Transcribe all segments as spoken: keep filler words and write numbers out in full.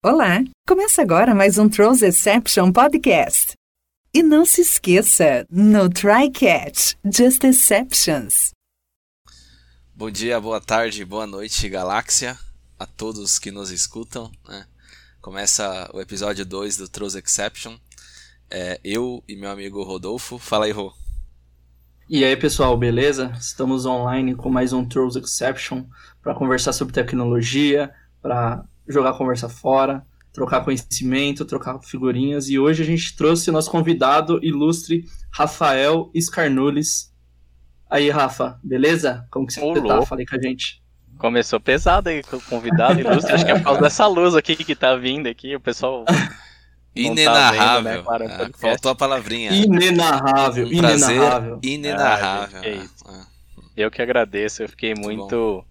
Olá! Começa agora mais um Trollsception Podcast. E não se esqueça, no TryCatch, Just Exceptions. Bom dia, boa tarde, boa noite, galáxia, a todos que nos escutam, né? Começa o episódio dois do Trollsception. É, eu e meu amigo Rodolfo. Fala aí, Rô. E aí, pessoal, beleza? Estamos online com mais um Trollsception para conversar sobre tecnologia, para jogar a conversa fora, trocar conhecimento, trocar figurinhas. E hoje a gente trouxe o nosso convidado ilustre, Rafael Scarnulis. Aí, Rafa, beleza? Como que você Ô, tá? louco. Falei com a gente. Começou pesado aí com o convidado ilustre. Acho que é por causa dessa luz aqui que tá vindo aqui. O pessoal Inenarrável. não tá vendo, né? Claro, Ah, faltou a palavrinha. Inenarrável, Um prazer inenarrável. inenarrável. Ah, gente, que Ah, isso. ah. Eu que agradeço. Eu fiquei Muito muito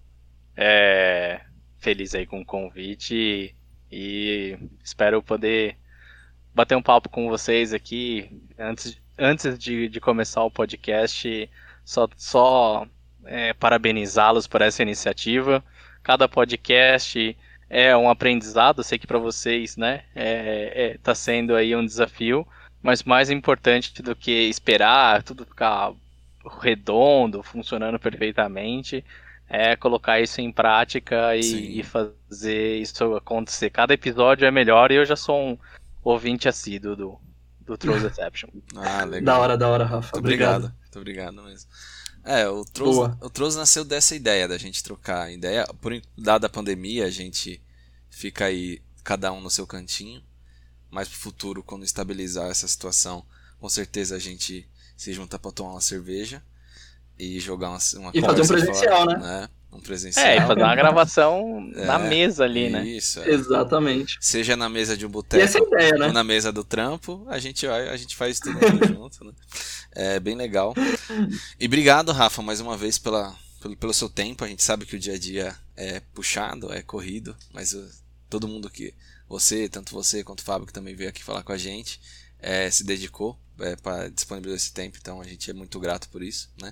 é, feliz aí com o convite e, e espero poder bater um papo com vocês aqui antes, antes de, de começar o podcast. Só, só é, parabenizá-los por essa iniciativa. Cada podcast é um aprendizado, sei que para vocês, né, é, é, tá sendo aí um desafio, mas mais importante do que esperar tudo ficar redondo, funcionando perfeitamente, é colocar isso em prática Sim. e, e fazer isso acontecer. Cada episódio é melhor e eu já sou um ouvinte assíduo do, do Trollsception. Ah, legal. Da hora, da hora, Rafa. Muito Obrigado. obrigado. Muito obrigado mesmo. É, o Troll, Boa. o Troll nasceu dessa ideia da gente trocar ideia. Por dada a pandemia, a gente fica aí cada um no seu cantinho. Mas pro futuro, quando estabilizar essa situação, com certeza a gente se junta pra tomar uma cerveja e jogar uma, uma E fazer um conversa presencial, fora, né? Um presencial. É, e fazer uma gravação É, na mesa ali, né? Isso, é. Exatamente. Seja na mesa de um E boteco essa é a ideia, né? ou na mesa do trampo, a gente vai, a gente faz tudo mundo junto, né? É bem legal. E obrigado, Rafa, mais uma vez pela, pelo, pelo seu tempo. A gente sabe que o dia a dia é puxado, é corrido, mas uh, todo mundo que você, tanto você quanto o Fábio, que também veio aqui falar com a gente, é, se dedicou é, para disponibilizar esse tempo, então a gente é muito grato por isso, né?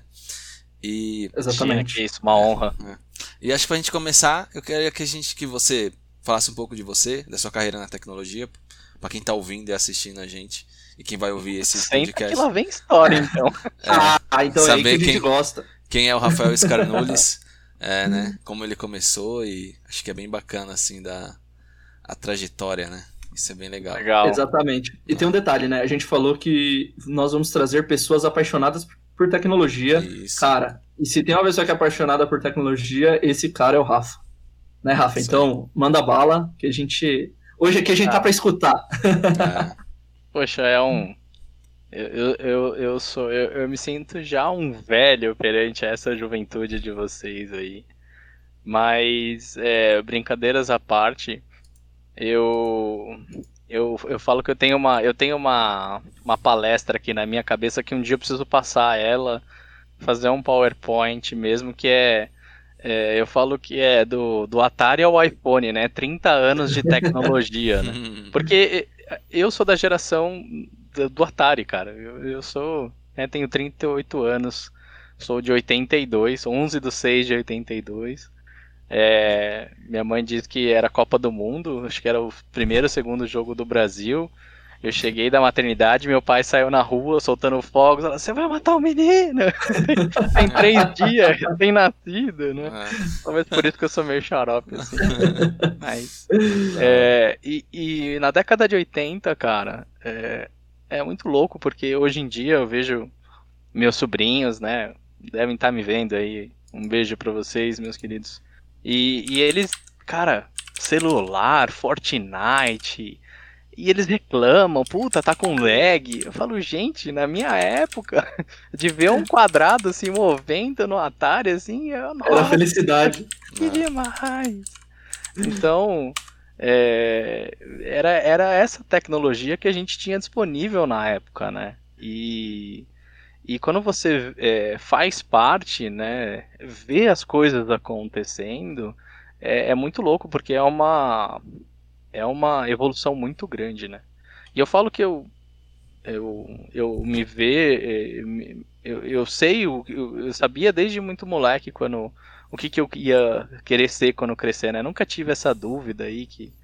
E Exatamente. Que isso, uma honra. é. E acho que pra gente começar, eu queria que a gente que você falasse um pouco de você, da sua carreira na tecnologia, pra quem tá ouvindo e assistindo a gente e quem vai ouvir esse Senta podcast. que lá vem história, então. Ah, então é aí que saber a gente quem- gosta. Quem é o Rafael Scarnulis, é, né? Como ele começou e acho que é bem bacana assim da a trajetória, né? Isso é bem legal. Legal. Exatamente. E tem um detalhe, né? A gente falou que nós vamos trazer pessoas apaixonadas por tecnologia. Isso. Cara, e se tem uma pessoa que é apaixonada por tecnologia, esse cara é o Rafa. Né, Rafa? Isso Então, manda bala, que a gente... Hoje aqui a gente tá pra escutar. É, Poxa, é um. Eu, eu, eu, eu sou. Eu, eu me sinto já um velho perante essa juventude de vocês aí. Mas, é, brincadeiras à parte, eu. Eu, eu falo que eu tenho uma. Eu tenho uma, uma palestra aqui na minha cabeça que um dia eu preciso passar ela, fazer um PowerPoint mesmo, que é. é, eu falo que é do, do Atari ao iPhone, né? trinta anos de tecnologia, né? Porque eu sou da geração do, do Atari, cara. Eu, eu sou, né, tenho trinta e oito anos, sou de oitenta e dois, onze de seis de oitenta e dois. É, minha mãe diz que era Copa do Mundo, acho que era o primeiro ou segundo jogo do Brasil. Eu cheguei da maternidade, meu pai saiu na rua soltando fogos. Ela, você vai matar o menino! Tem três dias, tem nascido, né? é. Talvez por isso que eu sou meio xarope, assim. Mas, é, e, e na década de oitenta, cara, é, é muito louco, porque hoje em dia eu vejo meus sobrinhos, né? Devem estar me vendo aí. Um beijo pra vocês, meus queridos. E, e eles, cara, celular, Fortnite... E eles reclamam, puta, tá com lag. Eu falo, gente, na minha época, de ver um quadrado se movendo no Atari, assim, eu, Era nossa, felicidade. que demais. Então, é, era, era essa tecnologia que a gente tinha disponível na época, né? E, e quando você é, faz parte, né, vê as coisas acontecendo, é, é muito louco, porque é uma... É uma evolução muito grande, né? E eu falo que eu eu, eu me vê, eu, eu sei, eu, eu sabia desde muito moleque quando, o que, que eu ia querer ser quando crescer, né? Nunca tive essa dúvida aí que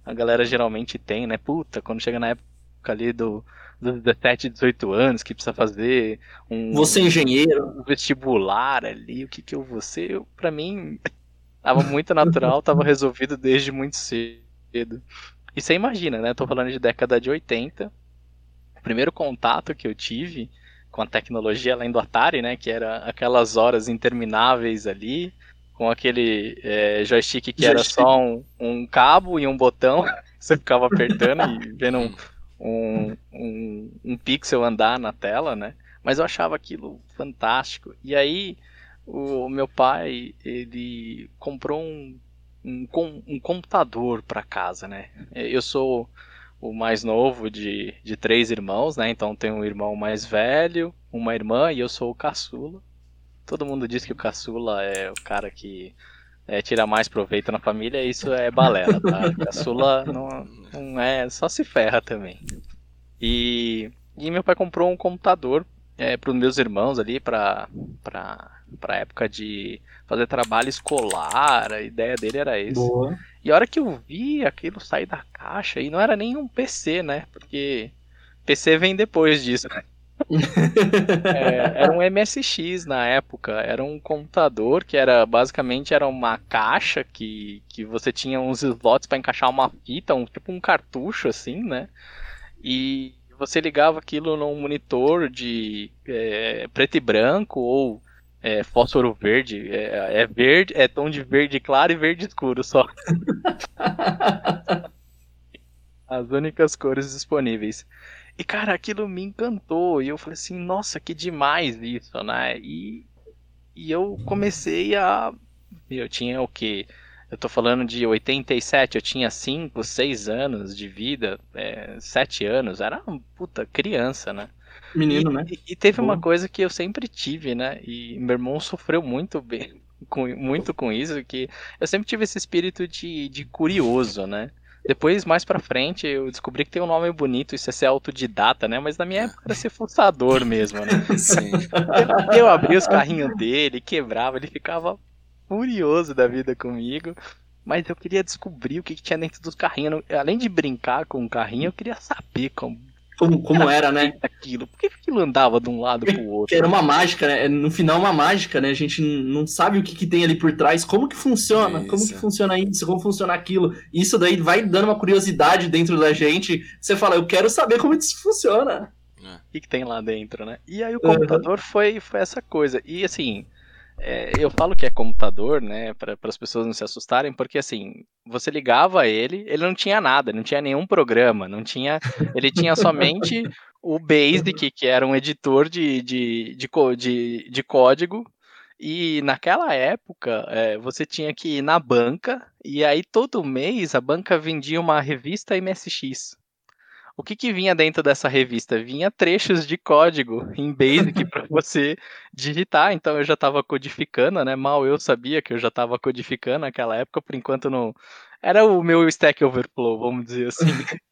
a galera geralmente tem, né? Puta, quando chega na época ali do, dos dezessete, dezoito anos, que precisa fazer um... Vou ser engenheiro. Um vestibular ali, o que que eu vou ser? Eu, pra mim, tava muito natural, tava resolvido desde muito cedo. E você imagina, né? Tô falando de década de oitenta. O primeiro contato que eu tive com a tecnologia além do Atari, né? Que era aquelas horas intermináveis ali, com aquele é, joystick que era só um, um cabo e um botão. Você ficava apertando e vendo um, um, um, um pixel andar na tela, né? Mas eu achava aquilo fantástico. E aí, o meu pai, ele comprou um, um, um computador para casa, né? Eu sou o mais novo de, de três irmãos, né? Então tenho um irmão mais velho, uma irmã e eu sou o caçula. Todo mundo diz que o caçula é o cara que é, tira mais proveito na família, isso é balela, tá? Caçula não, não é, só se ferra também. E, e meu pai comprou um computador é, para os meus irmãos ali, para para época de fazer trabalho escolar, a ideia dele era esse. Boa. E a hora que eu vi aquilo sair da caixa, e não era nem um P C, né? Porque P C vem depois disso, né? É, era um M S X na época, era um computador que era basicamente era uma caixa que, que você tinha uns slots para encaixar uma fita, um, tipo um cartucho assim, né? E você ligava aquilo num monitor de é, preto e branco ou é, fósforo verde, é, é verde, é tom de verde claro e verde escuro só. As únicas cores disponíveis. E, cara, aquilo me encantou. E eu falei assim, nossa, que demais isso, né? E, e eu comecei a... Eu tinha o quê? Eu tô falando de oitenta e sete, eu tinha cinco, seis anos de vida, é, sete anos. Era uma puta criança, né? Menino, e, né? E, e teve Boa. uma coisa que eu sempre tive, né? E meu irmão sofreu muito bem, com, muito com isso, que eu sempre tive esse espírito de, de curioso, né? Depois, mais pra frente, eu descobri que tem um nome bonito, isso é ser autodidata, né? Mas na minha época era ser fuçador mesmo, né? Sim. Eu, eu abria os carrinhos dele, quebrava, ele ficava furioso da vida comigo. Mas eu queria descobrir o que, que tinha dentro dos carrinhos. Além de brincar com o carrinho, eu queria saber como... Como, como era, né? Aquilo. Por que aquilo andava de um lado pro outro? Que era uma mágica, né? No final, uma mágica, né? A gente não sabe o que, que tem ali por trás, como que funciona, Isso. como que funciona isso, como funciona aquilo. Isso daí vai dando uma curiosidade dentro da gente. Você fala, eu quero saber como isso funciona. O que, que tem lá dentro, né? E aí o computador uhum. foi, foi essa coisa. E assim, é, eu falo que é computador, né? Para as pessoas não se assustarem, porque assim, você ligava ele, ele não tinha nada, não tinha nenhum programa, não tinha. Ele tinha somente o Basic, que era um editor de, de, de, de, de código. E naquela época, é, você tinha que ir na banca, e aí todo mês a banca vendia uma revista M S X. O que, que vinha dentro dessa revista? Vinha trechos de código em Basic para você digitar. Então eu já estava codificando, né? Mal eu sabia que eu já estava codificando naquela época, por enquanto não... Era o meu Stack Overflow, vamos dizer assim.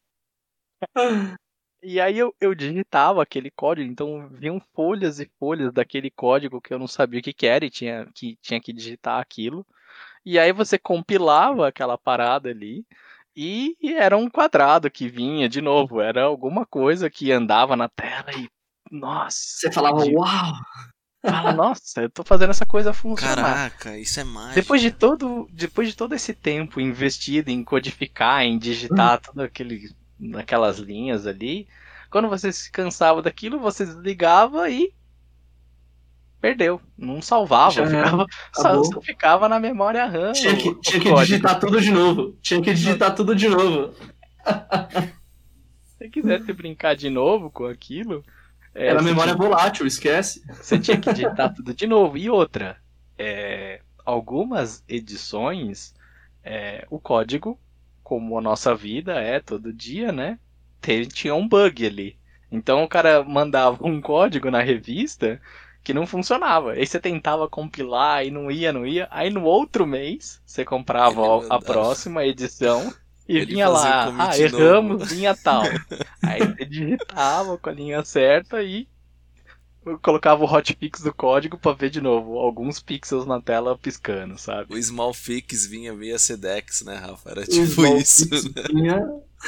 E aí eu, eu digitava aquele código, então vinham folhas e folhas daquele código que eu não sabia o que, que era e tinha que, tinha que digitar aquilo. E aí você compilava aquela parada ali e era um quadrado que vinha, de novo, era alguma coisa que andava na tela e, nossa... Você falava, de... uau! Fala, nossa, eu tô fazendo essa coisa funcionar. Caraca, isso é mágico. Depois de todo, depois de todo esse tempo investido em codificar, em digitar hum. tudo aquele... naquelas linhas ali, quando você se cansava daquilo, você desligava e perdeu, não salvava, Já ficava, só, só ficava na memória RAM. Tinha que, o, tinha o que digitar tudo de novo, tinha que digitar tudo de novo. Se você quisesse brincar de novo com aquilo... É, Era memória tinha... volátil, esquece. Você tinha que digitar tudo de novo. E outra, é, algumas edições, é, o código, como a nossa vida é todo dia, né? Tinha um bug ali. Então o cara mandava um código na revista que não funcionava. Aí você tentava compilar e não ia, não ia. Aí no outro mês você comprava a próxima edição e Ele vinha lá, ah, erramos, novo. linha tal. Aí você digitava com a linha certa e eu colocava o hotfix do código pra ver de novo alguns pixels na tela piscando, sabe? O small fix vinha via Sedex, né, Rafa? Era tipo isso. Vinha...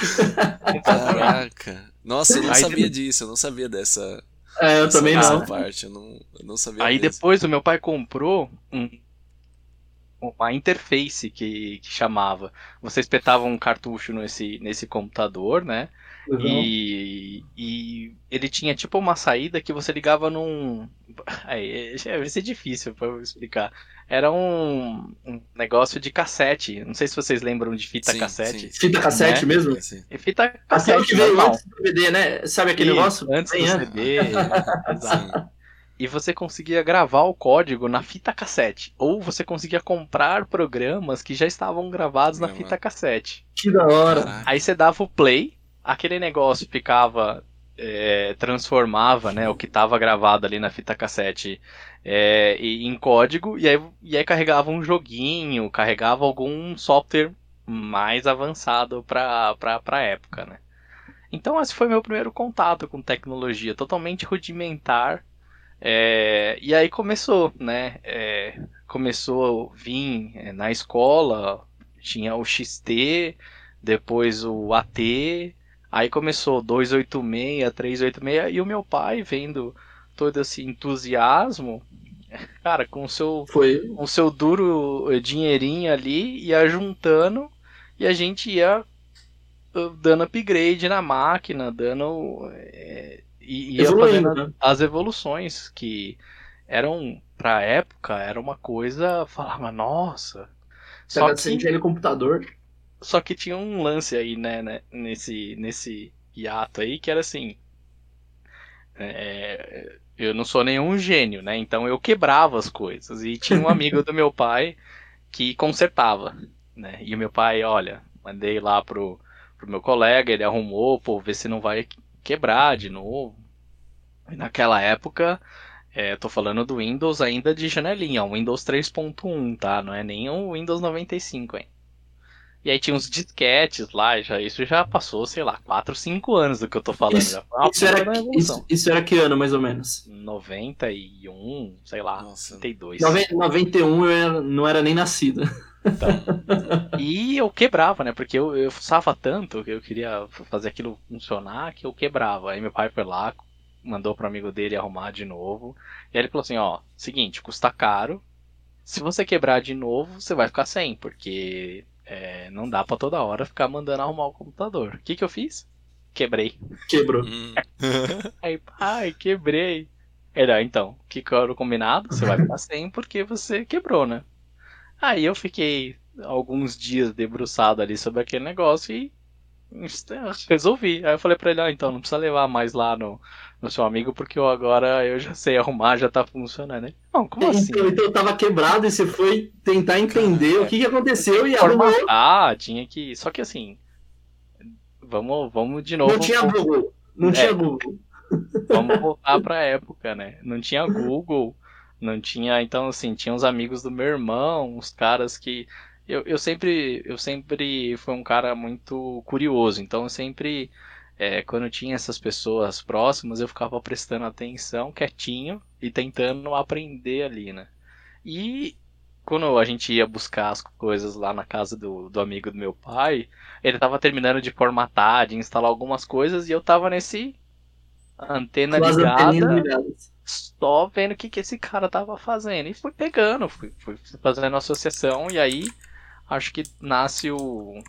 Caraca. Nossa, eu não Aí sabia depois... disso, eu não sabia dessa, É, eu dessa, também dessa não. parte. Eu não, eu não sabia Aí mesmo. depois o meu pai comprou um, uma interface que, que chamava. Você espetava um cartucho nesse, nesse computador, né? Uhum. E, e ele tinha tipo uma saída que você ligava num. Aí, vai ser difícil pra eu explicar. Era um, um negócio de cassete. Não sei se vocês lembram de fita Sim, cassete. sim. Fita cassete Né? mesmo? Sim, sim. E fita Aquela cassete que veio normal. antes do D V D, né? Sabe aquele Isso, negócio? antes Bem do antes. C D. Exato. E você conseguia gravar o código na fita cassete. Ou você conseguia comprar programas que já estavam gravados na Gravado. fita cassete. Que da hora. Caraca. Aí você dava o play, aquele negócio ficava, é, transformava, né, o que estava gravado ali na fita cassete é, em código, e aí, e aí carregava um joguinho, carregava algum software mais avançado para a época, né. Então esse foi meu primeiro contato com tecnologia, totalmente rudimentar. É, e aí começou, né? É, começou a vir é, na escola, tinha o X T, depois o A T, aí começou dois oito seis, três oito seis, e o meu pai vendo todo esse entusiasmo, cara, com o seu, Foi. com o seu duro dinheirinho ali, ia juntando, e a gente ia uh, dando upgrade na máquina, dando... É, e ia Evoluindo, fazendo né? as evoluções que eram, pra época, era uma coisa, falava, nossa. Só Só que, no computador. só que tinha um lance aí, né, né nesse, nesse hiato aí, que era assim, é, eu não sou nenhum gênio, né, então eu quebrava as coisas, e tinha um amigo do meu pai que consertava, né, e o meu pai, olha, mandei lá pro, pro meu colega, ele arrumou, pô, vê se não vai quebrar de novo. E naquela época, é, tô falando do Windows ainda de janelinha, o Windows três ponto um, tá? Não é nem o Windows noventa e cinco, hein? E aí tinha uns disquetes lá, já, isso já passou, sei lá, quatro, cinco anos do que eu tô falando. Isso, já foi uma isso, era, puta evolução. isso, isso era que ano, mais ou menos? noventa e um, sei lá, Nossa. noventa e dois. noventa e um eu era- não era nem nascido. E eu quebrava, né? Porque eu, eu fuçava tanto que eu queria fazer aquilo funcionar que eu quebrava. Aí meu pai foi lá, mandou pro amigo dele arrumar de novo. E aí ele falou assim, ó, seguinte, custa caro. Se você quebrar de novo, você vai ficar sem, porque é, não dá pra toda hora ficar mandando arrumar o computador. O que que eu fiz? Quebrei. Quebrou. Hum. Aí, pai, quebrei. Ele, ah, então, o que que era o combinado? Você vai ficar sem porque você quebrou, né? Aí eu fiquei alguns dias debruçado ali sobre aquele negócio e resolvi. Aí eu falei pra ele, ah, então não precisa levar mais lá no, no seu amigo, porque eu agora eu já sei arrumar, já tá funcionando. Ele, não, como assim? Então, então tava quebrado e você foi tentar entender o que, que aconteceu e arrumou. Ah, tinha que... Só que assim, vamos, vamos de novo... Não tinha Google. Não É. tinha Google. Vamos voltar pra época, né? Não tinha Google, não tinha... Então, assim, tinha uns amigos do meu irmão, uns caras que... Eu, eu sempre eu sempre fui um cara muito curioso, então eu sempre, é, quando tinha essas pessoas próximas, eu ficava prestando atenção, quietinho, e tentando aprender ali, né? E quando a gente ia buscar as coisas lá na casa do, do amigo do meu pai, ele tava terminando de formatar, de instalar algumas coisas, e eu tava nesse antena Com as ligada, anteninhas ligadas. só vendo o que, que esse cara tava fazendo. E fui pegando, fui, fui fazendo associação, e aí acho que nasce o,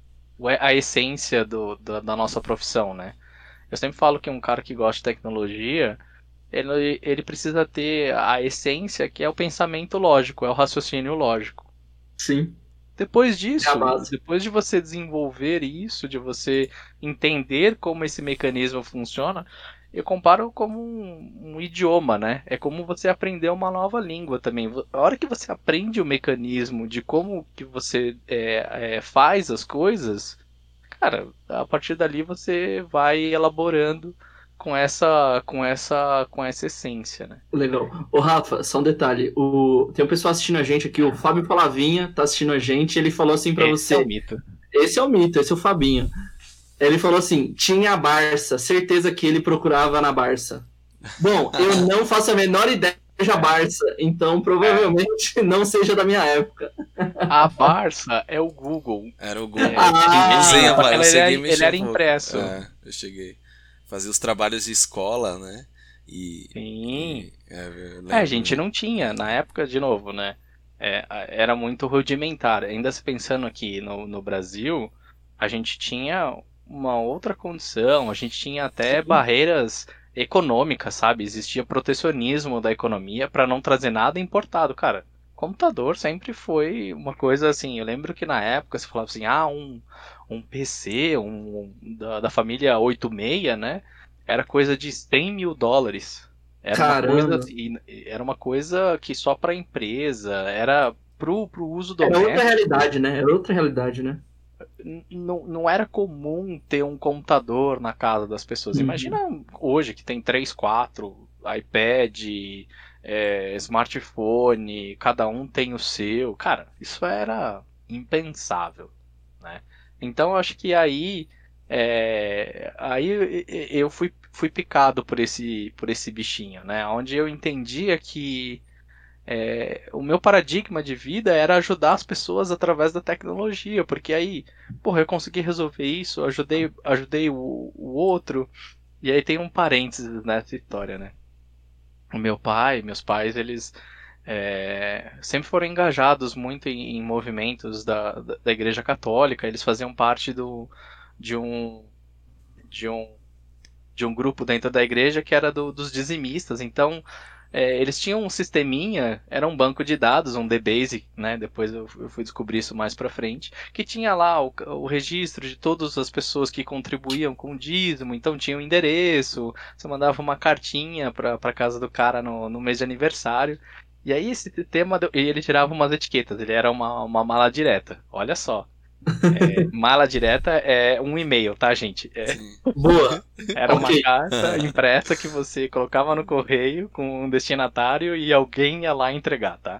a essência do, do, da nossa profissão, né? Eu sempre falo que um cara que gosta de tecnologia, ele, ele precisa ter a essência, que é o pensamento lógico, é o raciocínio lógico. Sim. Depois disso, É a base. depois de você desenvolver isso, de você entender como esse mecanismo funciona, eu comparo como um, um idioma, né? É como você aprender uma nova língua também. A hora que você aprende o mecanismo de como que você é, é, faz as coisas, cara, a partir dali você vai elaborando com essa, com essa, com essa essência, né? Legal. Ô, Rafa, só um detalhe. O... Tem um pessoal assistindo a gente aqui, o Fábio Palavinha tá assistindo a gente, ele falou assim pra Esse você. é o mito. Esse é o mito, esse é o Fabinho. Ele falou assim, tinha a Barça, certeza que ele procurava na Barça. Bom, eu não faço a menor ideia que seja Barça, então provavelmente é. não seja da minha época. A Barça é o Google. Era o Google. Ah, eu usei, eu ele, cheguei era, ele era impresso. É, eu cheguei. Fazia os trabalhos de escola, né? E, Sim. E, é, é, a gente não tinha, na época, de novo, né? É, era muito rudimentar. Ainda se pensando aqui no, no Brasil, a gente tinha uma outra condição, a gente tinha até Sim. barreiras econômicas, sabe? Existia protecionismo da economia para não trazer nada importado. Cara, computador sempre foi uma coisa assim. Eu lembro que na época você falava assim, ah, um, um P C um, um da, da família oitenta e seis, né? Era coisa de cem mil dólares. Era Caramba. uma coisa, era uma coisa que só para empresa, era pro, pro uso doméstico. Era outra realidade, né? Era outra realidade, né? Não, não era comum ter um computador na casa das pessoas. Uhum. Imagina hoje que tem três, quatro, iPad, é, smartphone, cada um tem o seu. Cara, isso era impensável, né? Então eu acho que aí, é, aí eu fui, fui picado por esse, por esse bichinho, né? Onde eu entendia que É, o meu paradigma de vida era ajudar as pessoas através da tecnologia, porque aí, porra, eu consegui resolver isso, ajudei, ajudei o, o outro, e aí tem um parênteses nessa história, né? O meu pai, meus pais, eles é, sempre foram engajados muito em, em movimentos da, da, da Igreja Católica, eles faziam parte do, de um de um de um grupo dentro da igreja que era do, dos dizimistas, então É, eles tinham um sisteminha, era um banco de dados, um D-Base, né? Depois eu, eu fui descobrir isso mais pra frente, que tinha lá o, o registro de todas as pessoas que contribuíam com o dízimo, então tinha o um endereço, você mandava uma cartinha pra, pra casa do cara no, no mês de aniversário, e aí esse sistema, deu, e ele tirava umas etiquetas, ele era uma, uma mala direta, olha só. É, mala direta é um e-mail, tá, gente? É, Boa. Era okay. uma carta impressa que você colocava no correio com um destinatário e alguém ia lá entregar, tá?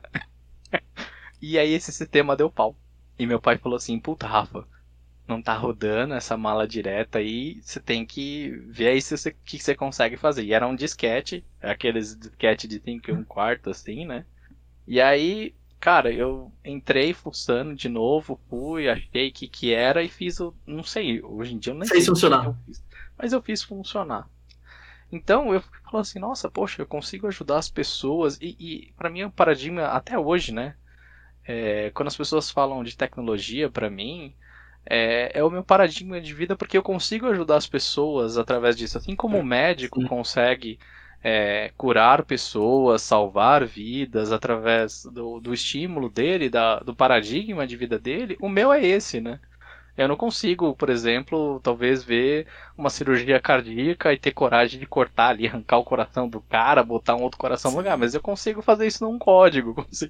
E aí esse sistema deu pau. E meu pai falou assim, puta, Rafa, não tá rodando essa mala direta aí, você tem que ver aí se você, que você consegue fazer. E era um disquete, aqueles disquete de cinco e um quarto, assim, né? E aí... Cara, eu entrei fuçando de novo, fui, achei que que era e fiz o... Não sei, hoje em dia eu nem sei. Fez funcionar. Eu fiz, mas eu fiz funcionar. Então eu falo assim, nossa, poxa, eu consigo ajudar as pessoas. E, e para mim é um paradigma até hoje, né? É, quando as pessoas falam de tecnologia, para mim, é, é o meu paradigma de vida porque eu consigo ajudar as pessoas através disso. Assim como o médico Sim. consegue... É, curar pessoas, salvar vidas através do, do estímulo dele, da, do paradigma de vida dele, o meu é esse, né? Eu não consigo, por exemplo, talvez ver uma cirurgia cardíaca e ter coragem de cortar ali, arrancar o coração do cara, botar um outro coração no lugar, mas eu consigo fazer isso num código. Consigo.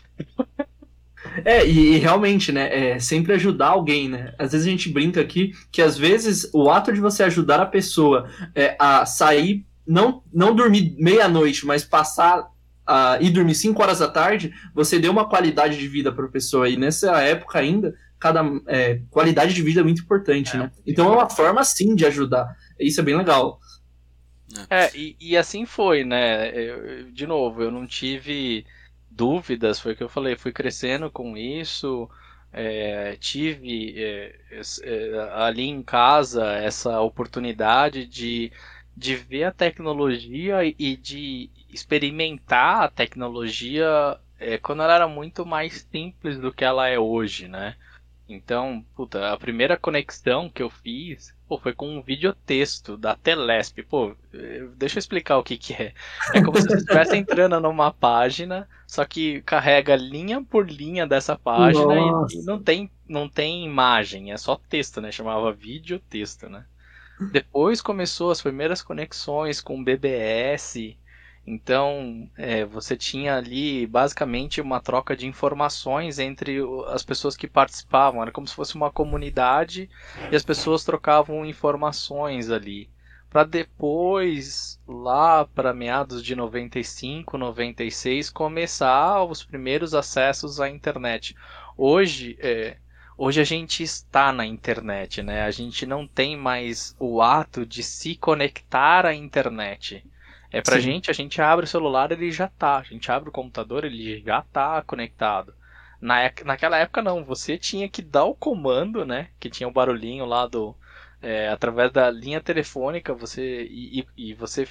É, e, e realmente, né, é sempre ajudar alguém, né? Às vezes a gente brinca aqui que às vezes o ato de você ajudar a pessoa é, a sair Não, não dormir meia-noite, mas passar uh, e dormir cinco horas da tarde, você deu uma qualidade de vida para a pessoa. E nessa época ainda, cada é, qualidade de vida é muito importante, é, né? Então é uma forma, sim, de ajudar. Isso é bem legal. É, e, e assim foi, né? Eu, de novo, eu não tive dúvidas, foi o que eu falei, fui crescendo com isso, é, tive é, é, ali em casa essa oportunidade de... de ver a tecnologia e de experimentar a tecnologia é, quando ela era muito mais simples do que ela é hoje, né? Então, puta, a primeira conexão que eu fiz pô, foi com um videotexto da Telesp. Pô, deixa eu explicar o que que é. É como se você estivesse entrando numa página, só que carrega linha por linha dessa página e, e não tem, não tem imagem, é só texto, né? Chamava videotexto, né? Depois começou as primeiras conexões com B B S, então é, você tinha ali basicamente uma troca de informações entre as pessoas que participavam, era como se fosse uma comunidade e as pessoas trocavam informações ali. Para depois, lá para meados de noventa e cinco, noventa e seis, começar os primeiros acessos à internet. Hoje... É, Hoje a gente está na internet, né? A gente não tem mais o ato de se conectar à internet. É pra Sim. gente, a gente abre o celular, ele já tá. A gente abre o computador, ele já tá conectado. Na, ec- naquela época não, você tinha que dar o comando, né? Que tinha o barulhinho lá do. É, através da linha telefônica, você. E, e- e você.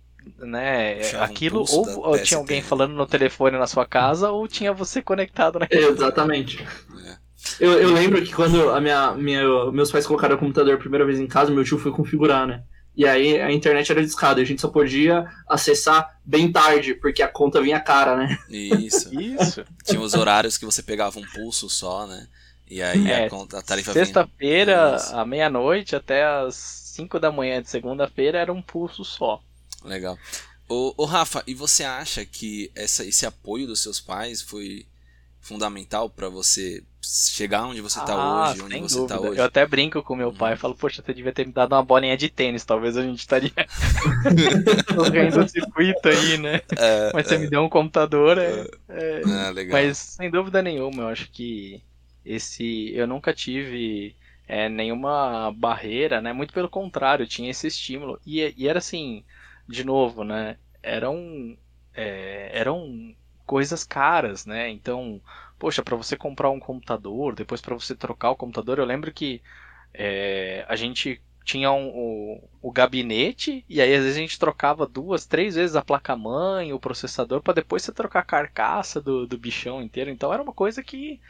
Né? Puxava um Aquilo, pulso ou, da ou tinha alguém P S P, né? falando no telefone na sua casa, ou tinha você conectado naquele. Exatamente. É. Eu, eu lembro que quando a minha, minha, meus pais colocaram o computador a primeira vez em casa, meu tio foi configurar, né? E aí a internet era discada, a gente só podia acessar bem tarde, porque a conta vinha cara, né? Isso. Isso. Tinha os horários que você pegava um pulso só, né? E aí a, É, conta, a tarifa vinha. sexta-feira, Isso. à meia-noite, até às cinco da manhã de segunda-feira, era um pulso só. Legal. Ô, ô Rafa, e você acha que essa, esse apoio dos seus pais foi fundamental pra você chegar onde você tá Ah, hoje, onde sem você dúvida. tá hoje? Eu até brinco com meu pai, falo, poxa, você devia ter me dado uma bolinha de tênis, talvez a gente estaria correndo o circuito aí, né? É, Mas você me deu um computador, é, é- ah, legal. Mas sem dúvida nenhuma, eu acho que esse, eu nunca tive é, nenhuma barreira, né? Muito pelo contrário, eu tinha esse estímulo e, e era assim, de novo, né? Eram, é, eram coisas caras, né? Então, poxa, para você comprar um computador, depois para você trocar o computador, eu lembro que é, a gente tinha um, o, o gabinete e aí às vezes a gente trocava duas, três vezes a placa-mãe, o processador, para depois você trocar a carcaça do, do bichão inteiro. Então era uma coisa que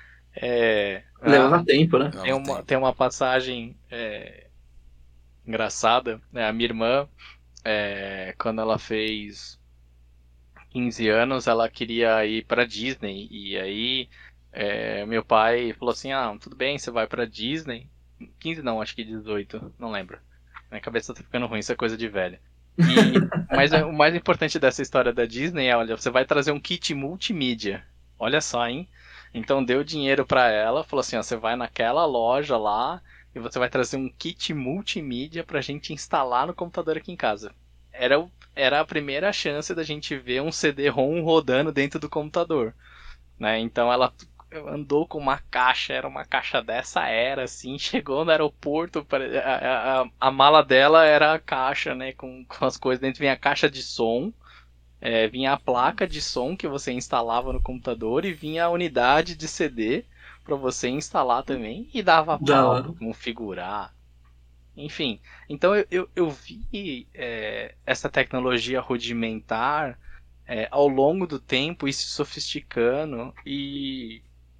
é, Levava ah, tempo, né? tem, uma, tem uma passagem é, engraçada, né? A minha irmã, é, quando ela fez quinze anos, ela queria ir pra Disney. E aí, é, meu pai falou assim: ah, tudo bem, você vai pra Disney. quinze não, acho que dezoito, não lembro. Minha cabeça tá ficando ruim, isso é coisa de velho. E, mas é- o mais importante dessa história da Disney é: olha, você vai trazer um kit multimídia. Olha só, hein? Então deu dinheiro pra ela, falou assim: ó, você vai naquela loja lá e você vai trazer um kit multimídia pra gente instalar no computador aqui em casa. Era, o- era a primeira chance da gente ver um C D-ROM rodando dentro do computador, né? Então ela andou com uma caixa, era uma caixa dessa era, assim, chegou no aeroporto, pare- a, a, a mala dela era a caixa, né, com, com as coisas dentro, vinha a caixa de som, é, vinha a placa de som que você instalava no computador e vinha a unidade de C D para você instalar também e dava Da pau hora. pra configurar. Enfim, então eu, eu, eu vi é, essa tecnologia rudimentar é, ao longo do tempo e se sofisticando e,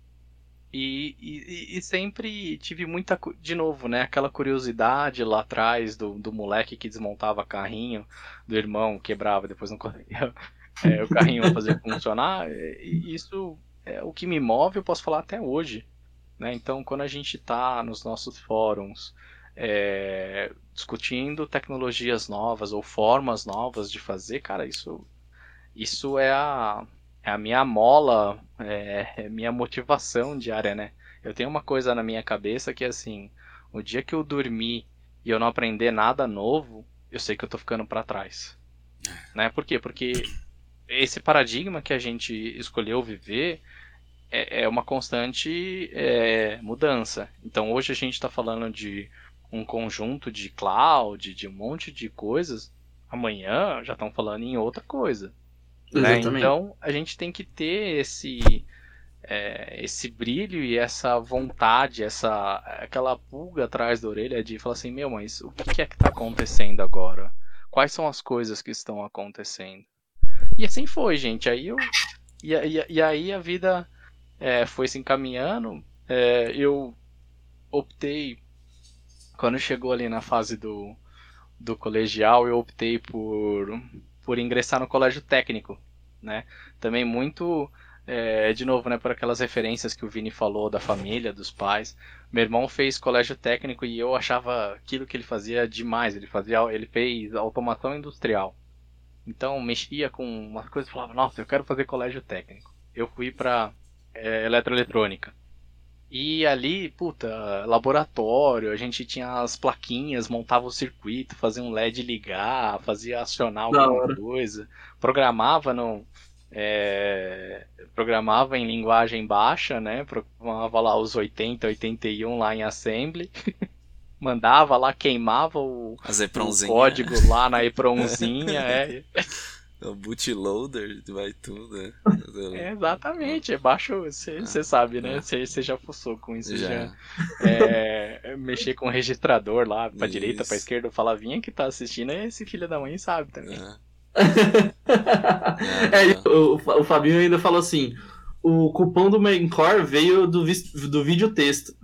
e, e, e sempre tive muita, cu- de novo, né, aquela curiosidade lá atrás do, do moleque que desmontava carrinho, do irmão quebrava, depois não conseguia é, o carrinho fazer funcionar, e isso é o que me move, eu posso falar até hoje, né? Então, quando a gente está nos nossos fóruns é, discutindo tecnologias novas ou formas novas de fazer, cara, isso, isso é a, é a minha mola, é, é minha motivação diária, né? Eu tenho uma coisa na minha cabeça que é assim, o dia que eu dormir e eu não aprender nada novo, eu sei que eu tô ficando para trás, né? Por quê? Porque esse paradigma que a gente escolheu viver é, é uma constante é, mudança. Então hoje a gente está falando de um conjunto de cloud, de um monte de coisas. Amanhã já estão falando em outra coisa, né? Exatamente. Então a gente tem que ter esse é, esse brilho e essa vontade, essa aquela pulga atrás da orelha de falar assim, meu, mas o que é que está acontecendo agora? Quais são as coisas que estão acontecendo? E assim foi, gente. Aí eu e, e, e aí a vida é, foi se encaminhando. É, eu optei, quando chegou ali na fase do, do colegial, eu optei por, por ingressar no colégio técnico, né? Também muito, é, de novo, né, por aquelas referências que o Vini falou da família, dos pais. Meu irmão fez colégio técnico e eu achava aquilo que ele fazia demais. Ele fazia, ele fez automação industrial. Então mexia com umas coisas e falava, nossa, eu quero fazer colégio técnico. Eu fui para é, eletroeletrônica. E ali, puta, laboratório, a gente tinha as plaquinhas, montava o circuito, fazia um L E D ligar, fazia acionar Da alguma hora. coisa, programava no. é, programava em linguagem baixa, né? Programava lá os oitenta, oitenta e um lá em Assembly. mandava lá, queimava o, o código lá na EPROMzinha, é. O bootloader vai tudo, né? É, exatamente, é baixo, você ah, sabe, né? Você ah. já fuçou com isso, já. já é, mexer com o registrador lá, pra isso. direita, pra esquerda, o Flavinha que tá assistindo, esse filho da mãe sabe também. Ah. é, o, o Fabinho ainda falou assim, o cupom do Maincore veio do, do vídeo texto.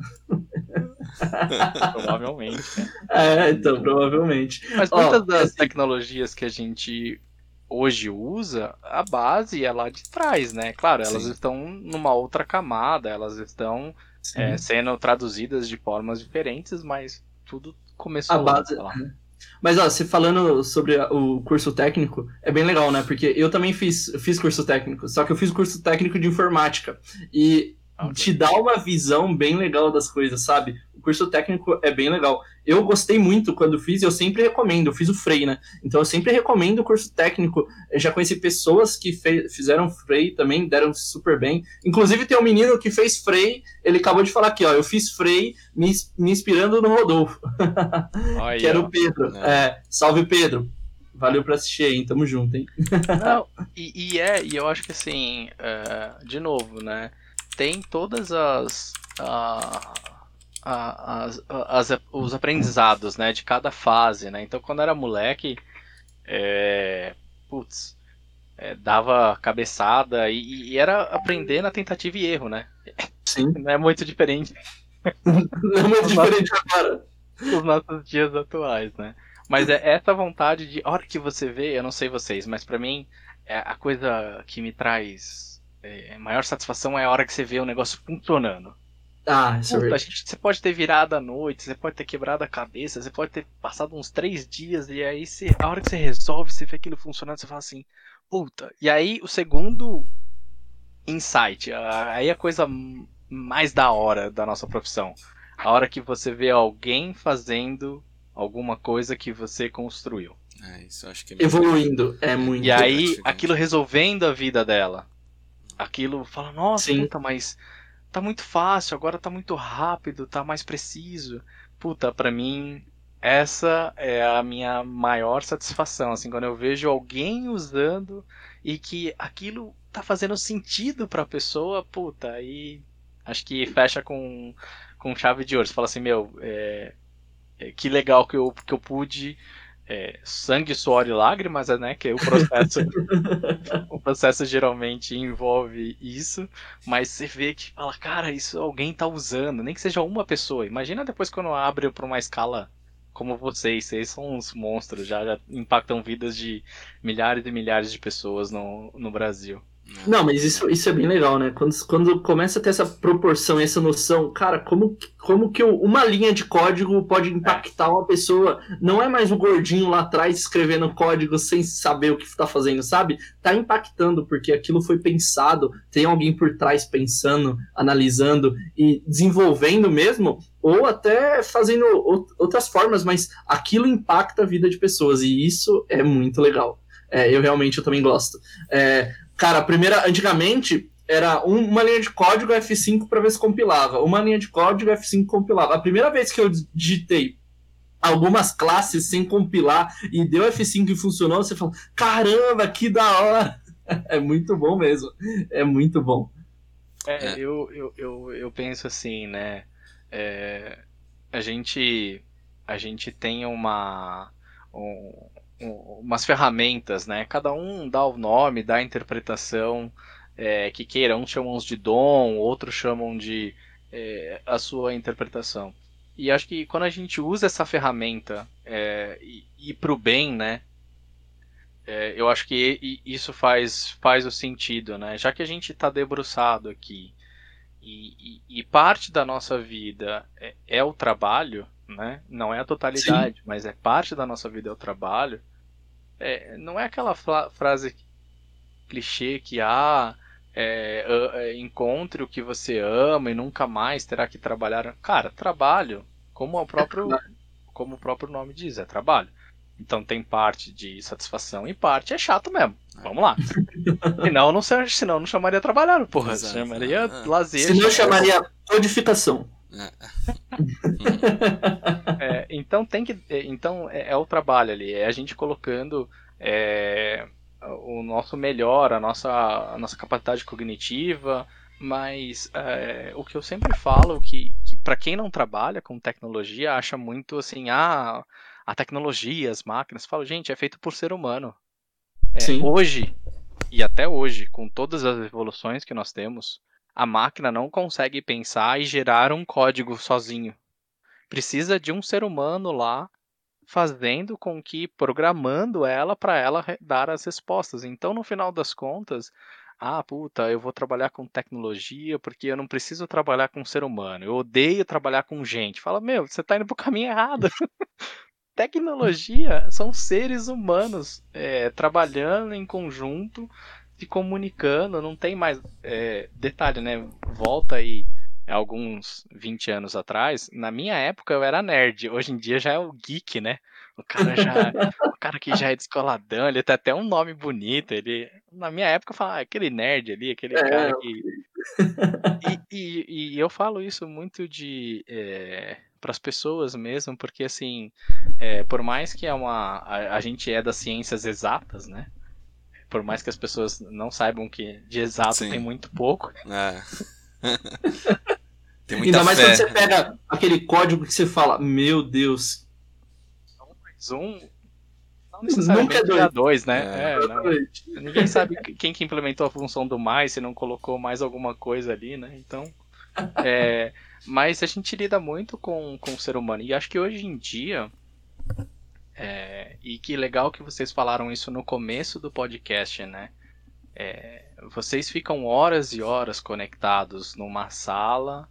Provavelmente. É, então, provavelmente. Mas muitas oh, das assim... tecnologias que a gente hoje usa, a base é lá de trás, né? Claro, elas Sim. estão numa outra camada, elas estão é, sendo traduzidas de formas diferentes, mas tudo começou a base. Lá. Mas ó, você falando sobre o curso técnico, é bem legal, né? Porque eu também fiz, fiz curso técnico, só que eu fiz curso técnico de informática. E okay. te dá uma visão bem legal das coisas, sabe? O curso técnico é bem legal. Eu gostei muito quando fiz, eu sempre recomendo, eu fiz o Frei, né? Então eu sempre recomendo o curso técnico. Eu já conheci pessoas que fez, fizeram Frei também, deram super bem. Inclusive tem um menino que fez Frei, ele acabou de falar aqui, ó, eu fiz Frei me, me inspirando no Rodolfo. Aí, que era ó. o Pedro. É. É, salve, Pedro. Valeu por assistir aí, tamo junto, hein? Não, e, e é, e eu acho que assim, uh, de novo, né? Tem todas as... Uh, As, as, os aprendizados, né, de cada fase, né? Então quando era moleque, é, putz, é, dava cabeçada e, e era aprender na tentativa e erro, né? Sim. Não é muito diferente. Não é muito diferente agora. Os nossos dias atuais, né? Mas é essa vontade de, a hora que você vê, eu não sei vocês, mas pra mim é a coisa que me traz é, maior satisfação é a hora que você vê o negócio funcionando. Ah, isso Puta, é a gente, você pode ter virado a noite, você pode ter quebrado a cabeça, você pode ter passado uns três dias e aí você, a hora que você resolve, você vê aquilo funcionando, você fala assim, puta. E aí o segundo insight, aí a coisa mais da hora da nossa profissão, a hora que você vê alguém fazendo alguma coisa que você construiu. É, isso eu acho que é evoluindo, é muito. E aí aquilo resolvendo a vida dela, aquilo fala, nossa, Sim. puta, mas tá muito fácil, agora tá muito rápido, tá mais preciso. Puta, pra mim, essa é a minha maior satisfação, assim, quando eu vejo alguém usando e que aquilo tá fazendo sentido pra pessoa, puta, aí acho que fecha com, com chave de ouro. Você fala assim, meu, é, é, que legal que eu, que eu pude... É, sangue, suor e lágrimas, né? Que o processo, o processo geralmente envolve isso, mas você vê que fala, cara, isso alguém tá usando, nem que seja uma pessoa. Imagina depois quando abre para uma escala como vocês, vocês são uns monstros, já, já impactam vidas de milhares e milhares de pessoas no, no Brasil. Não, mas isso, isso é bem legal, né? Quando, quando começa a ter essa proporção, essa noção, cara, como, como que uma linha de código pode impactar uma pessoa? Não é mais o gordinho lá atrás escrevendo código sem saber o que tá fazendo, sabe? Tá impactando, porque aquilo foi pensado, tem alguém por trás pensando, analisando e desenvolvendo mesmo, ou até fazendo outras formas, mas aquilo impacta a vida de pessoas, e isso é muito legal. É, eu realmente eu também gosto. É... Cara, a primeira, antigamente, era um, uma linha de código F cinco para ver se compilava. Uma linha de código F cinco compilava. A primeira vez que eu digitei algumas classes sem compilar e deu F cinco e funcionou, você fala, caramba, que da hora! É muito bom mesmo. É muito bom. É, eu, eu, eu, eu penso assim, né? É, a gente, a gente tem uma... Um, umas ferramentas, né? Cada um dá o nome, dá a interpretação é, que queira. Uns chamam de dom, outros chamam de é, a sua interpretação. E acho que quando a gente usa essa ferramenta é, e, e para o bem, né? É, eu acho que isso faz, faz o sentido, né? Já que a gente está debruçado aqui e, e, e parte da nossa vida é, é o trabalho, né? Não é a totalidade, Sim. mas é parte da nossa vida é o trabalho. É, não é aquela frase clichê que ah, é, é, encontre o que você ama e nunca mais terá que trabalhar. Cara, trabalho, como o próprio, como o próprio nome diz, é trabalho. Então tem parte de satisfação e parte é chato mesmo. Vamos lá. senão, eu não, senão eu não chamaria trabalhar, porra. Exato. Chamaria lazer. Senão eu chamaria codificação. É, então tem que, então é, é o trabalho ali, é a gente colocando é, o nosso melhor, a nossa, a nossa capacidade cognitiva, mas é, o que eu sempre falo que, que para quem não trabalha com tecnologia acha muito assim, ah, a tecnologia, as máquinas, falo, gente, é feito por ser humano. É, hoje e até hoje, com todas as evoluções que nós temos, a máquina não consegue pensar e gerar um código sozinho. Precisa de um ser humano lá fazendo com que, programando ela para ela dar as respostas. Então, no final das contas, ah, puta, eu vou trabalhar com tecnologia porque eu não preciso trabalhar com ser humano. Eu odeio trabalhar com gente. Fala, meu, você está indo pro caminho errado. Tecnologia são seres humanos é, trabalhando em conjunto, se comunicando. Não tem mais é, detalhe, né? Volta aí alguns vinte anos atrás, na minha época eu era nerd, hoje em dia já é o geek, né? O cara já, o cara que já é descoladão, ele tem até um nome bonito, ele, na minha época eu falava, ah, aquele nerd ali, aquele é, cara que... E, e, e eu falo isso muito de... É, para as pessoas mesmo, porque assim, é, por mais que é uma, a, a gente é das ciências exatas, né? Por mais que as pessoas não saibam que de exato Sim. tem muito pouco. É. Tem muita Ainda mais fé. quando você pega aquele código que você fala, meu Deus. Um mais um, não necessariamente Nunca é dois, dois né? É, é, não, ninguém sabe quem que implementou a função do mais, se não colocou mais alguma coisa ali, né? Então, é, mas a gente lida muito com, com o ser humano. E acho que hoje em dia, é, e que legal que vocês falaram isso no começo do podcast, né? É, vocês ficam horas e horas conectados numa sala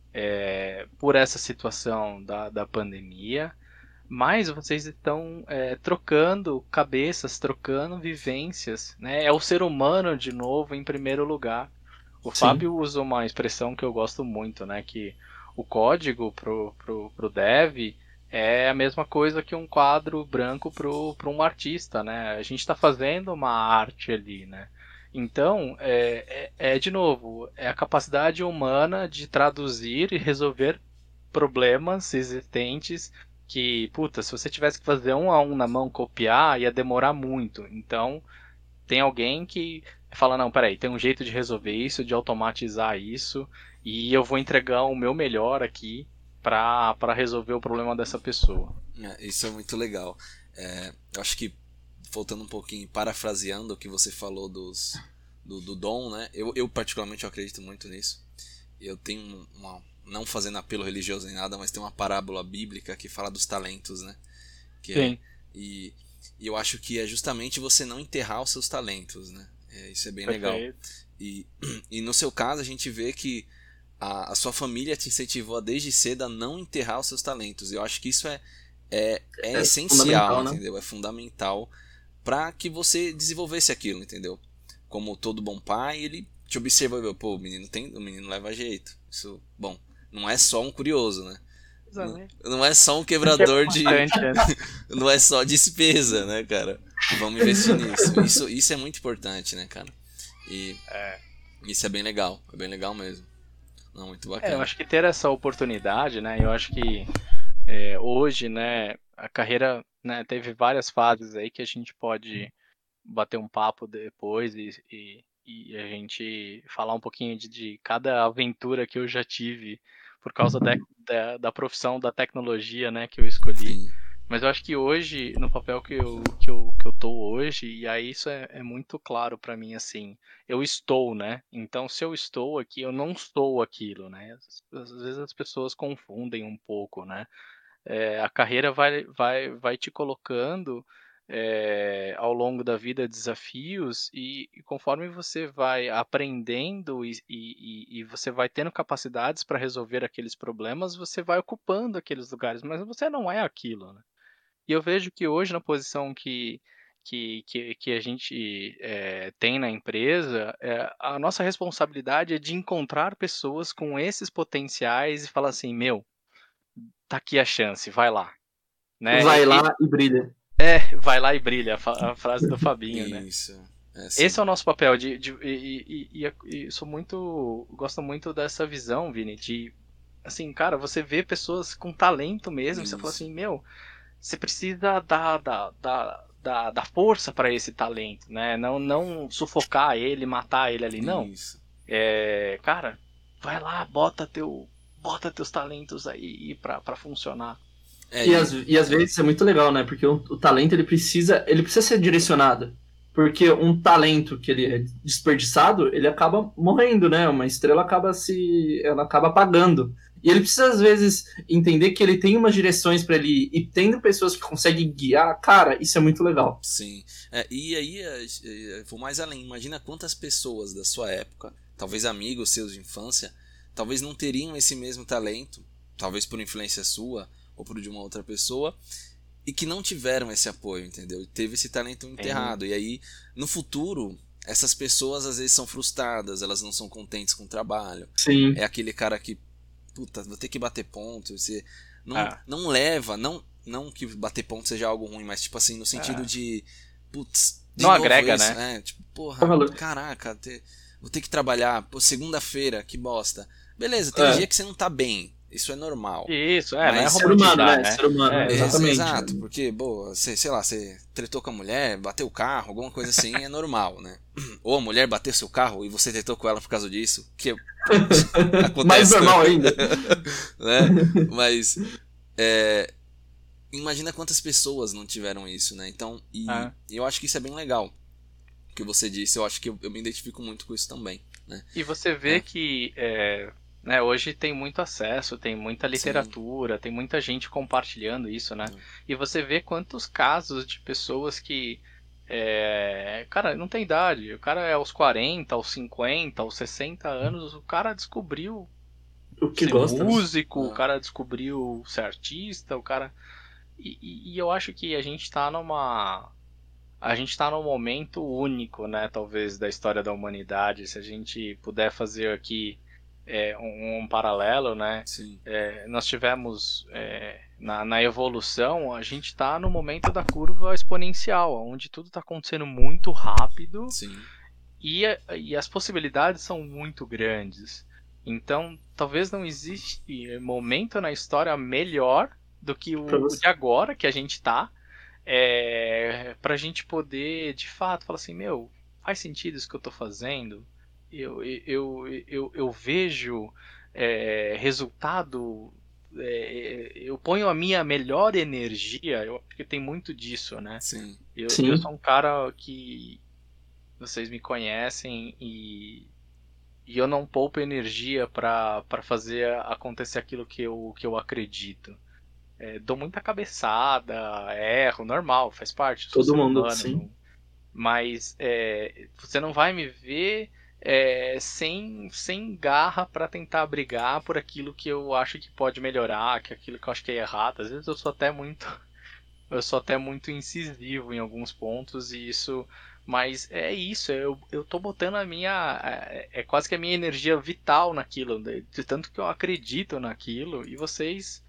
é, por essa situação da, da pandemia, mas vocês estão é, trocando cabeças, trocando vivências, né? É o ser humano de novo em primeiro lugar. O Sim. Fábio usa uma expressão que eu gosto muito, né? Que o código pro, pro, pro dev é a mesma coisa que um quadro branco pro, pro um artista, né? A gente está fazendo uma arte ali, né? Então, é, é, é, de novo, é a capacidade humana de traduzir e resolver problemas existentes que, puta, se você tivesse que fazer um a um na mão, copiar, ia demorar muito. Então, tem alguém que fala, não, peraí, tem um jeito de resolver isso, de automatizar isso, e eu vou entregar o meu melhor aqui para para resolver o problema dessa pessoa. É, isso é muito legal. É, eu acho que voltando um pouquinho, parafraseando o que você falou dos, do, do dom, né? Eu, eu particularmente eu acredito muito nisso. Eu tenho uma, não fazendo apelo religioso nem nada, mas tem uma parábola bíblica que fala dos talentos, né? Que Sim. É, e, e eu acho que é justamente você não enterrar os seus talentos, né? É, isso é bem Perfeito. legal. E, e no seu caso a gente vê que a, a sua família te incentivou desde cedo a não enterrar os seus talentos. Eu acho que isso é, é, é, é essencial, entendeu? Né? É fundamental para que você desenvolvesse aquilo, entendeu? Como todo bom pai, ele te observa, pô, o menino tem, o menino leva jeito. Isso, bom, não é só um curioso, né? Não, não é só um quebrador de, não é só despesa, né, cara? Vamos investir nisso. Isso, isso é muito importante, né, cara? E é. Isso é bem legal, é bem legal mesmo. Não, muito bacana. É, eu acho que ter essa oportunidade, né? Eu acho que é, hoje, né, a carreira, né, teve várias fases aí que a gente pode bater um papo depois e, e, e a gente falar um pouquinho de, de cada aventura que eu já tive por causa da, da, da profissão da tecnologia, né, que eu escolhi. Sim. Mas eu acho que hoje, no papel que eu, que eu, que eu tô hoje, e aí isso é, é muito claro pra mim, assim, eu estou, né? Então, se eu estou aqui, eu não sou aquilo, né? Às, às vezes as pessoas confundem um pouco, né? É, a carreira vai, vai, vai te colocando é, ao longo da vida desafios e, e conforme você vai aprendendo e, e, e você vai tendo capacidades para resolver aqueles problemas, você vai ocupando aqueles lugares, mas você não é aquilo, né? E eu vejo que hoje, na posição que, que, que, que a gente é, tem na empresa, é, a nossa responsabilidade é de encontrar pessoas com esses potenciais e falar assim, meu, tá aqui a chance, vai lá. Né? Vai e, lá e brilha. É, vai lá e brilha, a, a frase do Fabinho, né? Isso. É, esse é o nosso papel, de, de, e, e, e, e sou muito, gosto muito dessa visão, Vini, de assim, cara, você vê pessoas com talento mesmo, Isso. você fala assim, meu, você precisa dar, dar, dar, dar, dar força para esse talento, né? Não, não sufocar ele, matar ele ali, não. Isso. É, cara, vai lá, bota, teu, bota teus talentos aí pra, pra funcionar. É, E, às, e às vezes é muito legal, né? Porque o, o talento ele precisa, ele precisa ser direcionado. Porque um talento que ele é desperdiçado, ele acaba morrendo, né? Uma estrela acaba se, ela acaba apagando. E ele precisa, às vezes, entender que ele tem umas direções pra ele ir, e tendo pessoas que conseguem guiar, cara, isso é muito legal. Sim. É, e aí, é, é, vou mais além. Imagina quantas pessoas da sua época, talvez amigos seus de infância, talvez não teriam esse mesmo talento, talvez por influência sua ou por de uma outra pessoa, e que não tiveram esse apoio, entendeu? Teve esse talento enterrado. É. E aí, no futuro, essas pessoas às vezes são frustradas, elas não são contentes com o trabalho. Sim. É aquele cara que, puta, vou ter que bater ponto, você não, ah. não leva, não, não que bater ponto seja algo ruim, mas tipo assim, no sentido ah. de, putz, de não agrega, isso, né? É, tipo, porra, caraca, ter, vou ter que trabalhar, pô, segunda-feira, que bosta. Beleza, tem é. dia que você não tá bem. Isso é normal. Isso, é, mas não é ser humano, né? né? Ser humano, é, exatamente. Exato, porque, boa, sei, sei lá, você tretou com a mulher, bateu o carro, alguma coisa assim, é normal, né? Ou a mulher bateu seu carro e você tretou com ela por causa disso, que acontece. Mais normal ainda. Né? Mas, é, imagina quantas pessoas não tiveram isso, né? Então, e ah. eu acho que isso é bem legal, o que você disse, eu acho que eu, eu me identifico muito com isso também, né? E você vê é. que... É... Né, hoje tem muito acesso, tem muita literatura, Sim. tem muita gente compartilhando isso, né? Sim. E você vê quantos casos de pessoas que, é, cara, não tem idade, o cara é aos quarenta, aos cinquenta, aos sessenta anos, o cara descobriu o que ser gosta, músico, né? o cara descobriu ser artista, o cara... E, e, e eu acho que a gente tá numa... A gente tá num momento único, né, talvez, da história da humanidade. Se a gente puder fazer aqui É, um, um paralelo, né? É, nós tivemos é, na, na evolução, a gente está no momento da curva exponencial, onde tudo está acontecendo muito rápido. Sim. E, e as possibilidades são muito grandes. Então, talvez não existe momento na história melhor do que o, o de agora que a gente está, é, para a gente poder, de fato, falar assim, meu, faz sentido isso que eu estou fazendo? Eu, eu, eu, eu vejo é, resultado, é, eu ponho a minha melhor energia, eu, porque tem muito disso, né? Sim. Eu, Sim. eu sou um cara que vocês me conhecem e, e eu não poupo energia para fazer acontecer aquilo que eu, que eu acredito. É, dou muita cabeçada, erro, normal, faz parte. Todo mundo, humano, sim. Não, mas é, você não vai me ver... É, sem, sem garra para tentar brigar por aquilo que eu acho que pode melhorar, que aquilo que eu acho que é errado. Às vezes eu sou até muito eu sou até muito incisivo em alguns pontos e isso, mas é isso, eu, eu tô botando a minha é, é quase que a minha energia vital naquilo, de, de tanto que eu acredito naquilo, e vocês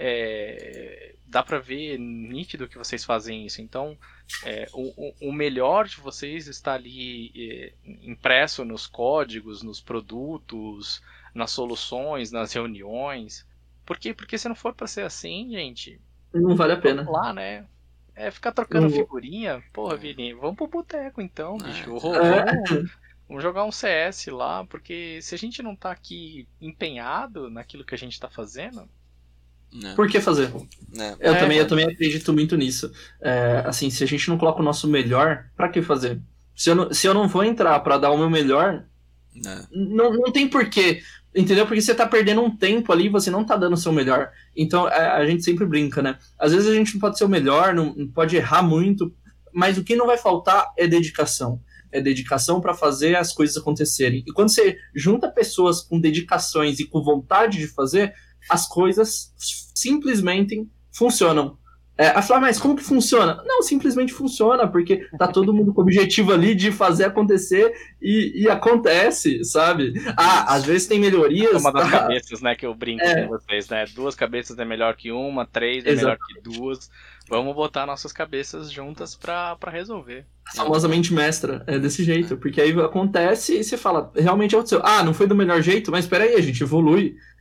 é, dá pra ver nítido que vocês fazem isso. Então é, o, o melhor de vocês está ali é, impresso nos códigos, nos produtos, nas soluções, nas reuniões. Por quê? Porque se não for pra ser assim, gente, não vale a pena. Vamos lá, né? É ficar trocando Não. figurinha. Porra, Vini, vamos pro boteco então, bicho. É. Vamos, vamos jogar um C S lá, porque se a gente não tá aqui empenhado naquilo que a gente tá fazendo... Não. Por que fazer? Não. Eu, É, também, eu também acredito muito nisso. É, assim, se a gente não coloca o nosso melhor, pra que fazer? Se eu não, se eu não vou entrar pra dar o meu melhor, Não. não, não tem porquê. Entendeu? Porque você tá perdendo um tempo ali e você não tá dando o seu melhor. Então a, a gente sempre brinca, né? Às vezes a gente não pode ser o melhor, não, não pode errar muito, mas o que não vai faltar é dedicação. É dedicação pra fazer as coisas acontecerem. E quando você junta pessoas com dedicações e com vontade de fazer, as coisas simplesmente funcionam. É, a falar, mas como que funciona? Não, simplesmente funciona, porque tá todo mundo com o objetivo ali de fazer acontecer e, e acontece, sabe? Ah, às vezes tem melhorias... É uma das ah, cabeças, né, que eu brinco é. com vocês, né? Duas cabeças é melhor que uma, três é Exato. melhor que duas. Vamos botar nossas cabeças juntas pra, pra resolver. A famosa mente mestra, é desse jeito, porque aí acontece e você fala, realmente aconteceu. Ah, não foi do melhor jeito, mas peraí, a gente evolui.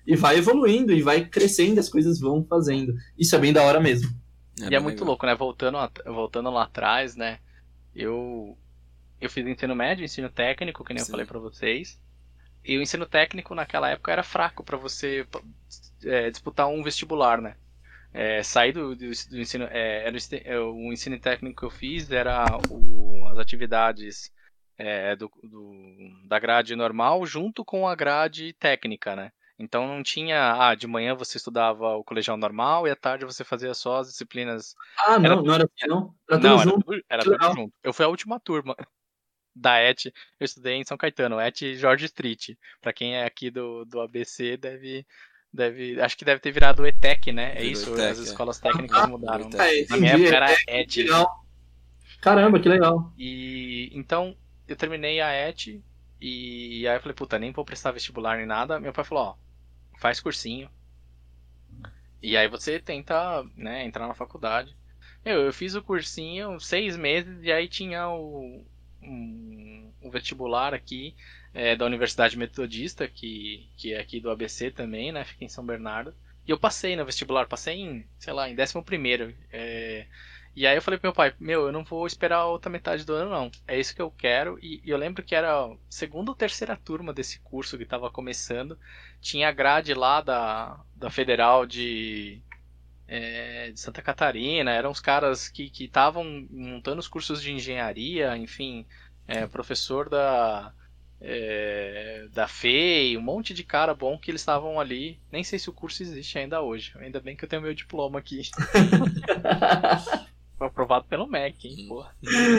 e vai evoluindo, e vai crescendo, as coisas vão fazendo. Isso é bem da hora mesmo. É e é muito legal. louco, né? Voltando, voltando lá atrás, né? Eu, eu fiz ensino médio, ensino técnico, que nem Sim. eu falei pra vocês. E o ensino técnico naquela época era fraco pra você é, disputar um vestibular, né? É, sair do, do, do ensino... É, era o, o ensino técnico que eu fiz era o, as atividades é, do, do, da grade normal junto com a grade técnica, né? Então não tinha, ah, de manhã você estudava o colegial normal e à tarde você fazia só as disciplinas... Ah, não, era não era assim, não? Era não, tudo era junto. Tudo, era tudo junto. Eu fui a última turma da E T, eu estudei em São Caetano, E T Jorge Street. Pra quem é aqui do, do A B C, deve, deve... Acho que deve ter virado o E T E C, né? É Virou isso, E T E C, as é. escolas técnicas Ah, mudaram. é, Na minha época era é, E T. Legal. Caramba, que legal. E então, eu terminei a E T e aí eu falei, puta, nem vou prestar vestibular nem nada. Meu pai falou, ó, faz cursinho. E aí você tenta, né, entrar na faculdade. Eu, eu fiz o cursinho seis meses e aí tinha o, um, o vestibular aqui é, da Universidade Metodista, que, que é aqui do A B C também, né, fica em São Bernardo. E eu passei no vestibular, passei em, sei lá, em décimo primeiro. É, e aí eu falei pro meu pai, meu, eu não vou esperar a outra metade do ano não, é isso que eu quero. E, e eu lembro que era a segunda ou terceira turma desse curso que estava começando. Tinha a grade lá da, da Federal de, é, de Santa Catarina, eram os caras que estavam montando os cursos de engenharia, enfim, é, professor da... É, da F E I, um monte de cara bom que eles estavam ali. Nem sei se o curso existe ainda hoje. Ainda bem que eu tenho meu diploma aqui. Foi aprovado pelo M E C, hein, porra.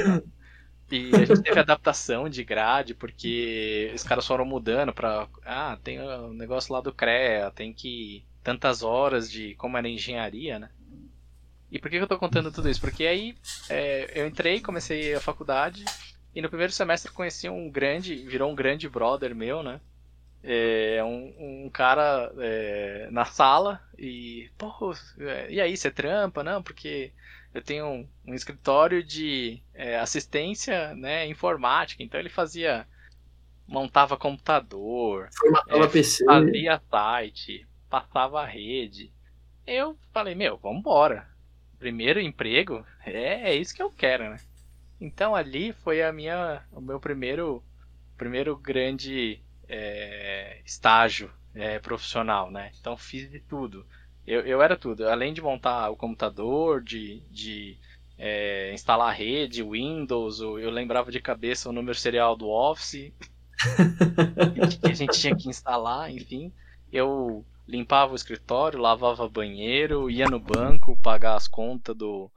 E a gente teve adaptação de grade, porque os caras foram mudando pra... Ah, tem o negócio lá do CREA, tem que... Tantas horas de... Como era engenharia, né? E por que eu tô contando tudo isso? Porque aí é, eu entrei, comecei a faculdade... E no primeiro semestre eu conheci um grande, virou um grande brother meu, né? É, um, um cara é, na sala e, pô, e aí, você trampa? Não, porque eu tenho um, um escritório de é, assistência, né, informática. Então ele fazia, montava computador, Formatava é, P C, fazia site, passava a rede. Eu falei, meu, vambora. Primeiro emprego, é, é isso que eu quero, né? Então ali foi a minha, o meu primeiro, primeiro grande é, estágio é, profissional, né? Então fiz de tudo. Eu, eu era tudo. Além de montar o computador, de, de é, instalar a rede, Windows, eu lembrava de cabeça o número serial do Office que a gente tinha que instalar, enfim. Eu limpava o escritório, lavava banheiro, ia no banco pagar as contas do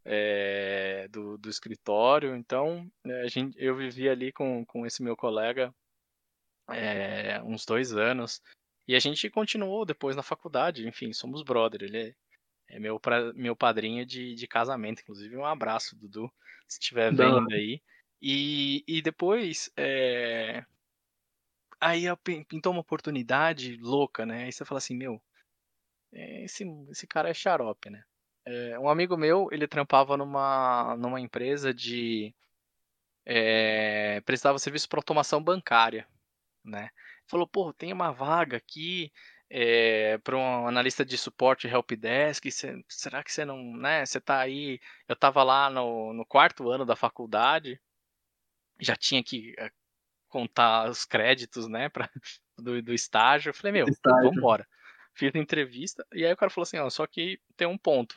É, do, do escritório. Então a gente, eu vivi ali com, com esse meu colega é, uns dois anos e a gente continuou depois na faculdade. Enfim, somos brother. Ele é, é meu, pra, meu padrinho de, de casamento, inclusive. Um abraço, Dudu, se estiver vendo aí. E, e depois é, aí pintou uma oportunidade louca, né? Aí você fala assim, meu, esse, esse cara é xarope, né? É, um amigo meu, ele trampava numa, numa empresa de... É, prestava serviço para automação bancária, né? Falou, pô, tem uma vaga aqui é, para um analista de suporte helpdesk, cê, será que você não... né? Você tá aí... Eu tava lá no, no quarto ano da faculdade, já tinha que é, contar os créditos, né? Pra, do, do estágio. Eu falei, meu, estágio. Vambora. Fiz a entrevista, e aí o cara falou assim, ó, só que tem um ponto.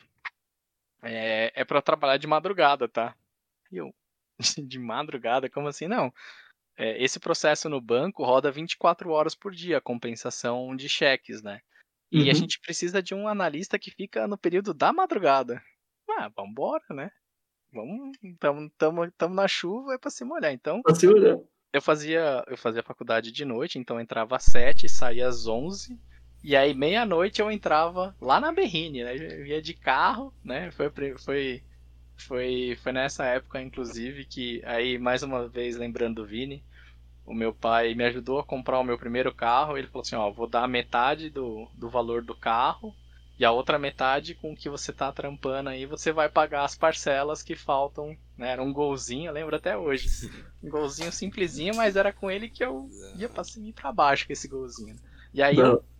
É, é pra trabalhar de madrugada, tá? E eu, de madrugada? Como assim? Não. É, esse processo no banco roda vinte e quatro horas por dia, a compensação de cheques, né? E uhum. a gente precisa de um analista que fica no período da madrugada. Ah, vambora, né? Vamos, tamo, tamo, tamo na chuva, é pra se molhar. Então, pra se molhar. Eu fazia, eu fazia faculdade de noite, então eu entrava às sete, saía às onze... E aí, meia-noite, eu entrava lá na Berrine, né? Eu ia de carro, né? Foi, foi, foi, foi nessa época, inclusive, que... Aí, mais uma vez, lembrando do Vini, o meu pai me ajudou a comprar o meu primeiro carro. Ele falou assim, ó, vou dar metade do, do valor do carro e a outra metade com o que você tá trampando aí, você vai pagar as parcelas que faltam, né? Era um golzinho, eu lembro até hoje. Um golzinho simplesinho, mas era com ele que eu ia pra cima e pra baixo com esse golzinho. E aí... Eu,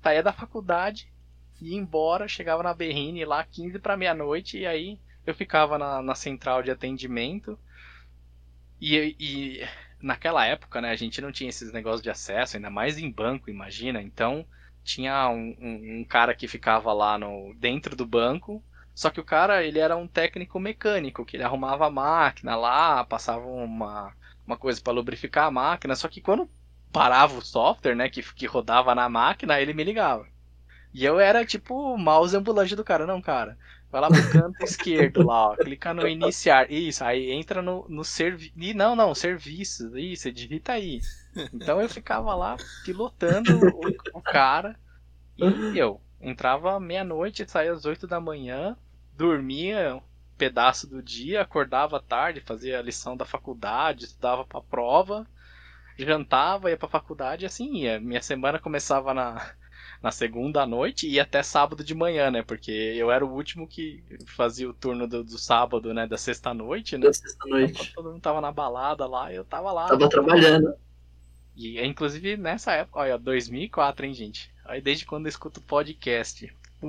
saía da faculdade, ia embora, chegava na Berrine lá quinze para meia-noite, e aí eu ficava na, na central de atendimento. E, e naquela época, né, a gente não tinha esses negócios de acesso, ainda mais em banco, imagina. Então tinha um, um, um cara que ficava lá no, dentro do banco. Só que o cara, ele era um técnico mecânico, que ele arrumava a máquina lá, passava uma, uma coisa para lubrificar a máquina. Só que quando parava o software, né, que, que rodava na máquina, ele me ligava. E eu era tipo o mouse ambulante do cara. Não, cara, vai lá pro canto esquerdo lá, ó, clica no iniciar. Isso, aí entra no, no serviço. Não, não, serviço. Isso, digita aí. Então eu ficava lá pilotando o, o cara. E eu entrava meia-noite, saía às oito da manhã, dormia um pedaço do dia, acordava tarde, fazia a lição da faculdade, estudava pra prova, jantava, ia pra faculdade e assim ia. Minha semana começava na, na segunda à noite e ia até sábado de manhã, né? Porque eu era o último que fazia o turno do, do sábado, né? Da sexta-noite, né? Da sexta-noite. Todo mundo tava na balada lá, eu tava lá. Tava trabalhando. E inclusive nessa época, olha, dois mil e quatro, hein, gente? Aí desde quando eu escuto podcast.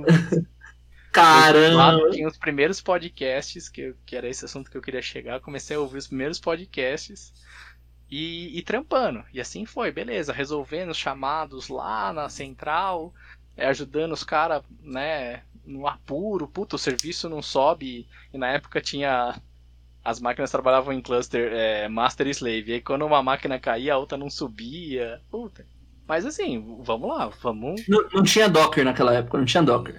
Caramba! Tinha os primeiros podcasts, que, que era esse assunto que eu queria chegar. Comecei a ouvir os primeiros podcasts e, e trampando. E assim foi, beleza. Resolvendo os chamados lá na central, é, ajudando os caras, né, no apuro. Puta, o serviço não sobe. E na época tinha... As máquinas trabalhavam em cluster é, master e slave. E aí quando uma máquina caía, a outra não subia. Puta. Mas assim, vamos lá, vamos... Não, não tinha Docker naquela época, não tinha Docker.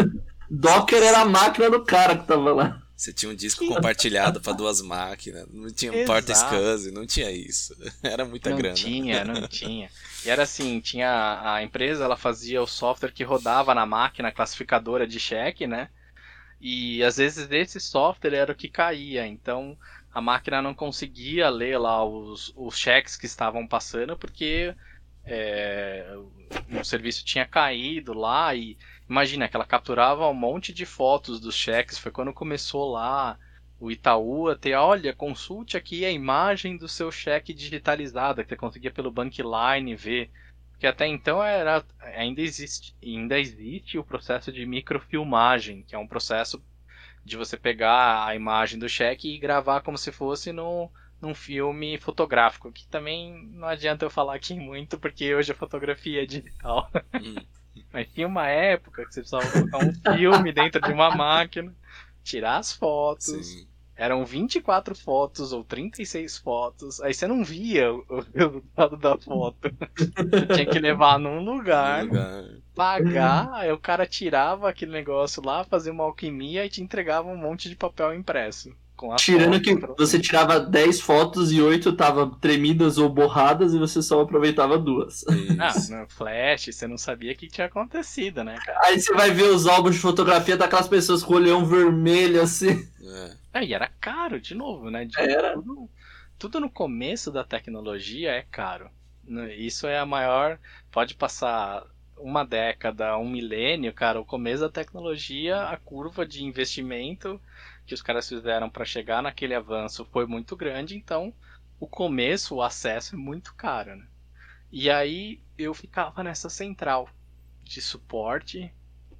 Docker era a máquina do cara que tava lá. Você tinha um disco compartilhado para duas máquinas, não tinha um porta-scuse, não tinha isso. Era muita não grana. Não tinha, não tinha. E era assim, tinha a empresa, ela fazia o software que rodava na máquina classificadora de cheque, né? E às vezes esse software era o que caía, então a máquina não conseguia ler lá os, os cheques que estavam passando porque é, o serviço tinha caído lá e imagina que ela capturava um monte de fotos dos cheques. Foi quando começou lá o Itaú a ter, olha, consulte aqui a imagem do seu cheque digitalizada que você conseguia pelo Bankline ver. Porque até então era, ainda, existe, ainda existe o processo de microfilmagem, que é um processo de você pegar a imagem do cheque e gravar como se fosse no, num filme fotográfico, que também não adianta eu falar aqui muito, porque hoje a fotografia é digital. Mas tinha uma época que você precisava colocar um filme dentro de uma máquina, tirar as fotos... Sim. Eram vinte e quatro fotos ou trinta e seis fotos. Aí você não via o resultado da foto. Você tinha que levar num lugar, lugar, pagar, aí o cara tirava aquele negócio lá, fazia uma alquimia e te entregava um monte de papel impresso. Com Tirando que pra... você tirava dez fotos e oito estavam tremidas ou borradas e você só aproveitava duas. Ah, no flash, você não sabia o que tinha acontecido, né, cara? Aí você vai ver os álbuns de fotografia daquelas pessoas com o olhão vermelho assim. É. É, e era caro, de novo, né? De, era. Tudo, tudo no começo da tecnologia é caro. Isso é a maior... Pode passar uma década, um milênio, cara, o começo da tecnologia, a curva de investimento que os caras fizeram para chegar naquele avanço foi muito grande, então o começo, o acesso é muito caro, né? E aí eu ficava nessa central de suporte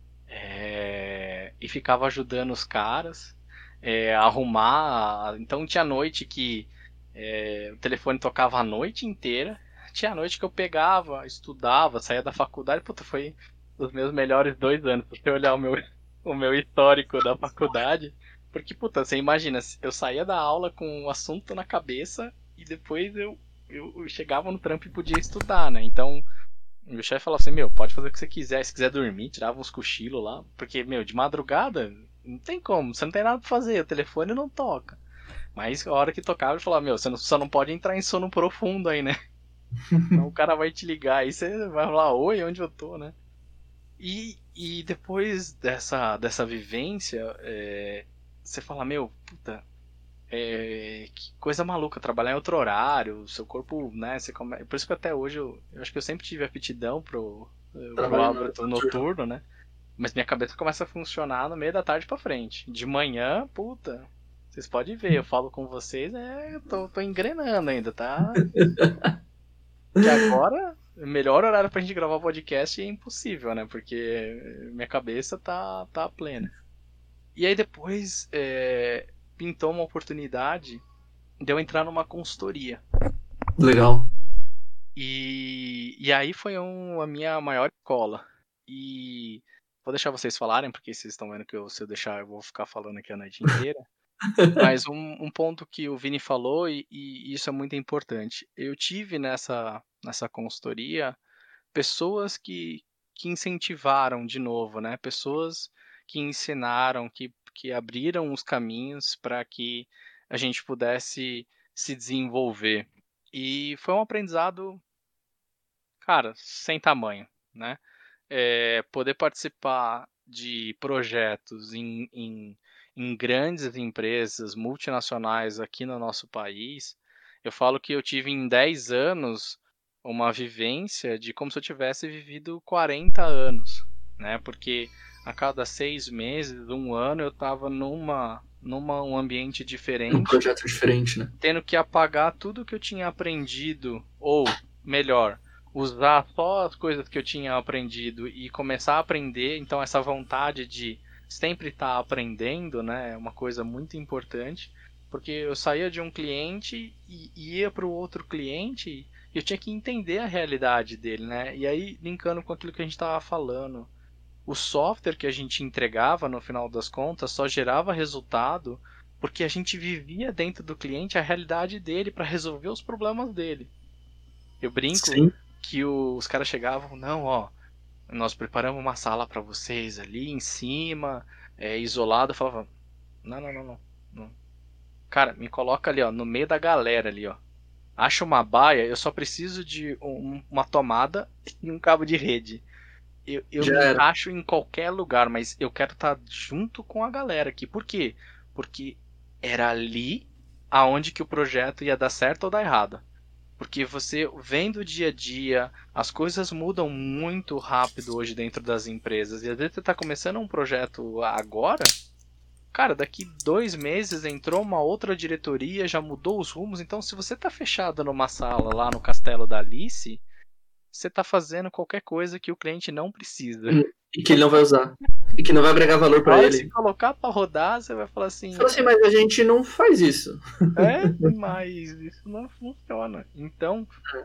é, e ficava ajudando os caras é, a arrumar. Então tinha noite que é, o telefone tocava a noite inteira, tinha noite que eu pegava, estudava, saía da faculdade. Puta, foi os meus melhores dois anos. Se você olhar o meu, o meu histórico da faculdade, porque, puta, você imagina, eu saía da aula com um assunto na cabeça e depois eu, eu, eu chegava no trampo e podia estudar, né? Então, o meu chefe falava assim, meu, pode fazer o que você quiser, se quiser dormir, tirava uns cochilos lá, porque, meu, de madrugada, não tem como, você não tem nada pra fazer, o telefone não toca. Mas a hora que tocava, ele falava, meu, você não, só não pode entrar em sono profundo aí, né? Então o cara vai te ligar, aí você vai falar, oi, onde eu tô, né? E, e depois dessa, dessa vivência, é, você fala, meu, puta, é, que coisa maluca, trabalhar em outro horário, seu corpo, né, você come... por isso que até hoje eu, eu acho que eu sempre tive aptidão pro, pro hábito noturno, né? Mas minha cabeça começa a funcionar no meio da tarde pra frente. De manhã, puta, vocês podem ver, eu falo com vocês, é, eu tô, tô engrenando ainda, tá? Que agora melhor horário pra gente gravar podcast é impossível, né? Porque minha cabeça tá, tá plena. E aí depois é, pintou uma oportunidade de eu entrar numa consultoria. Legal. E, e aí foi um, a minha maior escola. E vou deixar vocês falarem, porque vocês estão vendo que eu, se eu deixar eu vou ficar falando aqui a noite inteira. Mas um, um ponto que o Vini falou, e, e isso é muito importante. Eu tive nessa, nessa consultoria pessoas que, que incentivaram de novo, né? Pessoas que ensinaram, que, que abriram os caminhos para que a gente pudesse se desenvolver. E foi um aprendizado, cara, sem tamanho, né? É, poder participar de projetos em, em, em grandes empresas multinacionais aqui no nosso país, eu falo que eu tive em dez anos uma vivência de como se eu tivesse vivido quarenta anos, né? Porque a cada seis meses, um ano, eu estava numa, numa um ambiente diferente. Um projeto diferente, né? Tendo que apagar tudo que eu tinha aprendido, ou melhor, usar só as coisas que eu tinha aprendido e começar a aprender. Então essa vontade de sempre estar aprendendo, né, é uma coisa muito importante, porque eu saía de um cliente e ia para o outro cliente e eu tinha que entender a realidade dele, né? E aí, linkando com aquilo que a gente estava falando, o software que a gente entregava no final das contas só gerava resultado porque a gente vivia dentro do cliente a realidade dele para resolver os problemas dele. Eu brinco Sim. que o, os caras chegavam, não, ó, nós preparamos uma sala para vocês ali em cima, é, isolado. Eu falava, não, não, não, não, não. Cara, me coloca ali, ó, no meio da galera ali, ó. Acha uma baia, eu só preciso de um, uma tomada e um cabo de rede. Eu, eu me encaixo em qualquer lugar, mas eu quero estar junto com a galera aqui. Por quê? Porque era ali aonde que o projeto ia dar certo ou dar errado. Porque você vem do dia a dia, as coisas mudam muito rápido hoje dentro das empresas. E às vezes você está começando um projeto agora, cara, daqui dois meses entrou uma outra diretoria, já mudou os rumos. Então se você está fechado numa sala lá no Castelo da Alice, você está fazendo qualquer coisa que o cliente não precisa. E que ele não vai usar. E que não vai agregar valor para ele. Se colocar para rodar, você vai falar assim... Fala assim, mas a gente não faz isso. É, mas isso não funciona. Então,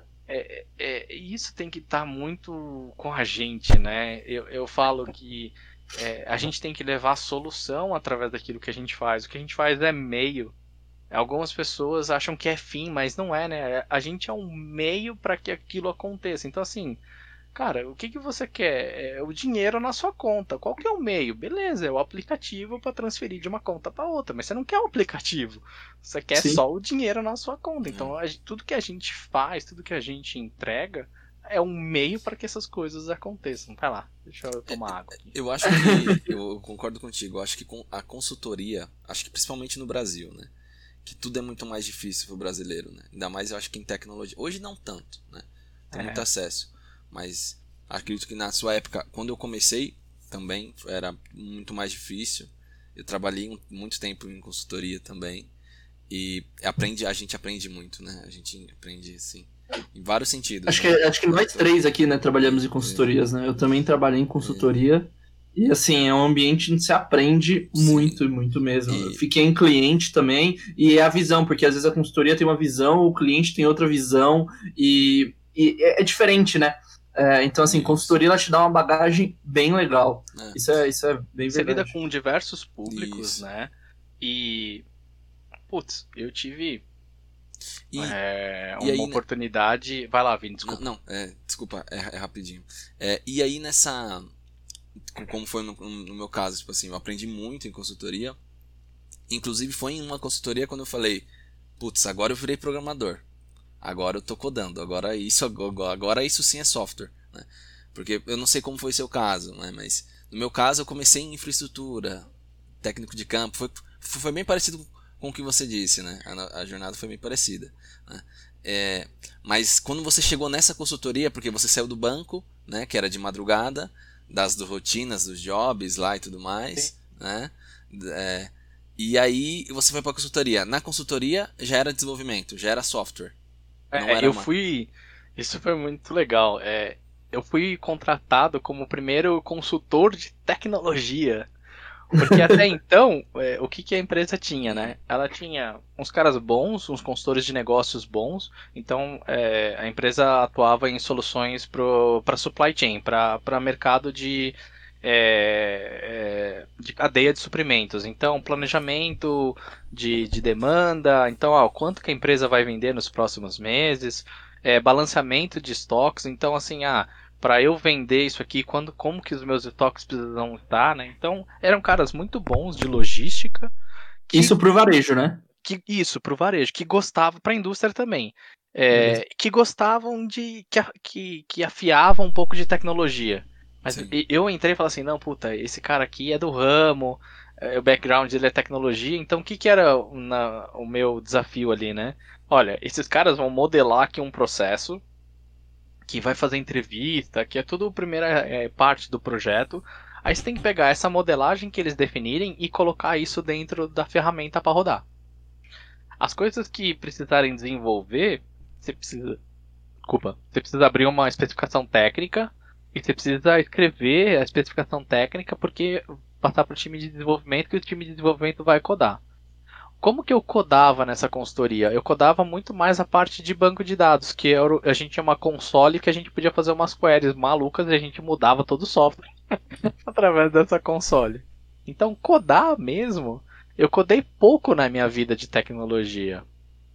é, é, isso tem que estar muito com a gente, né? Eu, eu falo que é, a gente tem que levar a solução através daquilo que a gente faz. O que a gente faz é meio. Algumas pessoas acham que é fim, mas não é, né? A gente é um meio para que aquilo aconteça. Então, assim... Cara, o que, que você quer? É o dinheiro na sua conta. Qual que é o meio? Beleza, é o aplicativo para transferir de uma conta para outra. Mas você não quer o aplicativo. Você quer Sim. só o dinheiro na sua conta. Então, a, tudo que a gente faz, tudo que a gente entrega é um meio para que essas coisas aconteçam. Vai lá, deixa eu tomar é, água aqui. Eu acho que, eu concordo contigo, eu acho que com a consultoria, acho que principalmente no Brasil, né? Que tudo é muito mais difícil pro brasileiro, né? Ainda mais eu acho que em tecnologia. Hoje não tanto, né? Tem é. muito acesso. Mas acredito que na sua época, quando eu comecei, também era muito mais difícil. Eu trabalhei muito tempo em consultoria também. E aprende, a gente aprende muito, né? A gente aprende, assim, em vários sentidos. Acho, né? que, acho que nós três aqui, né, trabalhamos em consultorias, é. né? Eu também trabalhei em consultoria. É. E, assim, é um ambiente onde se aprende muito, Sim. muito mesmo. E... Eu fiquei em cliente também. E é a visão, porque às vezes a consultoria tem uma visão, o cliente tem outra visão. E, e é diferente, né? É, então, assim, consultoria ela te dá uma bagagem bem legal. É. Isso, é, isso é bem Você verdade. lida com diversos públicos, isso. né? E, putz, eu tive e, é, uma e aí, oportunidade... Né? Vai lá, Vini, desculpa. Não, não é, desculpa, é, é rapidinho. É, e aí, nessa... Como foi no, no meu caso, tipo assim, eu aprendi muito em consultoria. Inclusive, foi em uma consultoria quando eu falei, putz, agora eu virei programador. Agora eu tô codando, agora isso, agora isso sim é software, né? Porque eu não sei como foi o seu caso, né? Mas no meu caso eu comecei em infraestrutura, técnico de campo, foi, foi bem parecido com o que você disse, né? A, a jornada foi bem parecida, né? É, mas quando você chegou nessa consultoria, porque você saiu do banco, né? Que era de madrugada, das do rotinas, dos jobs lá e tudo mais, sim. né? É, e aí você foi para a consultoria. Na consultoria já era desenvolvimento, já era software. É, eu uma... fui Isso foi muito legal. É, eu fui contratado como primeiro consultor de tecnologia. Porque até então, é, o que, que a empresa tinha, né? Ela tinha uns caras bons, uns consultores de negócios bons. Então, é, a empresa atuava em soluções para supply chain, para mercado de, é, é, de cadeia de suprimentos. Então, planejamento de, de demanda. Então, ó, quanto que a empresa vai vender nos próximos meses. É, balanceamento de estoques. Então, assim, ah... para eu vender isso aqui, quando, como que os meus estoques precisam estar, né? Então, eram caras muito bons de logística. Que, isso pro varejo, né? Que, isso, pro varejo, que gostavam, pra indústria também. É, que gostavam de, que, que, que afiavam um pouco de tecnologia. Mas Sim. eu entrei e falei assim, não, puta, esse cara aqui é do ramo, é, o background dele é tecnologia, então o que que era na, o meu desafio ali, né? Olha, esses caras vão modelar aqui um processo, que vai fazer entrevista, que é tudo a primeira é, parte do projeto. Aí você tem que pegar essa modelagem que eles definirem e colocar isso dentro da ferramenta para rodar. As coisas que precisarem desenvolver, você precisa, desculpa, você precisa abrir uma especificação técnica e você precisa escrever a especificação técnica porque passar para o time de desenvolvimento que o time de desenvolvimento vai codar. Como que eu codava nessa consultoria? Eu codava muito mais a parte de banco de dados, que era, a gente tinha uma console que a gente podia fazer umas queries malucas e a gente mudava todo o software através dessa console. Então, codar mesmo, eu codei pouco na minha vida de tecnologia.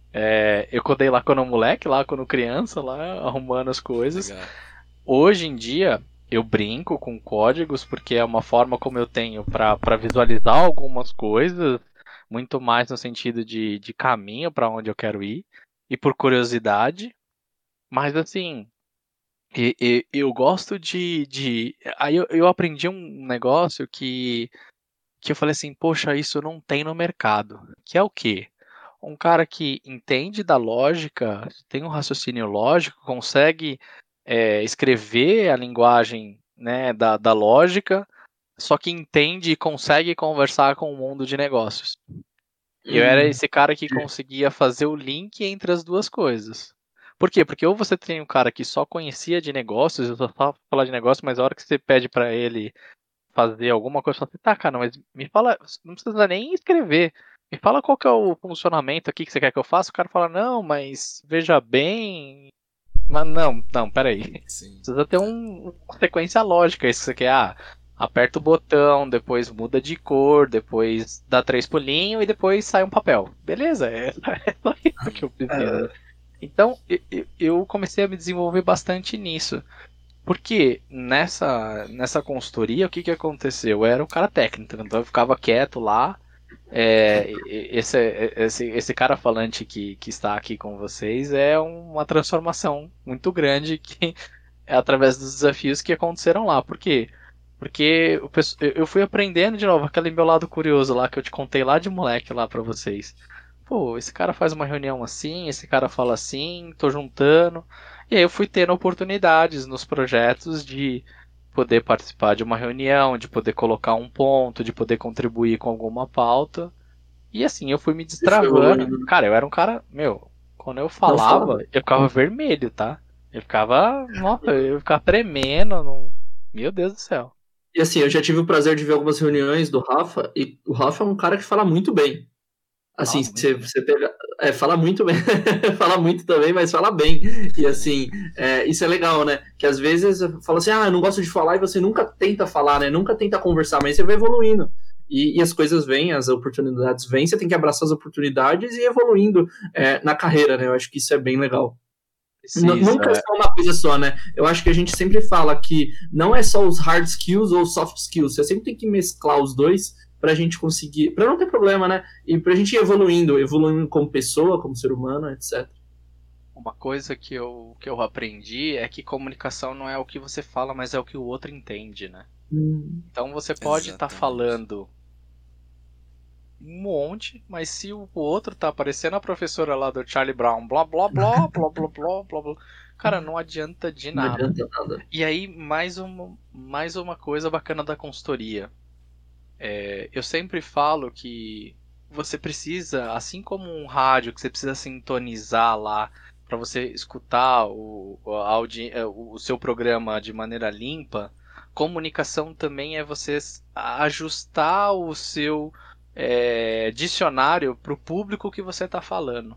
É, eu codei lá quando moleque, lá quando criança, lá arrumando as coisas. Legal. Hoje em dia, eu brinco com códigos, porque é uma forma como eu tenho para visualizar algumas coisas, muito mais no sentido de, de caminho para onde eu quero ir e por curiosidade, mas assim, eu, eu, eu gosto de, de... aí eu, eu aprendi um negócio que, que eu falei assim, poxa, isso não tem no mercado, que é o quê? Um cara que entende da lógica, tem um raciocínio lógico, consegue é, escrever a linguagem, né, da, da lógica, só que entende e consegue conversar com o mundo de negócios. Eu era esse cara que conseguia fazer o link entre as duas coisas. Por quê? Porque ou você tem um cara que só conhecia de negócios, eu só falo falar de negócios, mas a hora que você pede pra ele fazer alguma coisa, você fala assim, tá, cara, mas me fala, não precisa nem escrever. Me fala qual que é o funcionamento aqui que você quer que eu faça. O cara fala, não, mas veja bem... Mas não, não, peraí. Sim. Precisa ter um, uma sequência lógica, isso que você quer. Ah, aperta o botão, depois muda de cor, depois dá três pulinhos e depois sai um papel. Beleza, é, é só isso que eu preciso. Então, eu, eu comecei a me desenvolver bastante nisso. Porque nessa, nessa consultoria, o que, que aconteceu? Eu era um cara técnico, então eu ficava quieto lá. É, esse, esse, esse cara falante que, que está aqui com vocês é uma transformação muito grande que é através dos desafios que aconteceram lá. Por quê? Porque eu fui aprendendo de novo, aquele meu lado curioso lá que eu te contei lá de moleque lá pra vocês. Pô, esse cara faz uma reunião assim, esse cara fala assim, tô juntando. E aí eu fui tendo oportunidades nos projetos de poder participar de uma reunião, de poder colocar um ponto, de poder contribuir com alguma pauta. E assim, eu fui me destravando. Cara, eu era um cara, meu, quando eu falava, eu ficava vermelho, tá? Eu ficava, nossa, eu ficava tremendo, não... meu Deus do céu. E assim, eu já tive o prazer de ver algumas reuniões do Rafa, e o Rafa é um cara que fala muito bem. Assim, você, você pega... É, fala muito bem. Fala muito também, mas fala bem. E assim, é, isso é legal, né? Que às vezes fala assim, ah, eu não gosto de falar, e você nunca tenta falar, né? Nunca tenta conversar, mas você vai evoluindo. E, e as coisas vêm, as oportunidades vêm, você tem que abraçar as oportunidades e ir evoluindo é, na carreira, né? Eu acho que isso é bem legal. Precisa, nunca é só uma coisa só, né? Eu acho que a gente sempre fala que não é só os hard skills ou soft skills, você sempre tem que mesclar os dois pra gente conseguir, pra não ter problema, né? E pra gente ir evoluindo, evoluindo como pessoa, como ser humano, etcétera. Uma coisa que eu, que eu aprendi é que comunicação não é o que você fala, mas é o que o outro entende, né? Hum. Então você pode estar tá falando um monte, mas se o outro tá aparecendo a professora lá do Charlie Brown, blá blá blá, blá blá blá blá blá, cara, não adianta de nada. Não adianta nada. E aí, mais uma, mais uma coisa bacana da consultoria. É, eu sempre falo que você precisa, assim como um rádio, que você precisa sintonizar lá para você escutar o, a audi... o seu programa de maneira limpa, comunicação também é você ajustar o seu é, dicionário para o público que você está falando.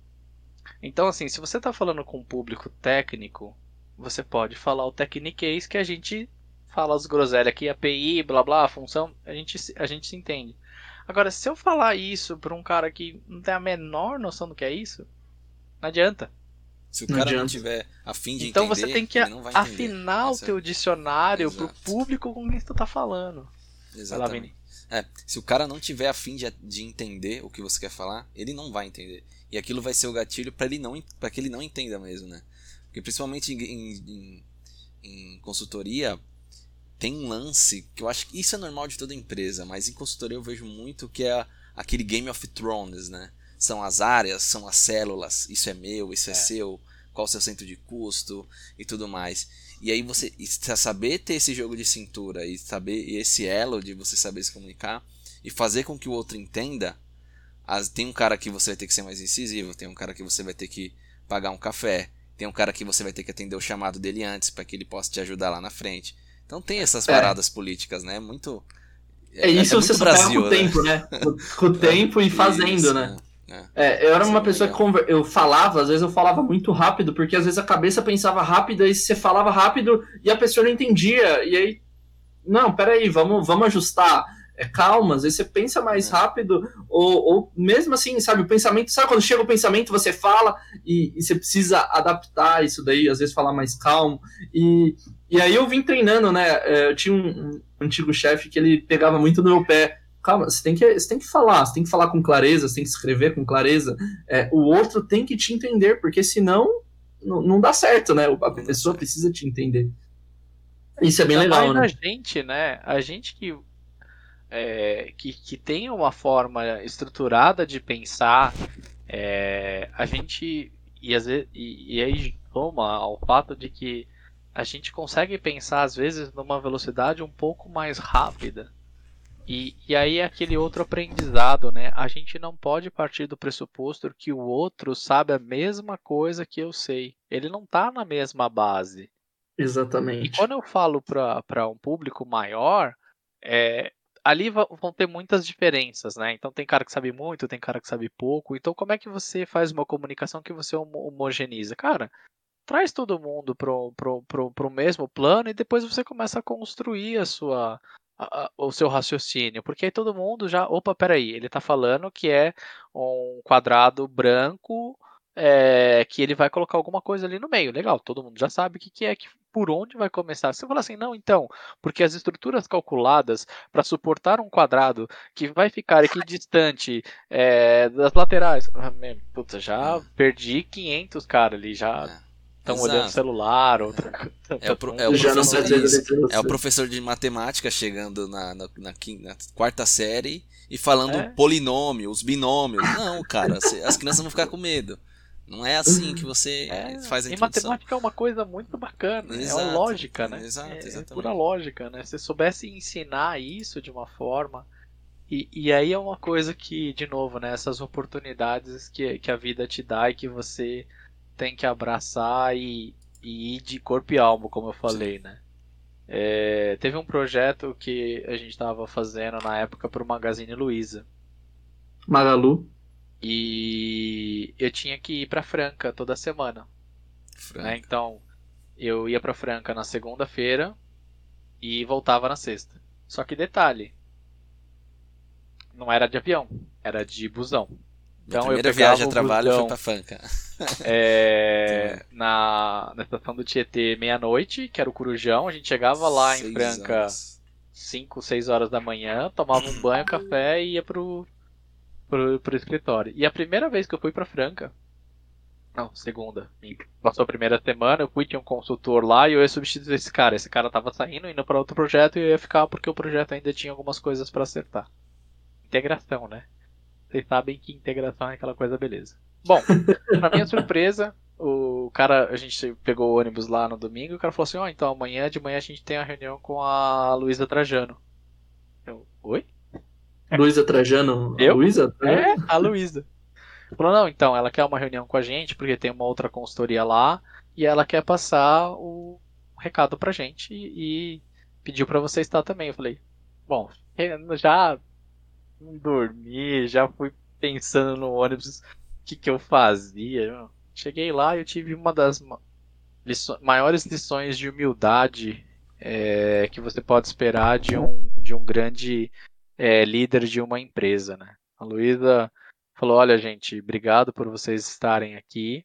Então, assim, se você está falando com um público técnico, você pode falar o techniquez, que a gente fala as groselhas aqui, A P I, blá blá, função, a gente, a gente se entende. Agora, se eu falar isso para um cara que não tem a menor noção do que é isso, não adianta. Se o cara não, adianta. não tiver a fim de então entender, você tem que ele não vai entender. afinar Essa... o teu dicionário Exato. Pro público com quem tu tá falando. Exatamente. É, se o cara não tiver a fim de, de entender o que você quer falar, ele não vai entender. E aquilo vai ser o gatilho para ele não, para que ele não entenda mesmo, né? Porque principalmente em, em, em consultoria tem um lance que eu acho que isso é normal de toda empresa, mas em consultoria eu vejo muito que é aquele Game of Thrones, né? São as áreas, são as células, isso é meu, isso é, é seu, qual o seu centro de custo e tudo mais. E aí você saber ter esse jogo de cintura e saber esse elo de você saber se comunicar e fazer com que o outro entenda. As, tem um cara que você vai ter que ser mais incisivo, tem um cara que você vai ter que pagar um café, tem um cara que você vai ter que atender o chamado dele antes para que ele possa te ajudar lá na frente. Então tem essas é. paradas políticas, né? Muito É, é isso é você só pega com o tempo, né? Com o tempo e fazendo, isso, né? É. É, eu era uma pessoa que conver... eu falava, às vezes eu falava muito rápido, porque às vezes a cabeça pensava rápido, aí você falava rápido e a pessoa não entendia, e aí, não, peraí, vamos, vamos ajustar, é, calma, às vezes você pensa mais é. rápido, ou, ou mesmo assim, sabe, o pensamento, sabe quando chega o pensamento, você fala, e, e você precisa adaptar isso daí, às vezes falar mais calmo, e, e aí eu vim treinando, né, eu tinha um, um antigo chefe que ele pegava muito no meu pé. Calma, você tem, que, você tem que falar, você tem que falar com clareza, você tem que escrever com clareza. É, o outro tem que te entender, porque senão não, não dá certo, né? A pessoa precisa te entender. Isso é bem Ainda legal, mais né? A gente, né? A gente que, é, que, que tem uma forma estruturada de pensar, é, a gente. E, às vezes, e, e aí toma ao fato de que a gente consegue pensar, às vezes, numa velocidade um pouco mais rápida. E, e aí é aquele outro aprendizado, né? A gente não pode partir do pressuposto que o outro sabe a mesma coisa que eu sei. Ele não está na mesma base. Exatamente. E quando eu falo para um público maior, é, ali vão ter muitas diferenças, né? Então tem cara que sabe muito, tem cara que sabe pouco. Então como é que você faz uma comunicação que você homogeniza? Cara, traz todo mundo pro, pro, pro, pro mesmo plano e depois você começa a construir a sua... o seu raciocínio, porque aí todo mundo já, opa, peraí, ele tá falando que é um quadrado branco, é, que ele vai colocar alguma coisa ali no meio, legal, todo mundo já sabe o que, que é, que, por onde vai começar. Se você falar assim, não, então, porque as estruturas calculadas para suportar um quadrado que vai ficar equidistante é, das laterais, ah, mesmo, putz, já perdi quinhentos cara ali, já... É. Estão olhando o celular, outra coisa. É o, pro, é, o professor de, é o professor de matemática chegando na, na, na, na quarta série e falando é. polinômio, os binômios. Não, cara, as crianças vão ficar com medo. Não é assim que você é. faz a introdução. E matemática é uma coisa muito bacana, exato, é uma lógica, né? Exato, é, exatamente. É pura lógica, né? Se você soubesse ensinar isso de uma forma... E, e aí é uma coisa que, de novo, né? Essas oportunidades que, que a vida te dá e que você... tem que abraçar e, e ir de corpo e alma, como eu falei, Sim. né? É, teve um projeto que a gente estava fazendo na época para o Magazine Luiza. Magalu. E eu tinha que ir para Franca toda semana. Franca. Né? Então, eu ia para Franca na segunda-feira e voltava na sexta. Só que detalhe, não era de avião, era de busão. Então, Minha primeira eu viagem a trabalho busão, foi pra Franca. É, na, na estação do Tietê, meia-noite, que era o Corujão. A gente chegava lá em Franca cinco, seis horas da manhã, tomava um banho, café e ia pro, pro, pro escritório. E a primeira vez que eu fui pra Franca, não, segunda, passou a primeira semana, eu fui, tinha um consultor lá e eu ia substituir esse cara. Esse cara tava saindo, indo pra outro projeto e eu ia ficar porque o projeto ainda tinha algumas coisas pra acertar. Integração, né? Vocês sabem que integração é aquela coisa beleza. Bom, pra minha surpresa, o cara, a gente pegou o ônibus lá no domingo e o cara falou assim, ó, oh, então amanhã de manhã a gente tem a reunião com a Luísa Trajano. Eu, oi? Luísa Trajano? Eu? Luísa? É, a Luísa. Falou, não, então, ela quer uma reunião com a gente, porque tem uma outra consultoria lá, e ela quer passar o recado pra gente e, e pediu pra você estar também. Eu falei, bom, eu já dormi, já fui pensando no ônibus, o que, que eu fazia. Cheguei lá e eu tive uma das liço- maiores lições de humildade é, que você pode esperar de um, de um grande é, líder de uma empresa, né? A Luísa falou, olha, gente, obrigado por vocês estarem aqui.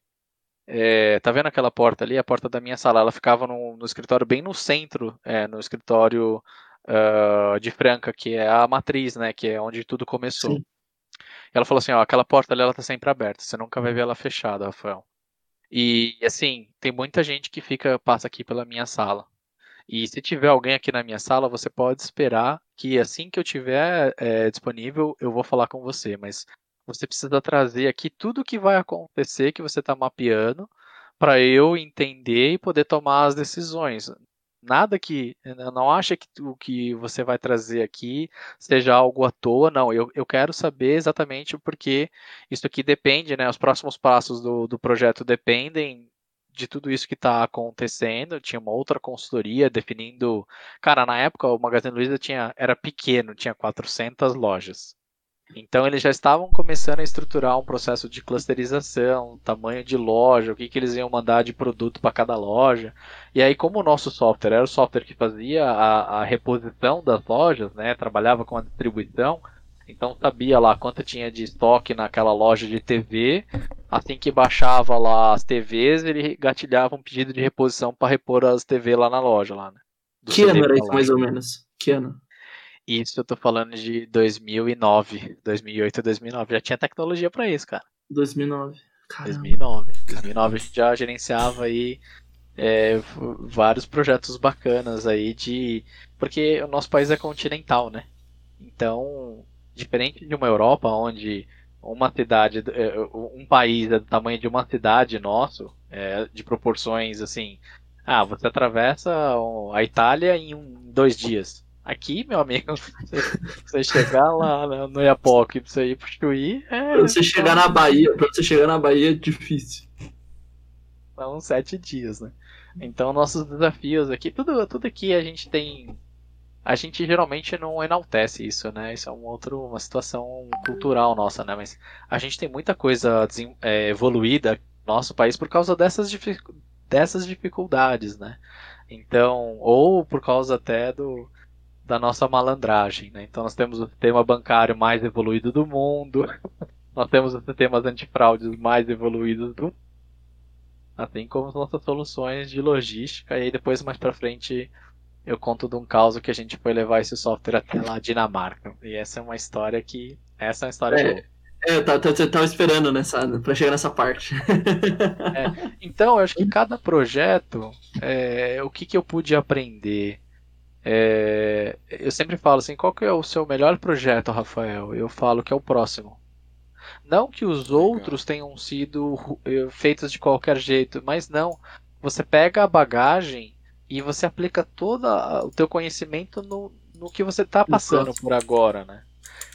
É, tá vendo aquela porta ali? A porta da minha sala. Ela ficava no, no escritório bem no centro, é, no escritório ah, de Franca, que é a matriz, né? Que é onde tudo começou. Sim. Ela falou assim, ó, aquela porta ali, ela tá sempre aberta. Você nunca vai ver ela fechada, Rafael. E assim, tem muita gente que fica passa aqui pela minha sala. E se tiver alguém aqui na minha sala, você pode esperar que assim que eu tiver é, disponível, eu vou falar com você. Mas você precisa trazer aqui tudo o que vai acontecer que você está mapeando para eu entender e poder tomar as decisões. Nada que. Não acha que o que você vai trazer aqui seja algo à toa, não. Eu, eu quero saber exatamente porque isso aqui depende, né? Os próximos passos do, do projeto dependem de tudo isso que está acontecendo. Tinha uma outra consultoria definindo. Cara, na época o Magazine Luiza tinha, era pequeno, tinha quatrocentas lojas. Então eles já estavam começando a estruturar um processo de clusterização, tamanho de loja, o que, que eles iam mandar de produto para cada loja. E aí, como o nosso software era o software que fazia a, a reposição das lojas, né, trabalhava com a distribuição, então sabia lá quanto tinha de estoque naquela loja de T V. Assim que baixava lá as T Vs, ele gatilhava um pedido de reposição para repor as T V lá na loja, lá, né? Do Que ano C D era pra isso, loja. mais ou menos? Que ano? Isso eu tô falando de dois mil e nove, dois mil e oito, dois mil e nove. Já tinha tecnologia pra isso, cara. dois mil e nove. Caramba. dois mil e nove. dois mil e nove a gente já gerenciava aí é, v- vários projetos bacanas aí de... Porque o nosso país é continental, né? Então, diferente de uma Europa, onde uma cidade, é, um país é do tamanho de uma cidade nosso, é, de proporções assim... Ah, você atravessa a Itália em um, dois dias. Aqui, meu amigo, você, você chegar lá no no Iapoque pra você ir pro Chuí, Pra é você chegar na Bahia, pra você chegar na Bahia é difícil. são sete dias, né? Então, nossos desafios aqui, tudo, tudo aqui a gente tem. A gente geralmente não enaltece isso, né? Isso é um outro, uma situação cultural nossa, né? Mas a gente tem muita coisa desen- é, evoluída no nosso país por causa dessas, dific- dessas dificuldades, né? Então, ou por causa até do, da nossa malandragem, né? Então, nós temos o sistema bancário mais evoluído do mundo, nós temos os sistemas antifraudes mais evoluídos do mundo, assim como as nossas soluções de logística. E aí, depois, mais pra frente, eu conto de um caso que a gente foi levar esse software até lá, Dinamarca. E essa é uma história que. Essa é uma história É, boa. é eu tava, tava- tava esperando nessa, pra chegar nessa parte. É, então, eu acho que cada projeto, é, o que, que eu pude aprender? É, eu sempre falo assim, qual que é o seu melhor projeto, Rafael? Eu falo que é o próximo. Não que os Legal. outros tenham sido eh, feitos de qualquer jeito, mas não. Você pega a bagagem e você aplica todo o teu conhecimento no, no que você está passando próximo. por agora, né?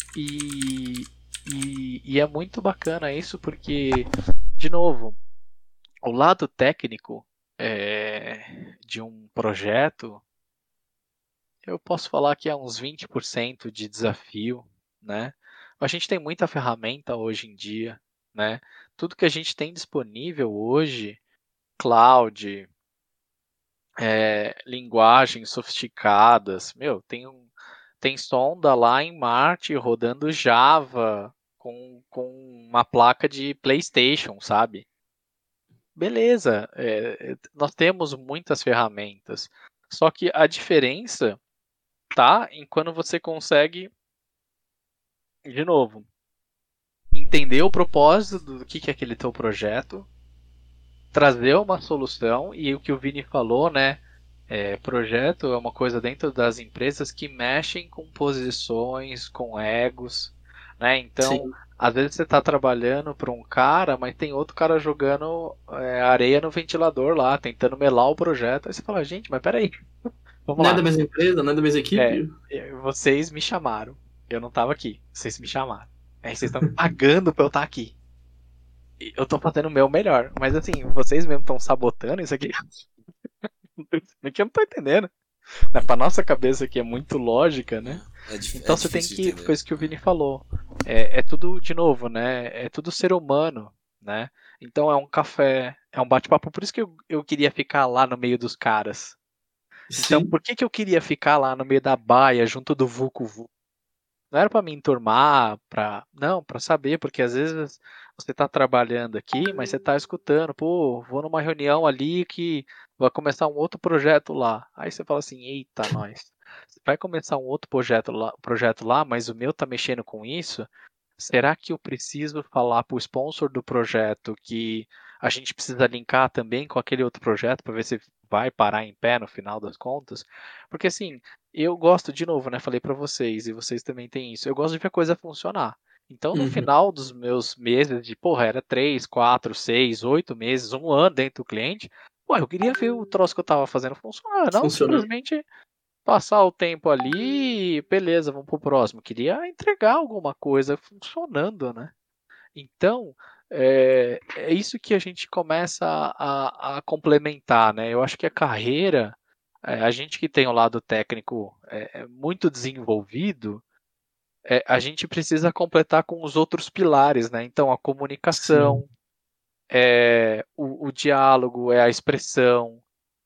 E, e, e é muito bacana isso porque, de novo, o lado técnico é, de um projeto, eu posso falar que é uns vinte por cento de desafio, né? A gente tem muita ferramenta hoje em dia, né? Tudo que a gente tem disponível hoje, cloud, é, linguagens sofisticadas, meu, tem um, tem sonda lá em Marte rodando Java com, com uma placa de PlayStation, sabe? Beleza, é, nós temos muitas ferramentas, só que a diferença tá em quando você consegue, de novo, entender o propósito do que é aquele teu projeto, trazer uma solução e o que o Vini falou, né? É, projeto é uma coisa dentro das empresas que mexem com posições, com egos, né? Então, Sim. às vezes você está trabalhando para um cara, mas tem outro cara jogando é, areia no ventilador lá, tentando melar o projeto. Aí você fala, gente, mas peraí, vamos Não é lá. da mesma empresa, não é da mesma É, equipe? é, vocês me chamaram, eu não estava aqui, vocês me chamaram. Aí vocês estão me pagando para eu estar aqui. eu tô fazendo o meu melhor. Mas assim, vocês mesmo estão sabotando isso aqui. Aqui eu não tô entendendo. Mas pra nossa cabeça aqui é muito lógica, né? É, dif- Então é você tem difícil de que. entender. Foi isso que o Vini falou. É, é tudo, de novo, né? É tudo ser humano, né? Então é um café, é um bate-papo. Por isso que eu, eu queria ficar lá no meio dos caras. Então, Sim. por que, que eu queria ficar lá no meio da baia, junto do Vucu Vucu? Não era pra me enturmar, pra. Não, pra saber, porque às vezes você tá trabalhando aqui, mas você tá escutando, pô, vou numa reunião ali que vai começar um outro projeto lá. Aí você fala assim, eita, nós. Vai começar um outro projeto lá, projeto lá, mas o meu tá mexendo com isso? Será que eu preciso falar pro sponsor do projeto que a gente precisa linkar também com aquele outro projeto para ver se vai parar em pé no final das contas? Porque assim, eu gosto, de novo, né? Falei para vocês, e vocês também têm isso. Eu gosto de ver a coisa funcionar. Então, no Uhum. final dos meus meses de, porra, era três, quatro, seis, oito meses, um ano dentro do cliente, pô, eu queria ver o troço que eu tava fazendo funcionar, não Funcionando. simplesmente passar o tempo ali, beleza, vamos pro próximo. Queria entregar alguma coisa funcionando, né? Então, é, é isso que a gente começa a, a complementar, né? Eu acho que a carreira, é, a gente que tem o lado técnico é, é muito desenvolvido, é, a gente precisa completar com os outros pilares, né? Então, a Sim. comunicação, é, o, o diálogo, é a expressão,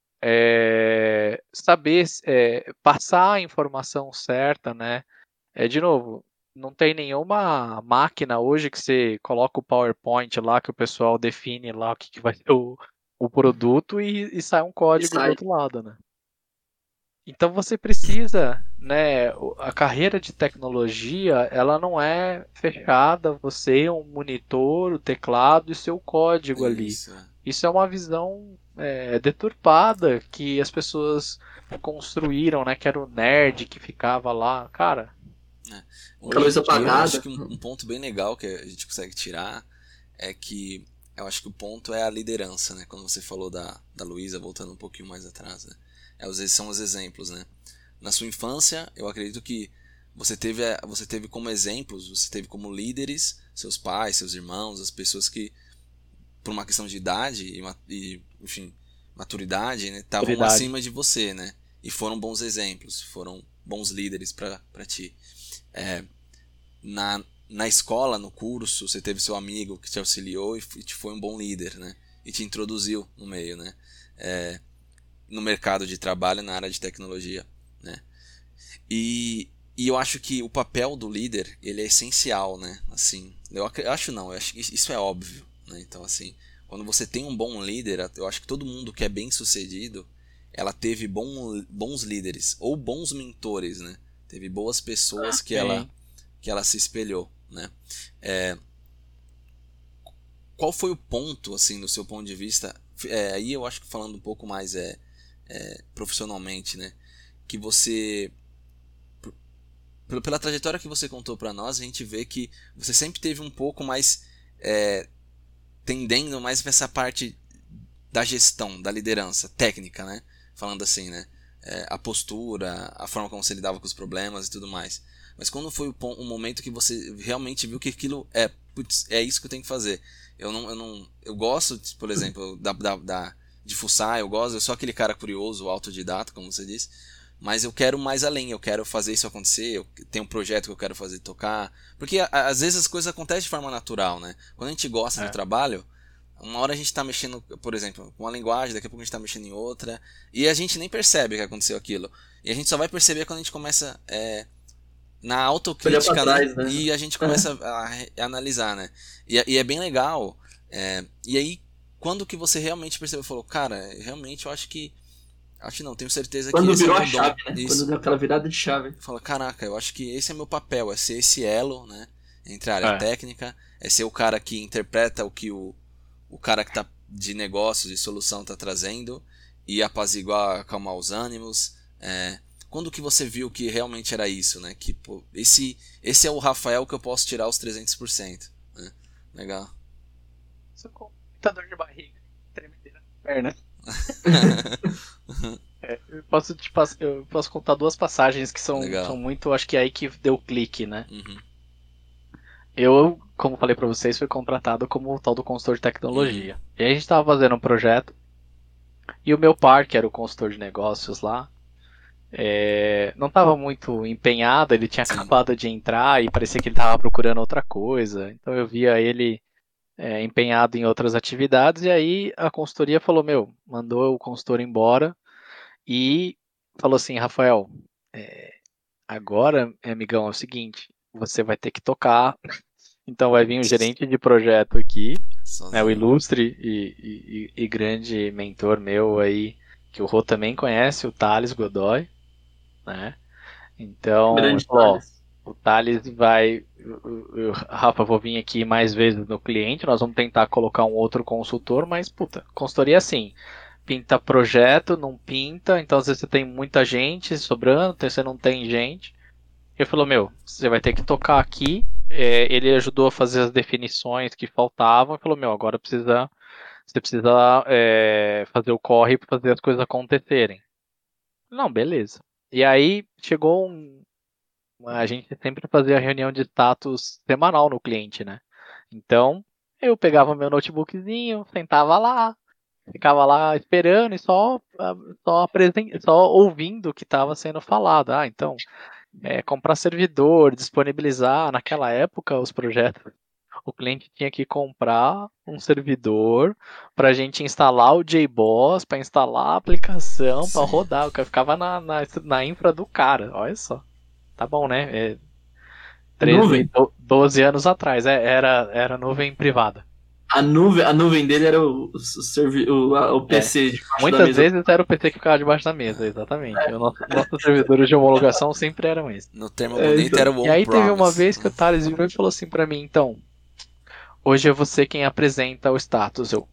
é, saber é, passar a informação certa, né? É, de novo, não tem nenhuma máquina hoje que você coloca o PowerPoint lá, que o pessoal define lá o que, que vai ser o, o produto e, e sai um E código do sai. outro lado, né? Então você precisa, né? o- A carreira de tecnologia, ela não é fechada, você, um monitor, o teclado e seu código ali. Isso, é. Isso é uma visão é, deturpada que as pessoas construíram, né? Que era o nerd que ficava lá. Cara, Um- Com a luz eu apagada. acho que um, um ponto bem legal que a gente consegue tirar é que eu acho que o ponto é a liderança, né? Quando você falou da, da Luísa, voltando um pouquinho mais atrás, né? É, os- são os exemplos, né? Na sua infância, eu acredito que você teve, a- você teve como exemplos, você teve como líderes seus pais, seus irmãos, as pessoas que, por uma questão de idade e, ma- e, enfim, maturidade, né? Estavam Maturidade. acima de você, né? E foram bons exemplos, foram bons líderes para ti. É, na, na escola, no curso, você teve seu amigo que te auxiliou e f- te foi um bom líder, né? E te introduziu no meio, né? É, no mercado de trabalho, na área de tecnologia, né? E, e eu acho que o papel do líder, ele é essencial, né? Assim, eu, ac- eu acho não, eu acho que isso é óbvio, né? Então, assim, quando você tem um bom líder, eu acho que todo mundo que é bem sucedido, ela teve bom, bons líderes ou bons mentores, né? Teve boas pessoas que ela, que ela se espelhou, né? É, qual foi o ponto, assim, do seu ponto de vista? É, aí eu acho que falando um pouco mais é, é, profissionalmente, né? Que você, p- pela trajetória que você contou pra nós, a gente vê que você sempre teve um pouco mais é, tendendo mais pra essa parte da gestão, da liderança técnica, né? Falando assim, né? É, a postura, a forma como você lidava com os problemas e tudo mais. Mas quando foi o, pon- o momento que você realmente viu que aquilo é, putz, é isso que eu tenho que fazer. Eu não, eu não, eu gosto, por exemplo, da, da, da- de fuçar, eu gosto, eu sou aquele cara curioso, autodidata, como você disse. Mas eu quero mais além, eu quero fazer isso acontecer, eu tenho um projeto que eu quero fazer tocar. Porque a- às vezes as coisas acontecem de forma natural, né? Quando a gente gosta É. do trabalho, uma hora a gente tá mexendo, por exemplo, com uma linguagem, daqui a pouco a gente tá mechando em outra, e a gente nem percebe que aconteceu aquilo. E a gente só vai perceber quando a gente começa é, na Olhar autocrítica, pra trás, né? né? E a gente começa a, re- a analisar, né? E, é- e é bem legal. é, e aí, quando que você realmente percebeu, falou, cara, realmente eu acho que. Acho não, tenho certeza que Quando esse é virou meu a dom. chave, né? Isso. Quando deu aquela virada de chave. Fala, caraca, eu acho que esse é meu papel, é ser esse elo, né, entre a área É. técnica, é ser o cara que interpreta o que o, o cara que tá de negócios e solução tá trazendo e apaziguar, acalmar os ânimos. É, quando que você viu que realmente era isso, né, que pô, esse, esse é o Rafael que eu posso tirar os trezentos por cento, né? Legal. Sou com muita dor de barriga, tremedeira na perna. É, eu, posso te pass- eu posso contar duas passagens que são, Legal. são muito, acho que é aí que deu clique, né? Uhum. eu, como falei pra vocês, fui contratado como o tal do consultor de tecnologia. E aí a gente tava fazendo um projeto e o meu par, que era o consultor de negócios lá, é, não estava muito empenhado, ele tinha Sim. acabado de entrar e parecia que ele estava procurando outra coisa. Então eu via ele é, empenhado em outras atividades e aí a consultoria falou, meu, mandou o consultor embora e falou assim, Rafael, é, agora, amigão, é o seguinte, você vai ter que tocar, então vai vir um gerente de projeto aqui, né, o Sozinho. ilustre e, e- e grande mentor meu aí, que o Rô também conhece, o Thales Godoy, né? Então, ele Grande falou, ó, Thales. o Thales vai, eu, eu, Rafa, vou vir aqui mais vezes no cliente, nós vamos tentar colocar um outro consultor, mas, puta, consultoria é assim, pinta projeto, não pinta, então às vezes você tem muita gente sobrando, você não tem gente. Ele falou, meu, você vai ter que tocar aqui. É, ele ajudou a fazer as definições que faltavam. Ele falou, meu, agora precisa, você precisa é, fazer o corre para fazer as coisas acontecerem. Não, beleza. E aí chegou um. A gente sempre fazia reunião de status semanal no cliente, né? Então, eu pegava meu notebookzinho, sentava lá, ficava lá esperando e só, só, apresen... só ouvindo o que estava sendo falado. Ah, então, é, comprar servidor, disponibilizar. Naquela época, os projetos, o cliente tinha que comprar um servidor para a gente instalar o J BOSS, para instalar a aplicação, para Sim. rodar. O cara ficava na, na, na infra do cara. Olha só. Tá bom, né? É treze, Nuvem. do- doze anos atrás. É, era, era nuvem privada. A nuvem, a nuvem dele era o, o, servi- o, a- o P C debaixo da Muitas mesa. vezes era o P C que ficava debaixo da mesa, exatamente. O nosso, nossos servidores de homologação sempre eram esses. No termo É, bonito então. era o E aí teve uma on-promise. vez que o Thales virou e falou assim pra mim, então, hoje é você quem apresenta o status. Eu.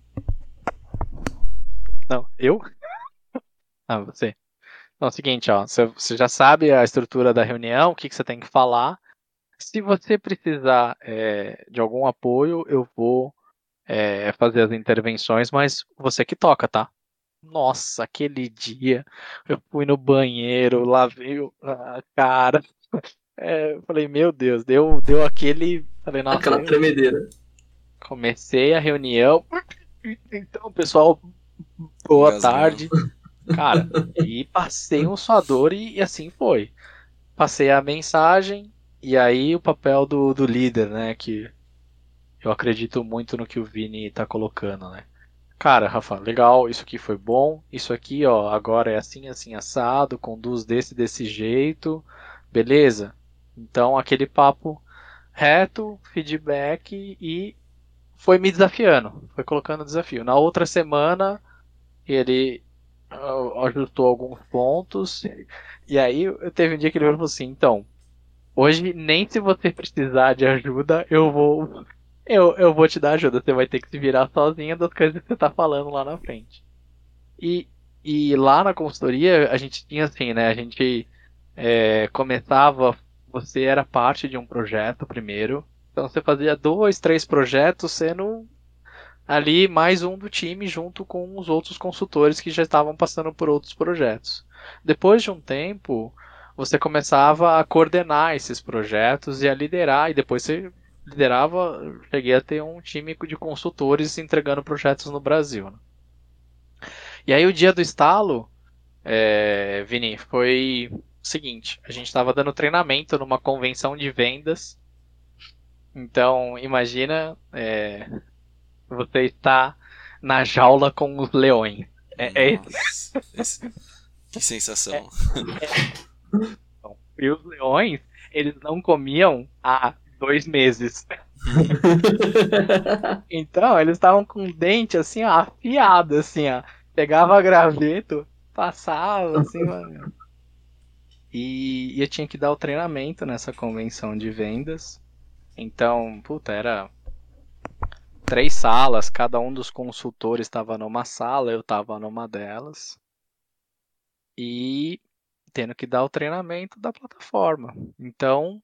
Não, eu? Ah, você. Então é o seguinte, ó, você, você já sabe a estrutura da reunião, o que, que você tem que falar. Se você precisar é, de algum apoio, eu vou é, fazer as intervenções, mas você que toca, tá? Nossa, aquele dia eu fui no banheiro, lavei o- a cara. É, eu falei, meu Deus, deu, deu aquele. Falei, nossa, Aquela eu tremedeira. comecei a reunião. Então, pessoal, boa Engasgando. tarde. Cara, e passei um suador e, e assim foi. Passei a mensagem e aí o papel do, do líder, né? Que eu acredito muito no que o Vini tá colocando, né? Cara, Rafa, legal, isso aqui foi bom. Isso aqui, ó, agora é assim, assim, assado, conduz desse, desse jeito. Beleza? Então, aquele papo reto, feedback e foi me desafiando. Foi colocando desafio. Na outra semana, ele ah, ajustou alguns pontos. E aí, eu teve um dia que ele falou assim: então, hoje, nem se você precisar de ajuda, eu vou. Eu, eu vou te dar ajuda. Você vai ter que se virar sozinha das coisas que você tá falando lá na frente. E, e lá na consultoria, a gente tinha assim, né? A gente é, começava. Você era parte de um projeto primeiro. Então você fazia dois, três projetos sendo ali mais um do time junto com os outros consultores que já estavam passando por outros projetos. Depois de um tempo, você começava a coordenar esses projetos e a liderar, e depois você liderava, cheguei a ter um time de consultores entregando projetos no Brasil. Né? E aí o dia do estalo, é, Vini, foi o seguinte, a gente estava dando treinamento numa convenção de vendas. Então, imagina, é, você está na jaula com os leões. É, é Nossa, esse- que sensação. Então, e os leões, eles não comiam há dois meses. Então, eles estavam com o dente assim, ó, afiado, assim, ó. Pegava graveto, passava, assim, mano. E, e eu tinha que dar o treinamento nessa convenção de vendas. Então, puta, era três salas, cada um dos consultores estava numa sala, eu estava numa delas. E tendo que dar o treinamento da plataforma. Então,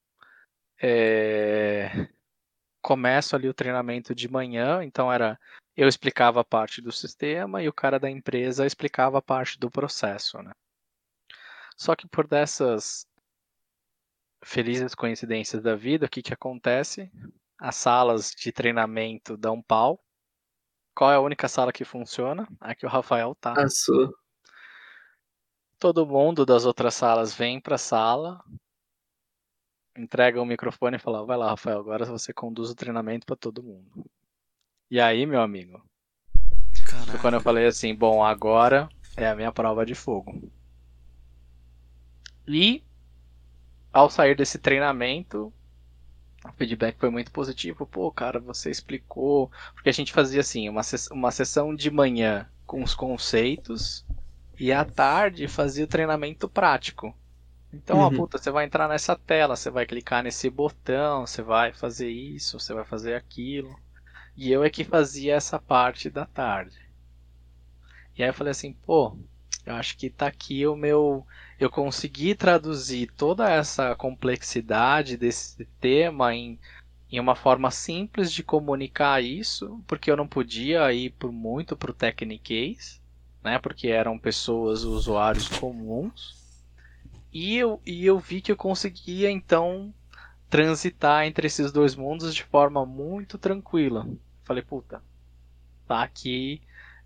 é, começo ali o treinamento de manhã, então era eu explicava a parte do sistema e o cara da empresa explicava a parte do processo, né? Só que por dessas felizes coincidências da vida, o que que acontece? as salas de treinamento dão pau. Qual é a única sala que funciona? A que o Rafael tá. A sua. Todo mundo das outras salas vem pra sala, entrega o microfone e fala, vai lá, Rafael, agora você conduz o treinamento pra todo mundo. E aí, meu amigo, Caraca. foi quando eu falei assim, bom, agora é a minha prova de fogo. E, ao sair desse treinamento, o feedback foi muito positivo. Pô, cara, você explicou. Porque a gente fazia assim, uma, ses- uma sessão de manhã com os conceitos e à tarde fazia o treinamento prático. Então, ó, Uhum. puta, você vai entrar nessa tela, você vai clicar nesse botão, você vai fazer isso, você vai fazer aquilo. E eu é que fazia essa parte da tarde. E aí eu falei assim, pô, eu acho que tá aqui o meu. Eu consegui traduzir toda essa complexidade desse tema em, em uma forma simples de comunicar isso, porque eu não podia ir por muito pro Techniquez, né? Porque eram pessoas, usuários comuns. E eu, e eu vi que eu conseguia então transitar entre esses dois mundos de forma muito tranquila. Falei, puta, tá aqui.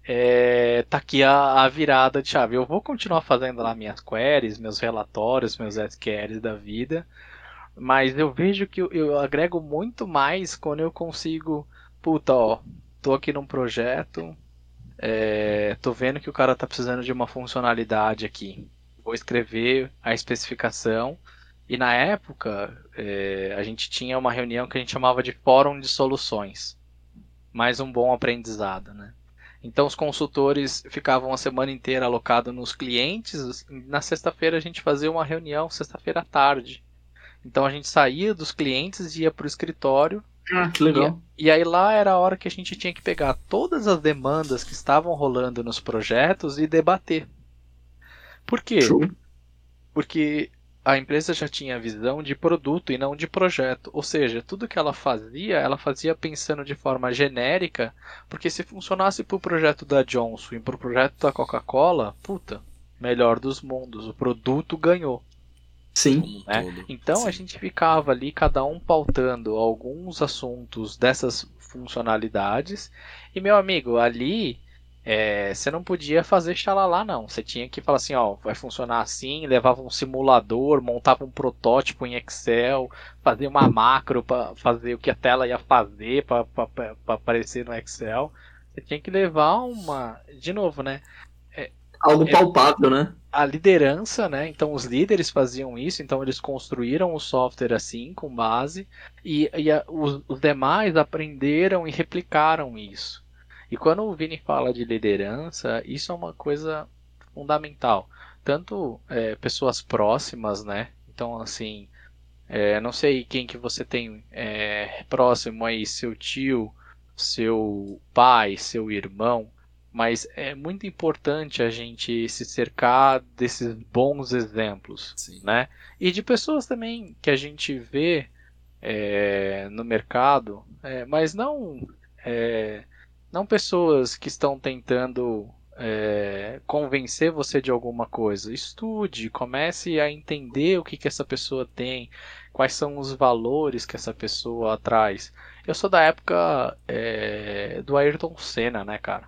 É, tá aqui a, a virada de chave. Eu vou continuar fazendo lá minhas queries, meus relatórios, meus S Q Ls da vida, mas eu vejo que eu, eu agrego muito mais quando eu consigo, puta, ó, tô aqui num projeto, é, tô vendo que o cara tá precisando de uma funcionalidade aqui. Vou escrever a especificação. E na época, é, a gente tinha uma reunião que a gente chamava de Fórum de Soluções. Mais um bom aprendizado, né? Então os consultores ficavam a semana inteira alocados nos clientes. Na sexta-feira a gente fazia uma reunião, sexta-feira à tarde. Então a gente saía dos clientes e ia para o escritório. Ah, que legal. E, e aí lá era a hora que a gente tinha que pegar todas as demandas que estavam rolando nos projetos e debater. Por quê? Show. Porque a empresa já tinha visão de produto e não de projeto. Ou seja, tudo que ela fazia, ela fazia pensando de forma genérica, porque se funcionasse para o projeto da Johnson e para o projeto da Coca-Cola, puta, melhor dos mundos, o produto ganhou. Sim. Como um Né? todo. Então a Sim. gente ficava ali, cada um pautando alguns assuntos dessas funcionalidades. E meu amigo, ali é, você não podia fazer xalala não. Você tinha que falar assim, ó, vai funcionar assim, levava um simulador, montava um protótipo em Excel, fazia uma macro para fazer o que a tela ia fazer para aparecer no Excel. Você tinha que levar uma, de novo, né? Algo É- palpável, né? A liderança, né? Então os líderes faziam isso, então eles construíram o software assim, com base, e, e a- os, os demais aprenderam e replicaram isso. E quando o Vini fala de liderança, isso é uma coisa fundamental. Tanto é, pessoas próximas, né? Então, assim, é, não sei quem que você tem é, próximo aí, seu tio, seu pai, seu irmão, mas é muito importante a gente se cercar desses bons exemplos, Sim. né? E de pessoas também que a gente vê é, no mercado, é, mas não é, não pessoas que estão tentando é, convencer você de alguma coisa. Estude, comece a entender o que, que essa pessoa tem, quais são os valores que essa pessoa traz. Eu sou da época é, do Ayrton Senna, né, cara?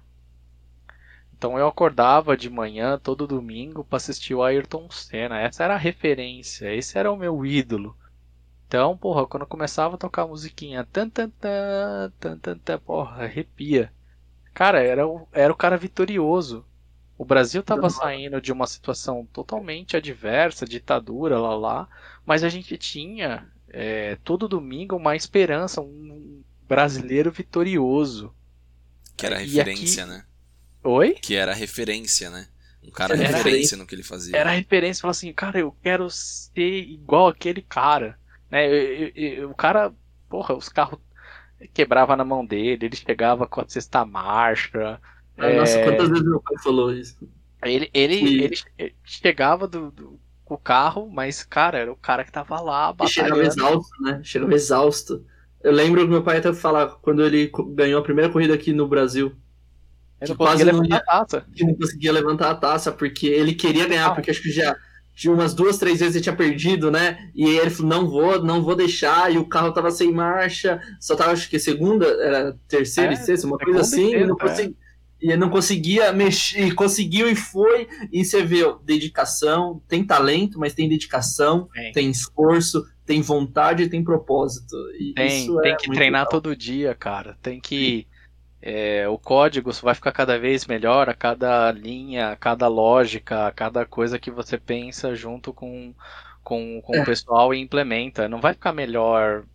Então eu acordava de manhã todo domingo para assistir o Ayrton Senna. Essa era a referência, esse era o meu ídolo. Então, porra, quando eu começava a tocar a musiquinha, tan tan tan, tan tan tan, porra, arrepia. Cara, era o, era o cara vitorioso. O Brasil tava saindo de uma situação totalmente adversa, ditadura, lá lá, mas a gente tinha é, todo domingo uma esperança, um brasileiro vitorioso. Que era E referência, aqui- né? Oi? Que era referência, né? Um cara Era referência referência. no que ele fazia. Era referência, falar assim, cara, eu quero ser igual aquele cara, né? Eu- eu- eu- o cara, porra, os carros quebrava na mão dele, ele chegava com a sexta marcha. Ah, Nossa, é, quantas vezes meu pai falou isso? ele, ele, Que- ele, ele chegava do, do- com o carro, mas, cara, era o cara que tava lá E chegava batalhando. exausto, né? Chegava exausto. Eu lembro que meu pai até falar quando ele co- ganhou a primeira corrida aqui no Brasil, Ele não que quase conseguia não levantar ia- a taça. que não conseguia levantar a taça porque ele queria ganhar, Ah. porque acho que já de umas duas, três vezes ele tinha perdido, né? E aí ele falou, não vou, não vou deixar, e o carro tava sem marcha, só tava, acho que segunda, era terceira É, e sexta, uma coisa segunda e assim, e não, sexta, consegui, e ele não conseguia mexer, e conseguiu e foi, e você vê, ó, dedicação, tem talento, mas tem dedicação, Tem. tem esforço, tem vontade e tem propósito. E Tem, isso tem é que muito treinar legal. todo dia, cara. Tem que. é, o código vai ficar cada vez melhor a cada linha, a cada lógica, a cada coisa que você pensa junto com, com, com É. o pessoal e implementa. Não vai ficar melhor.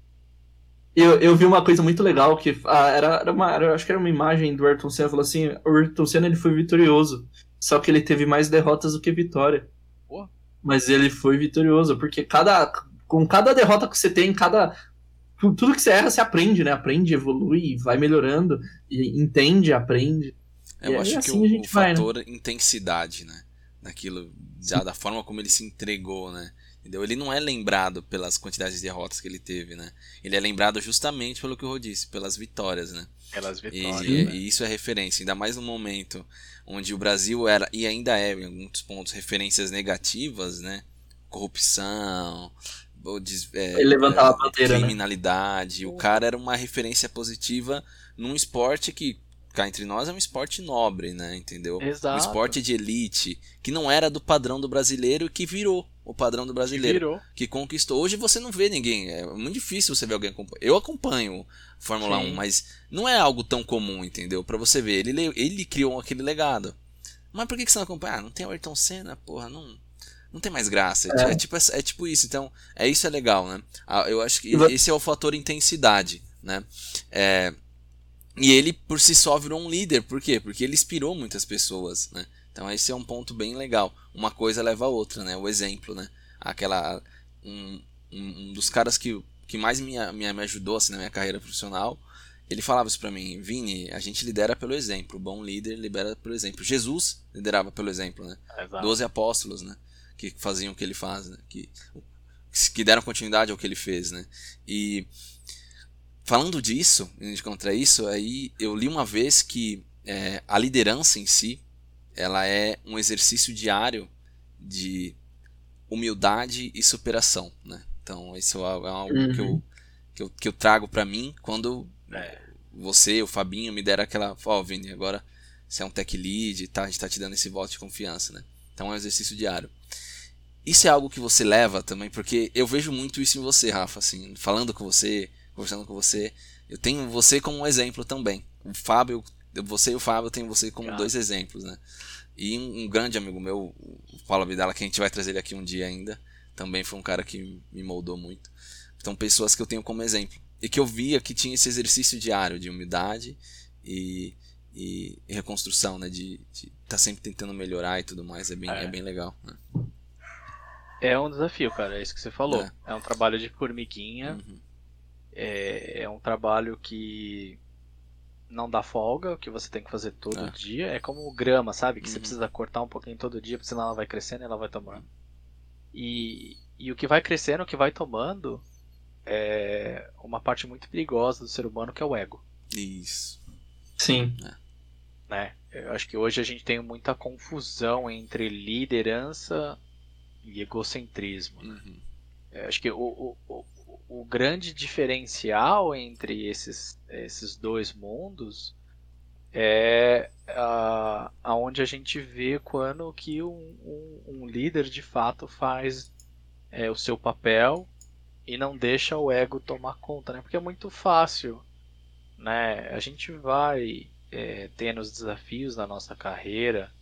Eu, eu vi uma coisa muito legal que ah, era, era uma, era- acho que era uma imagem do Ayrton Senna, falou assim, o Ayrton Senna ele foi vitorioso, só que ele teve mais derrotas do que vitória. Pô. Mas ele foi vitorioso, porque cada, com cada derrota que você tem, cada tu- tudo que você erra, você aprende, né? Aprende, evolui, vai melhorando, e entende, aprende. Eu E aí, acho que assim o, a gente o vai, né? fator intensidade, né? Daquilo, da, da forma como ele se entregou, né? Entendeu? Ele não é lembrado pelas quantidades de derrotas que ele teve, né? Ele é lembrado justamente pelo que o Rô disse, pelas vitórias, né? Pelas E, vitórias. né? e isso é referência, ainda mais no momento onde o Brasil era, e ainda é, em alguns pontos, referências negativas, né? Corrupção, ou des- é, Ele levantava é, a bandeira, né? criminalidade. O cara era uma referência positiva num esporte que, cá entre nós, é um esporte nobre, né? Entendeu? Um Exato. esporte de elite, que não era do padrão do brasileiro e que virou o padrão do brasileiro Virou. que conquistou. Hoje você não vê ninguém, é muito difícil você ver alguém acompanhar. Eu acompanho Fórmula Sim. um, mas não é algo tão comum, entendeu? Pra você ver, ele, ele criou aquele legado. Mas por que que você não acompanha? Ah, não tem o Ayrton Senna, porra, não, não tem mais graça. É, É. é tipo, essa- é tipo isso, então, é isso é legal, né? Ah, eu acho que E vo- esse é o fator intensidade, né? É, e ele por si só virou um líder, por quê? Porque ele inspirou muitas pessoas, né? Então esse é um ponto bem legal. Uma coisa leva a outra, né? O exemplo, né? Aquela um, um, um dos caras que, que mais me, me, me ajudou assim, na minha carreira profissional, ele falava isso pra mim: Vini, a gente lidera pelo exemplo, o bom líder lidera pelo exemplo. Jesus liderava pelo exemplo, né? Exato. Doze apóstolos, né? Que faziam o que ele faz, né? Que, que deram continuidade ao que ele fez, né? E falando disso, de contra isso, aí eu li uma vez que é, a liderança em si, ela é um exercício diário de humildade e superação, né? Então isso é algo Uhum. que, eu, que, eu, que eu trago pra mim quando é, você, o Fabinho, me deram aquela, ó, oh, Vini, agora você é um tech lead, tá? A gente tá te dando esse voto de confiança, né? Então é um exercício diário. Isso é algo que você leva também, porque eu vejo muito isso em você, Rafa, assim, falando com você, conversando com você, eu tenho você como um exemplo também. O Fábio, você e o Fábio, eu tenho você como Obrigado. dois exemplos, né? E um, um grande amigo meu, o Paulo Abdala, que a gente vai trazer ele aqui um dia ainda, também foi um cara que me moldou muito. Então, pessoas que eu tenho como exemplo. E que eu via que tinha esse exercício diário de humildade e, e, e reconstrução, né? De estar tá sempre tentando melhorar e tudo mais. É bem, é. É bem legal, né? É um desafio, cara, é isso que você falou. É, é um trabalho de formiguinha. Uhum. É, é um trabalho que não dá folga, que você tem que fazer todo É. dia. É como grama, sabe? Que você Uhum. precisa cortar um pouquinho todo dia, porque senão ela vai crescendo e ela vai tomando. E, e o que vai crescendo, o que vai tomando, é uma parte muito perigosa do ser humano, que é o ego. Isso. Sim. Né? Eu acho que hoje a gente tem muita confusão entre liderança e egocentrismo. Uhum. Eu acho que o, o, o, o grande diferencial entre esses, esses dois mundos é a, aonde a gente vê quando que um, um, um líder de fato faz é, o seu papel e não deixa o ego tomar conta, né? Porque é muito fácil, né? A gente vai é, tendo os desafios na nossa carreira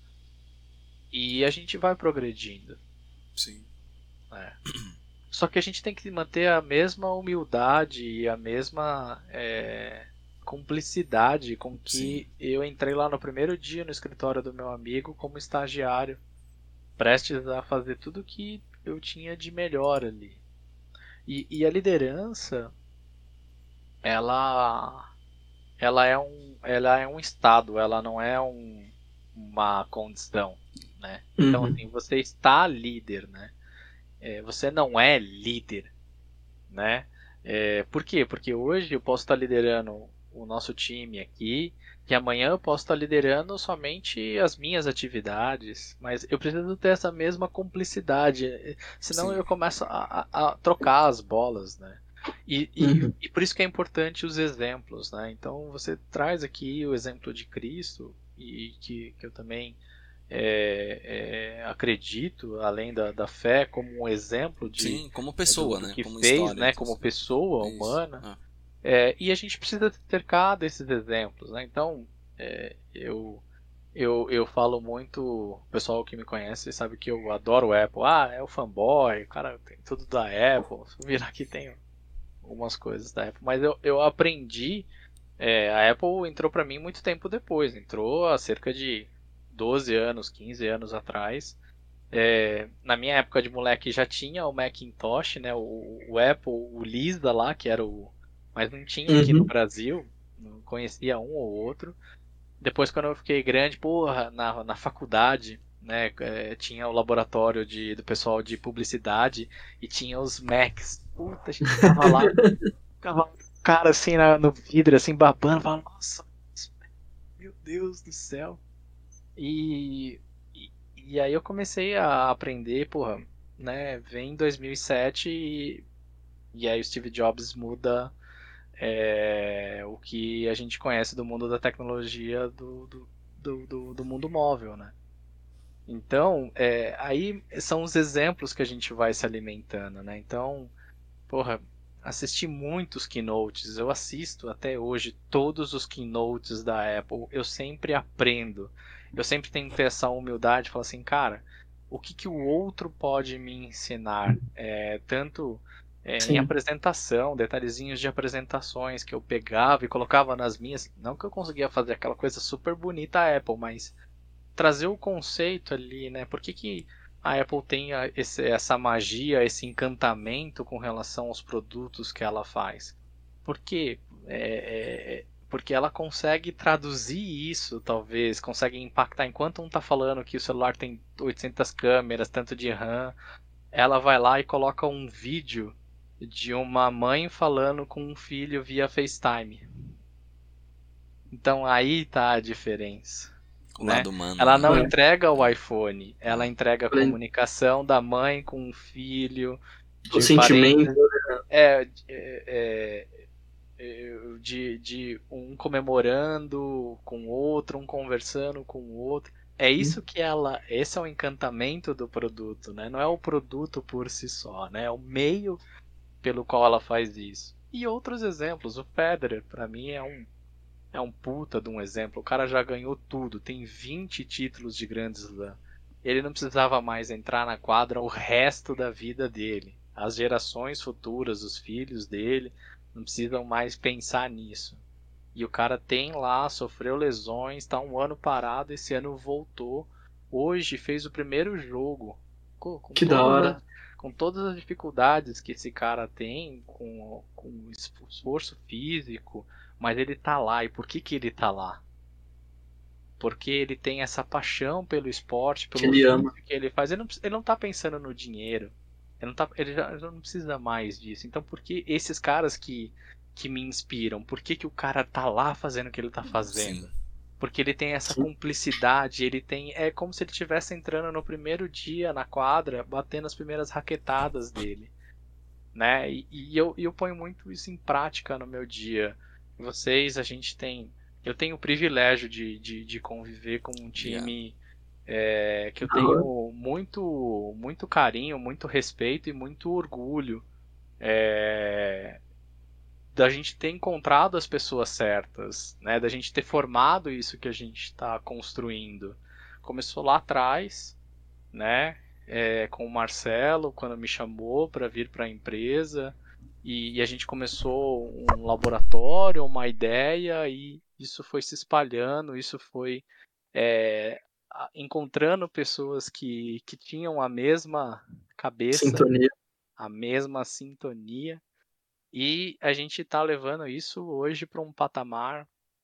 e a gente vai progredindo. Sim. É. Só que a gente tem que manter a mesma humildade e a mesma é, cumplicidade com que Sim. eu entrei lá no primeiro dia no escritório do meu amigo como estagiário, prestes a fazer tudo que eu tinha de melhor ali. E, e a liderança, ela, ela, é um, ela é um estado, ela não é um, uma condição, né? Então, Uhum. assim, você está líder, né? É, você não é líder, né? É, por quê? Porque hoje eu posso estar liderando o nosso time aqui, que amanhã eu posso estar liderando somente as minhas atividades, mas eu preciso ter essa mesma cumplicidade, senão Sim. eu começo a, a, a trocar as bolas, né? E, e, Uhum. e por isso que é importante os exemplos, né? Então você traz aqui o exemplo de Cristo, e que, que eu também é, é, acredito, além da, da fé, como um exemplo de, Sim, como do, pessoa, do né? que Como fez, história. né? Então, Como pessoa isso. humana. Ah. É, e a gente precisa cercar desses exemplos, né? Então, é, eu, eu, eu falo muito, o pessoal que me conhece sabe que eu adoro o Apple. Ah, é o fanboy, o cara tem tudo da Apple. Se eu virar aqui tem algumas coisas da Apple. Mas eu, eu aprendi, é, a Apple entrou pra mim muito tempo depois. Entrou há cerca de doze anos, quinze anos atrás. É, na minha época de moleque já tinha o Macintosh, né? O, o Apple, o Lisa lá, que era o. Mas não tinha aqui no Uhum. Brasil. Não conhecia um ou outro. Depois, quando eu fiquei grande, porra, na, na faculdade, né? é, tinha o laboratório de, do pessoal de publicidade e tinha os Macs. Puta, a gente ficava lá, ficava o cara assim na- no vidro, assim, babando, falando, nossa, meu Deus do céu. E, e, e aí eu comecei a aprender, porra, né? Vem em dois mil e sete e, e aí o Steve Jobs muda é, o que a gente conhece do mundo da tecnologia do, do, do, do- do mundo móvel, né? Então, é, aí são os exemplos que a gente vai se alimentando, né? Então, porra, assisti muitos keynotes, eu assisto até hoje todos os keynotes da Apple, eu sempre aprendo. Eu sempre tenho que ter essa humildade e falar assim, cara, o que, que o outro pode me ensinar? É, tanto é, em Sim. apresentação, detalhezinhos de apresentações que eu pegava e colocava nas minhas. Não que eu conseguia fazer aquela coisa super bonita a Apple, mas trazer o conceito ali, né? Por que, que a Apple tem a- esse- essa magia, esse encantamento com relação aos produtos que ela faz? Porque é, é, porque ela consegue traduzir isso, talvez, consegue impactar. Enquanto um tá falando que o celular tem oitocentas câmeras, tanto de RAM, ela vai lá e coloca um vídeo de uma mãe falando com um filho via FaceTime. Então aí tá a diferença, O né? lado humano, Ela né? não É. entrega o iPhone, ela É. entrega a comunicação da mãe com o filho, O de sentimento. parentes, é, é, é, de, de um comemorando com o outro, um conversando com o outro. É isso que ela, esse é o encantamento do produto, né? Não é o produto por si só, né? É o meio pelo qual ela faz isso. E outros exemplos, o Federer, para mim é um é um puta de um exemplo. O cara já ganhou tudo, tem vinte títulos de Grand Slam. Ele não precisava mais entrar na quadra o resto da vida dele. As gerações futuras, os filhos dele, não precisam mais pensar nisso. E o cara tem lá, sofreu lesões, está um ano parado, esse ano voltou. Hoje fez o primeiro jogo. Com, com Que da todas hora. as, com todas as dificuldades que esse cara tem, com, com esforço físico, mas ele tá lá. E por que, que ele tá lá? Porque ele tem essa paixão pelo esporte, Que pelo ele ofício ama. que ele faz. Ele não, ele não tá pensando no dinheiro. Ele, não tá, ele já, já não precisa mais disso. Então por que esses caras que, que me inspiram? Por que, que o cara tá lá fazendo o que ele tá fazendo? Sim. Porque ele tem essa Sim. cumplicidade, ele tem. É como se ele estivesse entrando no primeiro dia na quadra, batendo as primeiras raquetadas dele. Né? E, e eu, eu ponho muito isso em prática no meu dia. Vocês, a gente tem. Eu tenho o privilégio de, de, de conviver com um Obrigado. time é, que eu Da hora. tenho muito, muito carinho, muito respeito e muito orgulho. É, da gente ter encontrado as pessoas certas, né? Da gente ter formado isso que a gente está construindo. Começou lá atrás, né? É, com o Marcelo, quando me chamou para vir para a empresa, e, e a gente começou um laboratório, uma ideia, e isso foi se espalhando, isso foi é, a- encontrando pessoas que, que tinham a mesma cabeça, Sintonia. a mesma sintonia, e a gente está levando isso hoje para um patamar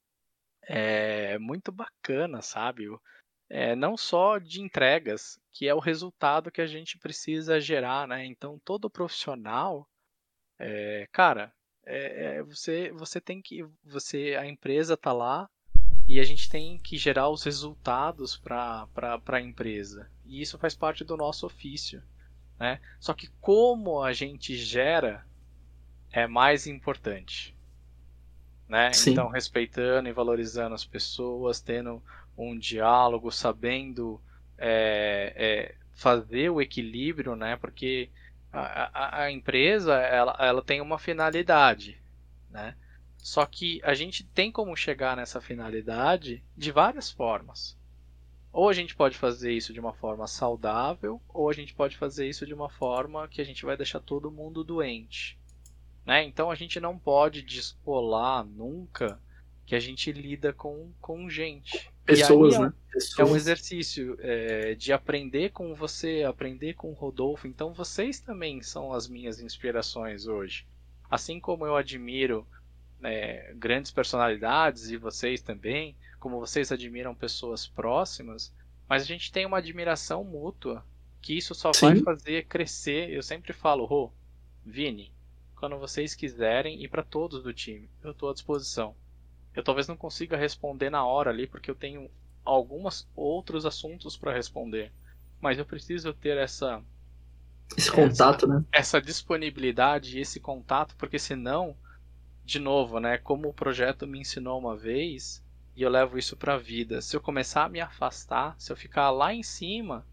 é, muito bacana, sabe? É, não só de entregas, que é o resultado que a gente precisa gerar, né? Então, todo profissional, é, cara, é, é, você, você tem que, você, a empresa tá lá e a gente tem que gerar os resultados para a empresa. E isso faz parte do nosso ofício, né? Só que como a gente gera é mais importante, né? Então, respeitando e valorizando as pessoas, tendo um diálogo, sabendo é, é, fazer o equilíbrio, né? Porque a, a, a empresa ela, ela tem uma finalidade, né? Só que a gente tem como chegar nessa finalidade de várias formas. Ou a gente pode fazer isso de uma forma saudável, ou a gente pode fazer isso de uma forma que a gente vai deixar todo mundo doente, né? Então a gente não pode descolar nunca que a gente lida com, com gente. Pessoas, e aí é, né? Pessoas. É um exercício é, de aprender com você, aprender com o Rodolfo. Então vocês também são as minhas inspirações hoje. Assim como eu admiro é, grandes personalidades, e vocês também, como vocês admiram pessoas próximas, mas a gente tem uma admiração mútua, que isso só Sim. vai fazer crescer. Eu sempre falo, Rô, Vini, quando vocês quiserem, e para todos do time, eu estou à disposição. Eu talvez não consiga responder na hora ali, porque eu tenho alguns outros assuntos para responder, mas eu preciso ter essa esse contato, essa, né? Essa disponibilidade e esse contato, porque senão, de novo, né, como o projeto me ensinou uma vez, e eu levo isso para a vida, se eu começar a me afastar, se eu ficar lá em cima,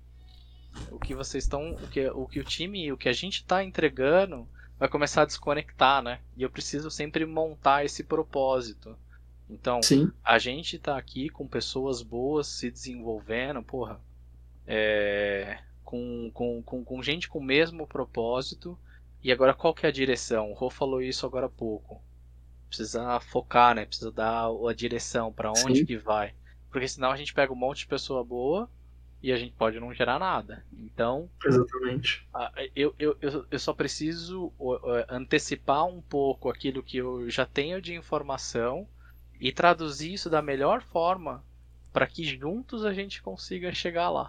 o que vocês estão, o que o, que o time, o que a gente está entregando vai começar a desconectar, né? E eu preciso sempre montar esse propósito. Então, Sim. a gente tá aqui com pessoas boas se desenvolvendo, porra, é, com, com, com, com gente com o mesmo propósito. E agora qual que é a direção? O Rô falou isso agora há pouco. Precisa focar, né? Precisa dar a direção, para onde Sim. que vai. Porque senão a gente pega um monte de pessoa boa e a gente pode não gerar nada. Então, exatamente. Eu, eu, eu só preciso antecipar um pouco aquilo que eu já tenho de informação e traduzir isso da melhor forma para que juntos a gente consiga chegar lá.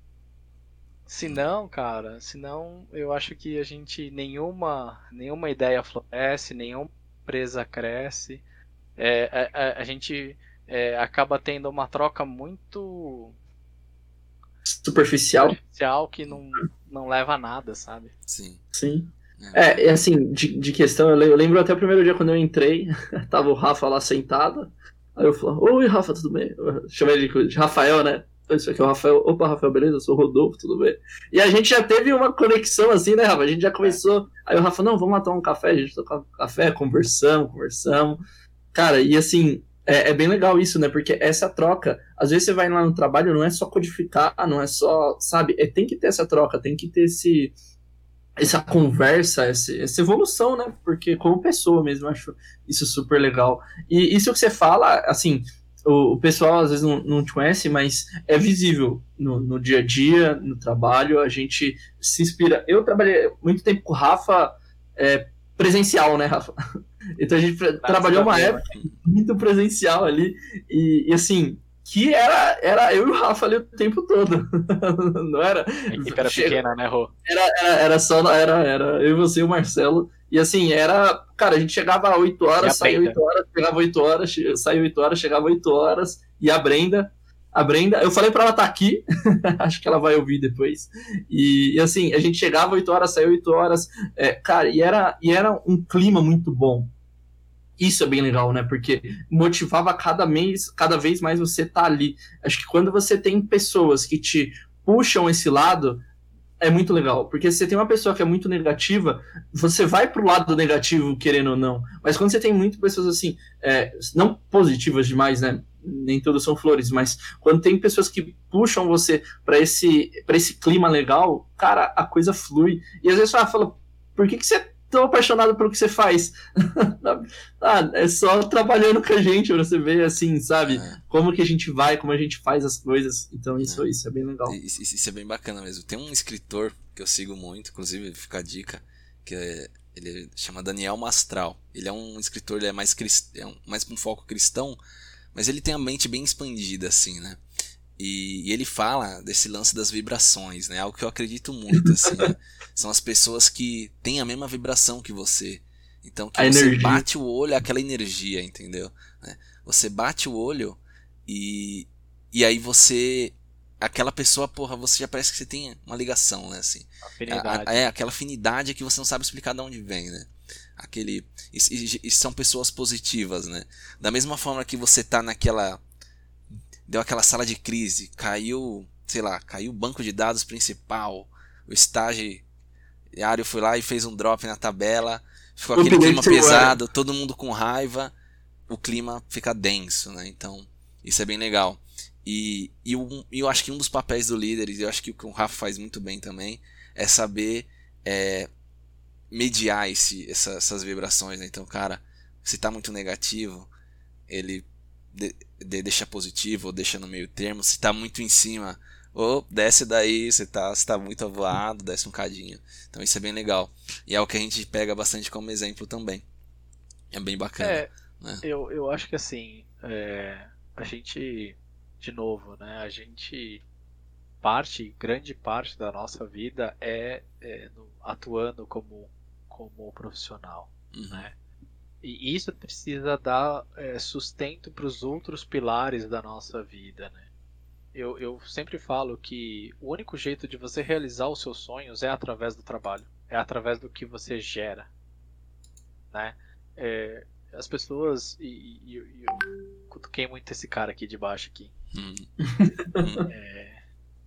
Se não, cara, senão eu acho que a gente nenhuma, nenhuma ideia floresce, nenhuma empresa cresce. É, a, a gente é, acaba tendo uma troca muito superficial, superficial que não, não leva a nada, sabe? Sim. Sim. É, é assim, de, de questão, eu lembro até o primeiro dia quando eu entrei, tava o Rafa lá sentado, aí eu falei, oi Rafa, tudo bem? Eu chamei ele de Rafael, né? Isso aqui é o Rafael, opa Rafael, beleza? Eu sou o Rodolfo, tudo bem? E a gente já teve uma conexão assim, né, Rafa? A gente já começou, aí o Rafa, não, vamos lá tomar um café, a gente tomou um café, conversamos, conversamos, cara, e assim, É, é bem legal isso, né? Porque essa troca, às vezes você vai lá no trabalho, não é só codificar, não é só, sabe? É, tem que ter essa troca, tem que ter esse, essa conversa, essa, essa evolução, né? Porque como pessoa mesmo, eu acho isso super legal. E isso que você fala, assim, o, o pessoal às vezes não, não te conhece, mas é visível no, no dia a dia, no trabalho, a gente se inspira. Eu trabalhei muito tempo com o Rafa, é, presencial, né, Rafa? Então a gente Nossa, trabalhou uma época muito presencial ali, e, e assim, que era, era eu e o Rafa ali o tempo todo. Não era? A equipe era Chega, pequena, né, Rô? Era, era, era só, era, era eu e você e o Marcelo, e assim, era, cara, a gente chegava às oito horas, saía oito horas, chegava oito horas, saía oito horas, chegava oito horas, e a Brenda, a Brenda, eu falei pra ela estar aqui, acho que ela vai ouvir depois, e, e assim, a gente chegava oito horas, saía oito horas, é, cara, e era, e era um clima muito bom. Isso é bem legal, né? Porque motivava cada mês, cada vez mais você tá ali. Acho que quando você tem pessoas que te puxam esse lado, é muito legal. Porque se você tem uma pessoa que é muito negativa, você vai pro lado negativo, querendo ou não. Mas quando você tem muitas pessoas assim, é, não positivas demais, né? Nem todas são flores, mas quando tem pessoas que puxam você para esse, pra esse clima legal, cara, a coisa flui. E às vezes você fala, por que, que você tão apaixonado pelo que você faz? Ah, é só trabalhando com a gente pra você ver, assim, sabe? É. Como que a gente vai, como a gente faz as coisas. Então isso é, isso é bem legal. Isso, isso é bem bacana mesmo. Tem um escritor que eu sigo muito, inclusive fica a dica, que é, ele chama Daniel Mastral. Ele é um escritor, ele é mais, crist... é um, mais com foco cristão, mas ele tem a mente bem expandida, assim, né? E, e ele fala desse lance das vibrações, né? Algo que eu acredito muito, assim, né? São as pessoas que têm a mesma vibração que você. Então, que a você energia. bate o olho, aquela energia, entendeu? você bate o olho e, e aí você... Aquela pessoa, porra, você já parece que você tem uma ligação, né? Assim, Afinidade. é, é aquela afinidade que você não sabe explicar de onde vem, né? Aquele, e, e, e são pessoas positivas, né? Da mesma forma que você tá naquela... Deu aquela sala de crise, caiu, sei lá, caiu o banco de dados principal, o estagiário foi lá e fez um drop na tabela, ficou aquele clima pesado, todo mundo com raiva, o clima fica denso, né? Então, isso é bem legal. E, e um, eu acho que um dos papéis do líder, e eu acho que o que o Rafa faz muito bem também, é saber é, mediar esse, essa, essas vibrações, né? Então, cara, se tá muito negativo, ele de, de, deixa positivo ou deixa no meio termo. Se tá muito em cima, ou desce daí, se tá, se tá muito avoado, desce um cadinho. Então isso é bem legal. E é o que a gente pega bastante como exemplo também. É bem bacana. É, né? eu, eu acho que assim, é, a gente... De novo, né? A gente parte, grande parte da nossa vida é, é no, atuando como, como profissional, Uhum. né? E isso precisa dar é, sustento para os outros pilares da nossa vida, né? Eu, eu sempre falo que o único jeito de você realizar os seus sonhos é através do trabalho, é através do que você gera, né? É, as pessoas e, e, e eu cutuquei muito esse cara aqui de baixo aqui. Hum. É,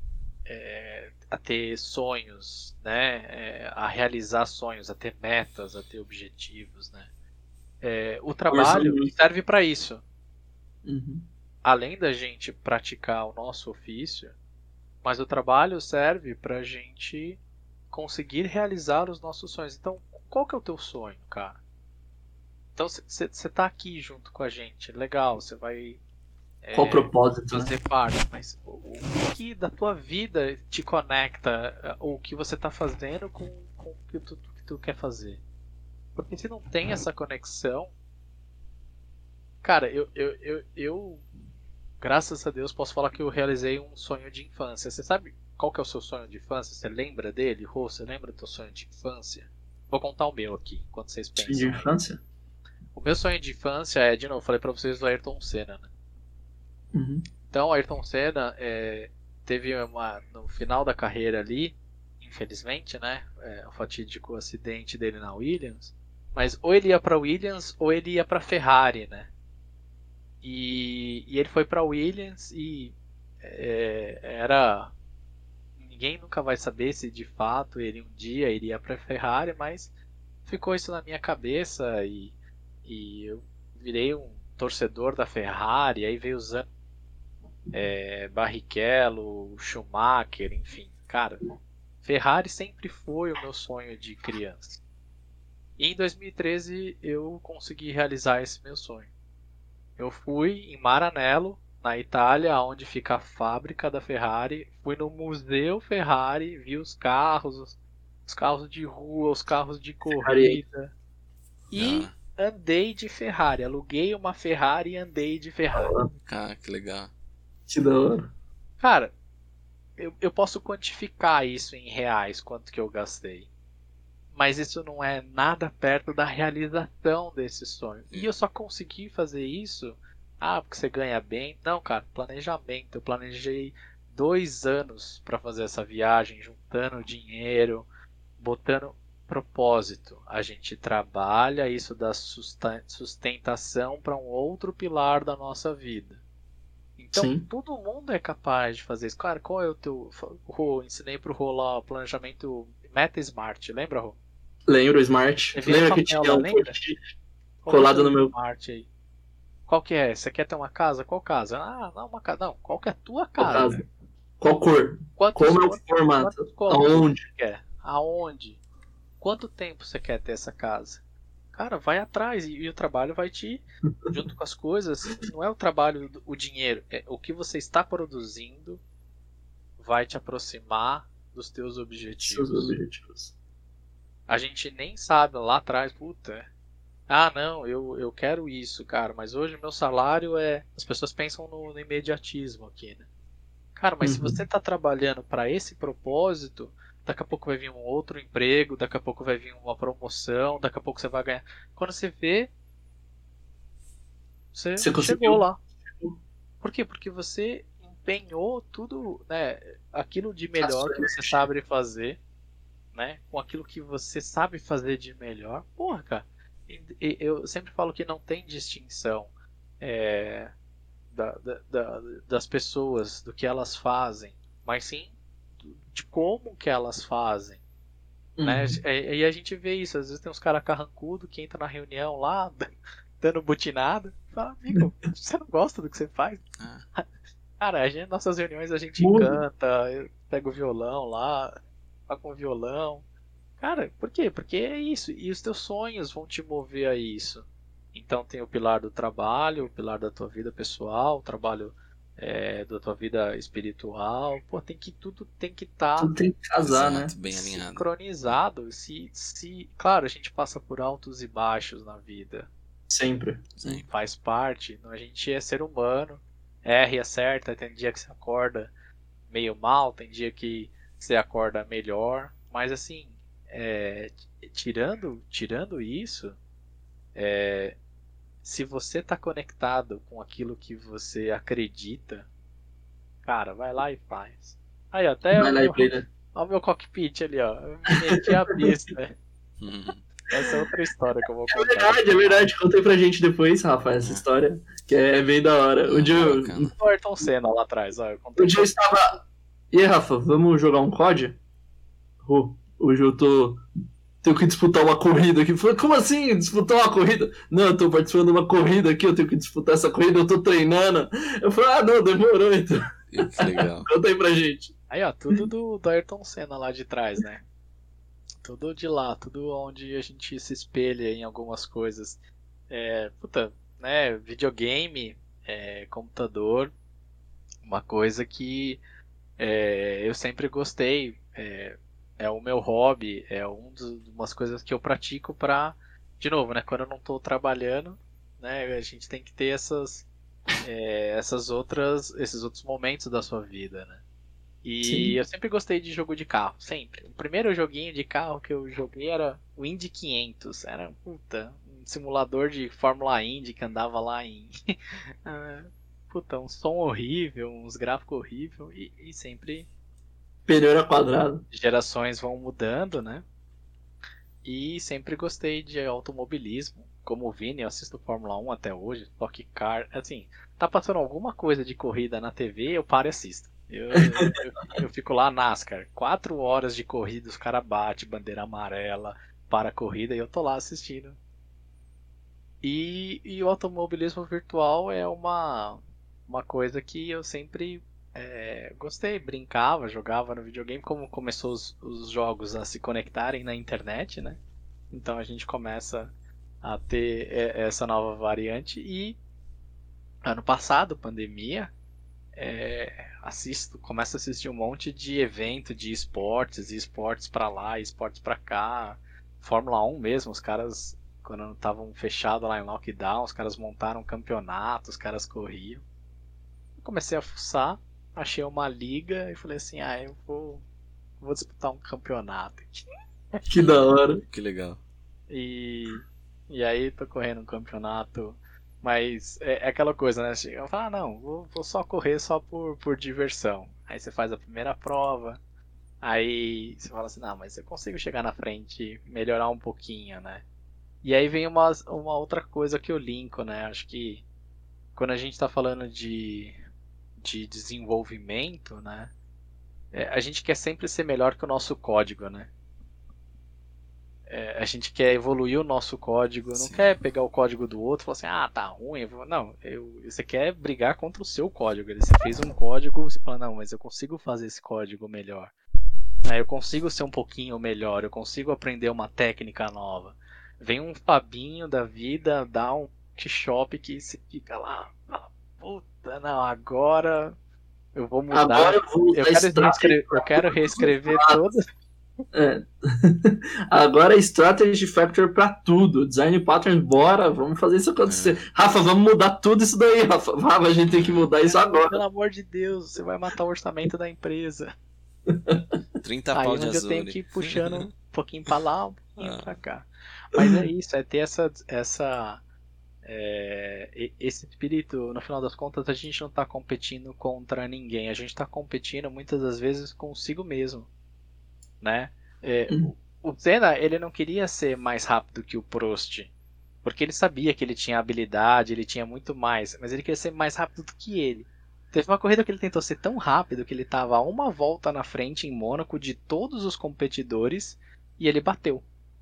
é, a ter sonhos, né? É, a realizar sonhos, a ter metas, a ter objetivos, né? É, o trabalho serve para isso. Uhum. Além da gente praticar o nosso ofício, mas o trabalho serve para a gente conseguir realizar os nossos sonhos. Então, qual que é o teu sonho, cara? Então, você tá aqui junto com a gente, legal, você vai Qual o é, propósito, fazer né? parte, mas o, o que da tua vida te conecta, ou o que você tá fazendo com, com o que tu, que tu quer fazer? Porque se não tem essa conexão, cara, eu, eu, eu, eu graças a Deus posso falar que eu realizei um sonho de infância. Você sabe qual que é o seu sonho de infância? Você lembra dele, Rô? Você lembra do teu sonho de infância? Vou contar o meu aqui, enquanto vocês pensam. Sonho de infância? O meu sonho de infância é, de novo, falei pra vocês do Ayrton Senna, né? Uhum. Então, o Ayrton Senna é, teve uma, no final da carreira ali, infelizmente, né? É, o fatídico acidente dele na Williams. Mas ou ele ia pra Williams ou ele ia pra Ferrari, né? E, e ele foi pra Williams e é, era... Ninguém nunca vai saber se de fato ele um dia iria pra Ferrari, mas ficou isso na minha cabeça e, e eu virei um torcedor da Ferrari, aí veio os anos é, Barrichello, Schumacher, enfim, cara, Ferrari sempre foi o meu sonho de criança. E em dois mil e treze eu consegui realizar esse meu sonho. Eu fui em Maranello, na Itália, onde fica a fábrica da Ferrari, fui no Museu Ferrari, vi os carros, os, os carros de rua, os carros de corrida, e Ah, andei de Ferrari, aluguei uma Ferrari e andei de Ferrari. cara, que legal. Que da hora. Cara, eu, eu posso quantificar isso em reais, quanto que eu gastei. Mas isso não é nada perto da realização desse sonho. E eu só consegui fazer isso, ah, porque você ganha bem. Não, cara, planejamento. Eu planejei dois anos para fazer essa viagem, juntando dinheiro, botando propósito. A gente trabalha, isso dá sustentação para um outro pilar da nossa vida. Então, Sim. todo mundo é capaz de fazer isso. Cara, qual é o teu... Rô, ensinei pro Rô lá o planejamento Meta Smart, lembra, Rô? Lembro, Smart. Você Lembra viu que o tinha papel lá, um lembra? post Qual que é colado o no meu... Smart aí? Qual que é? Você quer ter uma casa? Qual casa? Ah, não, uma casa. Não, qual que é a tua Qual casa? casa? Qual cor? Quantos, Como é o quantos, formato? quantos cômodos Aonde? você quer? Aonde? Quanto tempo você quer ter essa casa? Cara, vai atrás e, e o trabalho vai te... junto com as coisas, não é o trabalho, o dinheiro. É o que você está produzindo vai te aproximar dos teus objetivos. Seus objetivos. A gente nem sabe lá atrás, puta, ah não, eu, eu quero isso, cara, mas hoje meu salário é... As pessoas pensam no, no imediatismo aqui, né? Cara, mas se Uhum. você tá trabalhando para esse propósito, daqui a pouco vai vir um outro emprego, daqui a pouco vai vir uma promoção, daqui a pouco você vai ganhar. Quando você vê, você, Você conseguiu. chegou lá. Por quê? Porque você empenhou tudo, né, aquilo de melhor que você sabe fazer, né, com aquilo que você sabe fazer de melhor. Porra, cara, e- e- eu sempre falo que não tem distinção é, da- da- da- das pessoas, do que elas fazem, mas sim do- de como que elas fazem. Né? Uhum. E, e a gente vê isso, às vezes tem uns caras carrancudo que entram na reunião lá, dando butinada, e fala, amigo, você não gosta do que você faz? Ah, Cara, a gente, nossas reuniões a gente Muda. canta, eu pego o violão lá, toca com o violão. Cara, por quê? Porque é isso, e os teus sonhos vão te mover a isso. Então tem o pilar do trabalho, o pilar da tua vida pessoal, o trabalho é, da tua vida espiritual. Pô, tem que tudo tem que estar Tudo tem que casar, né? exato, bem alinhado. sincronizado. Se, se, claro, a gente passa por altos e baixos na vida, Sempre. Sim. faz parte. A gente é ser humano, erra e acerta. Tem dia que você acorda meio mal, tem dia que você acorda melhor. Mas assim, é, tirando, tirando isso, é, se você tá conectado com aquilo que você acredita, cara, vai lá e faz. Aí, até Vai o lá e meu, play, né? ó o meu cockpit ali, ó. Eu me meti a pista. Uhum. Essa é outra história que eu vou É contar. verdade, é verdade. Contei pra gente depois, Rafa, essa história, que é bem da hora. Um dia, eu- Bacana. O Ayrton Senna lá atrás, ó. Eu contei um dia eu estava... E aí, Rafa, vamos jogar um C O D? Rô, hoje eu tô... Tenho que disputar uma corrida aqui. Falei, como assim? Disputar uma corrida? Não, eu tô participando de uma corrida aqui, eu tenho que disputar essa corrida, eu tô treinando. Eu falei, ah, não, demorou então. Que legal. Conta aí pra gente. Aí, ó, tudo do, do Ayrton Senna lá de trás, né? Tudo de lá, tudo onde a gente se espelha em algumas coisas. É, puta, né? Videogame, é, computador, uma coisa que é, eu sempre gostei. É, é o meu hobby, é um dos, umas coisas que eu pratico pra. De novo, né? Quando eu não tô trabalhando, né? A gente tem que ter essas, é, essas outras, esses outros momentos da sua vida, né? E Sim. eu sempre gostei de jogo de carro, sempre. O primeiro joguinho de carro que eu joguei era o Indy quinhentos. Era, puta, um simulador de Fórmula Indy que andava lá em... Ah, puta, um som horrível, uns gráficos horríveis. E, e sempre Pneu era quadrado. gerações vão mudando, né? E sempre gostei de automobilismo. Como o Vini, eu assisto Fórmula um até hoje, Stock Car. Assim, tá passando alguma coisa de corrida na T V, eu paro e assisto. Eu, eu, eu fico lá, NASCAR, quatro horas de corrida, os caras batem, bandeira amarela, para a corrida, e eu tô lá assistindo. E, e o automobilismo virtual é uma, uma coisa que eu sempre é, gostei, brincava, jogava no videogame, como começou os, os jogos a se conectarem na internet, né? Então a gente começa a ter é, essa nova variante. E ano passado, pandemia, é, assisto, começo a assistir um monte de evento de esportes, e esportes pra lá, esportes pra cá, Fórmula um mesmo, os caras quando estavam fechados lá em lockdown, os caras montaram um campeonato, os caras corriam. Eu comecei a fuçar, achei uma liga e falei assim, ah, eu vou, vou disputar um campeonato aqui. Que da hora. Que legal. E, e aí tô correndo um campeonato, mas é, é aquela coisa, né? Chega e fala, ah, não, vou, vou só correr só por, por diversão. Aí você faz a primeira prova, aí você fala assim, não, mas eu consigo chegar na frente, melhorar um pouquinho, né? E aí vem uma, uma outra coisa que eu linko, né? Acho que quando a gente tá falando de, de desenvolvimento, né? É, a gente quer sempre ser melhor que o nosso código, né? É, a gente quer evoluir o nosso código, não Sim. quer pegar o código do outro e falar assim, ah, tá ruim. Eu vou... Não, eu, você quer brigar contra o seu código. Você fez um código, você fala, não, mas eu consigo fazer esse código melhor. Eu consigo ser um pouquinho melhor, eu consigo aprender uma técnica nova. Vem um Fabinho da vida, dá um workshop que você fica lá, fala, puta, não, agora eu vou mudar. Agora eu vou eu, usar quero Strategy. reescrever, eu quero reescrever todas. É. Agora é Strategy Factor pra tudo. Design Pattern, bora, vamos fazer isso acontecer. É. Rafa, vamos mudar tudo isso daí, Rafa. Rafa, a gente tem que mudar isso agora. Pelo amor de Deus, você vai matar o orçamento da empresa. trinta Aí pau de onde eu azul. tenho que ir puxando um pouquinho pra lá, um pouquinho Ah. pra cá. Mas é isso, é ter essa, essa É, esse espírito, no final das contas, a gente não está competindo contra ninguém, a gente está competindo muitas das vezes consigo mesmo, né? É, Hum. o Senna, ele não queria ser mais rápido que o Prost, porque ele sabia que ele tinha habilidade, ele tinha muito mais, mas ele queria ser mais rápido do que ele. Teve uma corrida que ele tentou ser tão rápido que ele estava uma volta na frente em Mônaco de todos os competidores e ele bateu.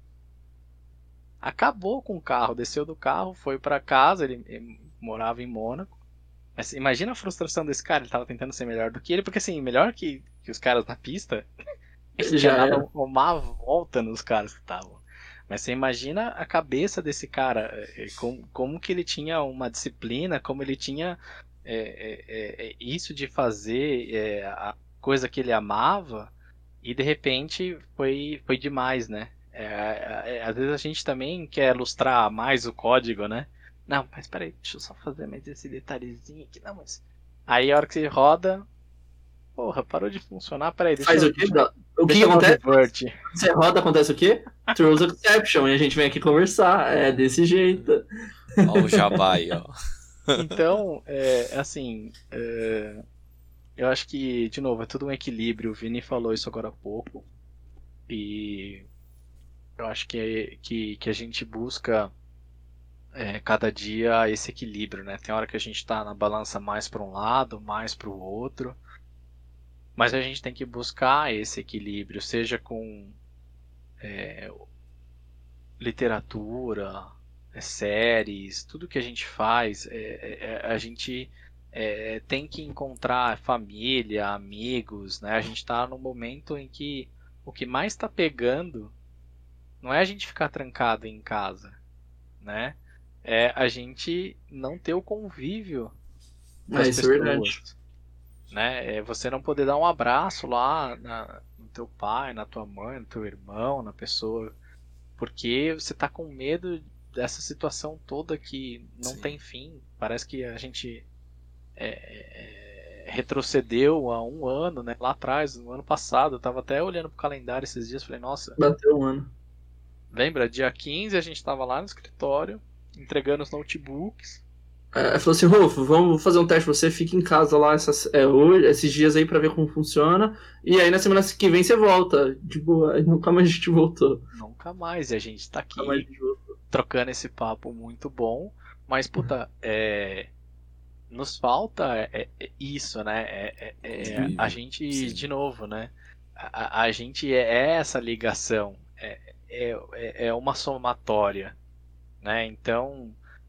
Acabou com o carro, desceu do carro, foi pra casa, ele, ele morava em Mônaco. Mas imagina a frustração desse cara, ele tava tentando ser melhor do que ele, porque assim, melhor que, que os caras na pista, ele Já tinha era. dado uma volta nos caras que estavam. Mas você imagina a cabeça desse cara, é, como, como que ele tinha uma disciplina, como ele tinha é, é, é, isso de fazer é, a coisa que ele amava, e de repente foi, foi demais, né? É, é, às vezes a gente também quer ilustrar mais o código, né? Não, mas peraí, deixa eu só fazer mais esse detalhezinho aqui. Não, mas. Aí a hora que você roda. Porra, parou de funcionar. Peraí, deixa Faz eu. o quê? O que deixa eu dar um acontece? revert. Você roda, acontece o quê? Trolls Exception, e a gente vem aqui conversar. É desse jeito. Ó o jabá aí, ó. Então, é, assim. É, eu acho que, de novo, é tudo um equilíbrio. O Vini falou isso agora há pouco. E. Eu acho que, que, que a gente busca é, cada dia esse equilíbrio, né? Tem hora que a gente está na balança mais para um lado, mais para o outro, mas a gente tem que buscar esse equilíbrio, seja com é, literatura, é, séries, tudo que a gente faz, é, é, a gente é, tem que encontrar família, amigos, né? A gente está num momento em que o que mais está pegando não é a gente ficar trancado em casa, né? É a gente não ter o convívio das É, isso é pessoas, verdade. né? É você não poder dar um abraço lá na, no teu pai, na tua mãe, no teu irmão, na pessoa, porque você tá com medo dessa situação toda que não Sim. tem fim. Parece que a gente é, é, retrocedeu a um ano, né? Lá atrás, no ano passado, eu tava até olhando pro calendário esses dias, falei, nossa, Bateu um ano. lembra? Dia quinze a gente tava lá no escritório, entregando os notebooks. É, falou assim, Rolfo, vamos fazer um teste, você fica em casa lá essas, é, hoje, esses dias aí pra ver como funciona, e aí na semana que vem você volta. De boa, aí nunca mais a gente voltou. Nunca mais, e a gente tá aqui Nunca mais a gente voltou. trocando esse papo muito bom, mas puta, é, nos falta é, é isso, né? É, é, é a gente, Sim. de novo, né? A, a gente é essa ligação, é, é, é uma somatória, né? Então,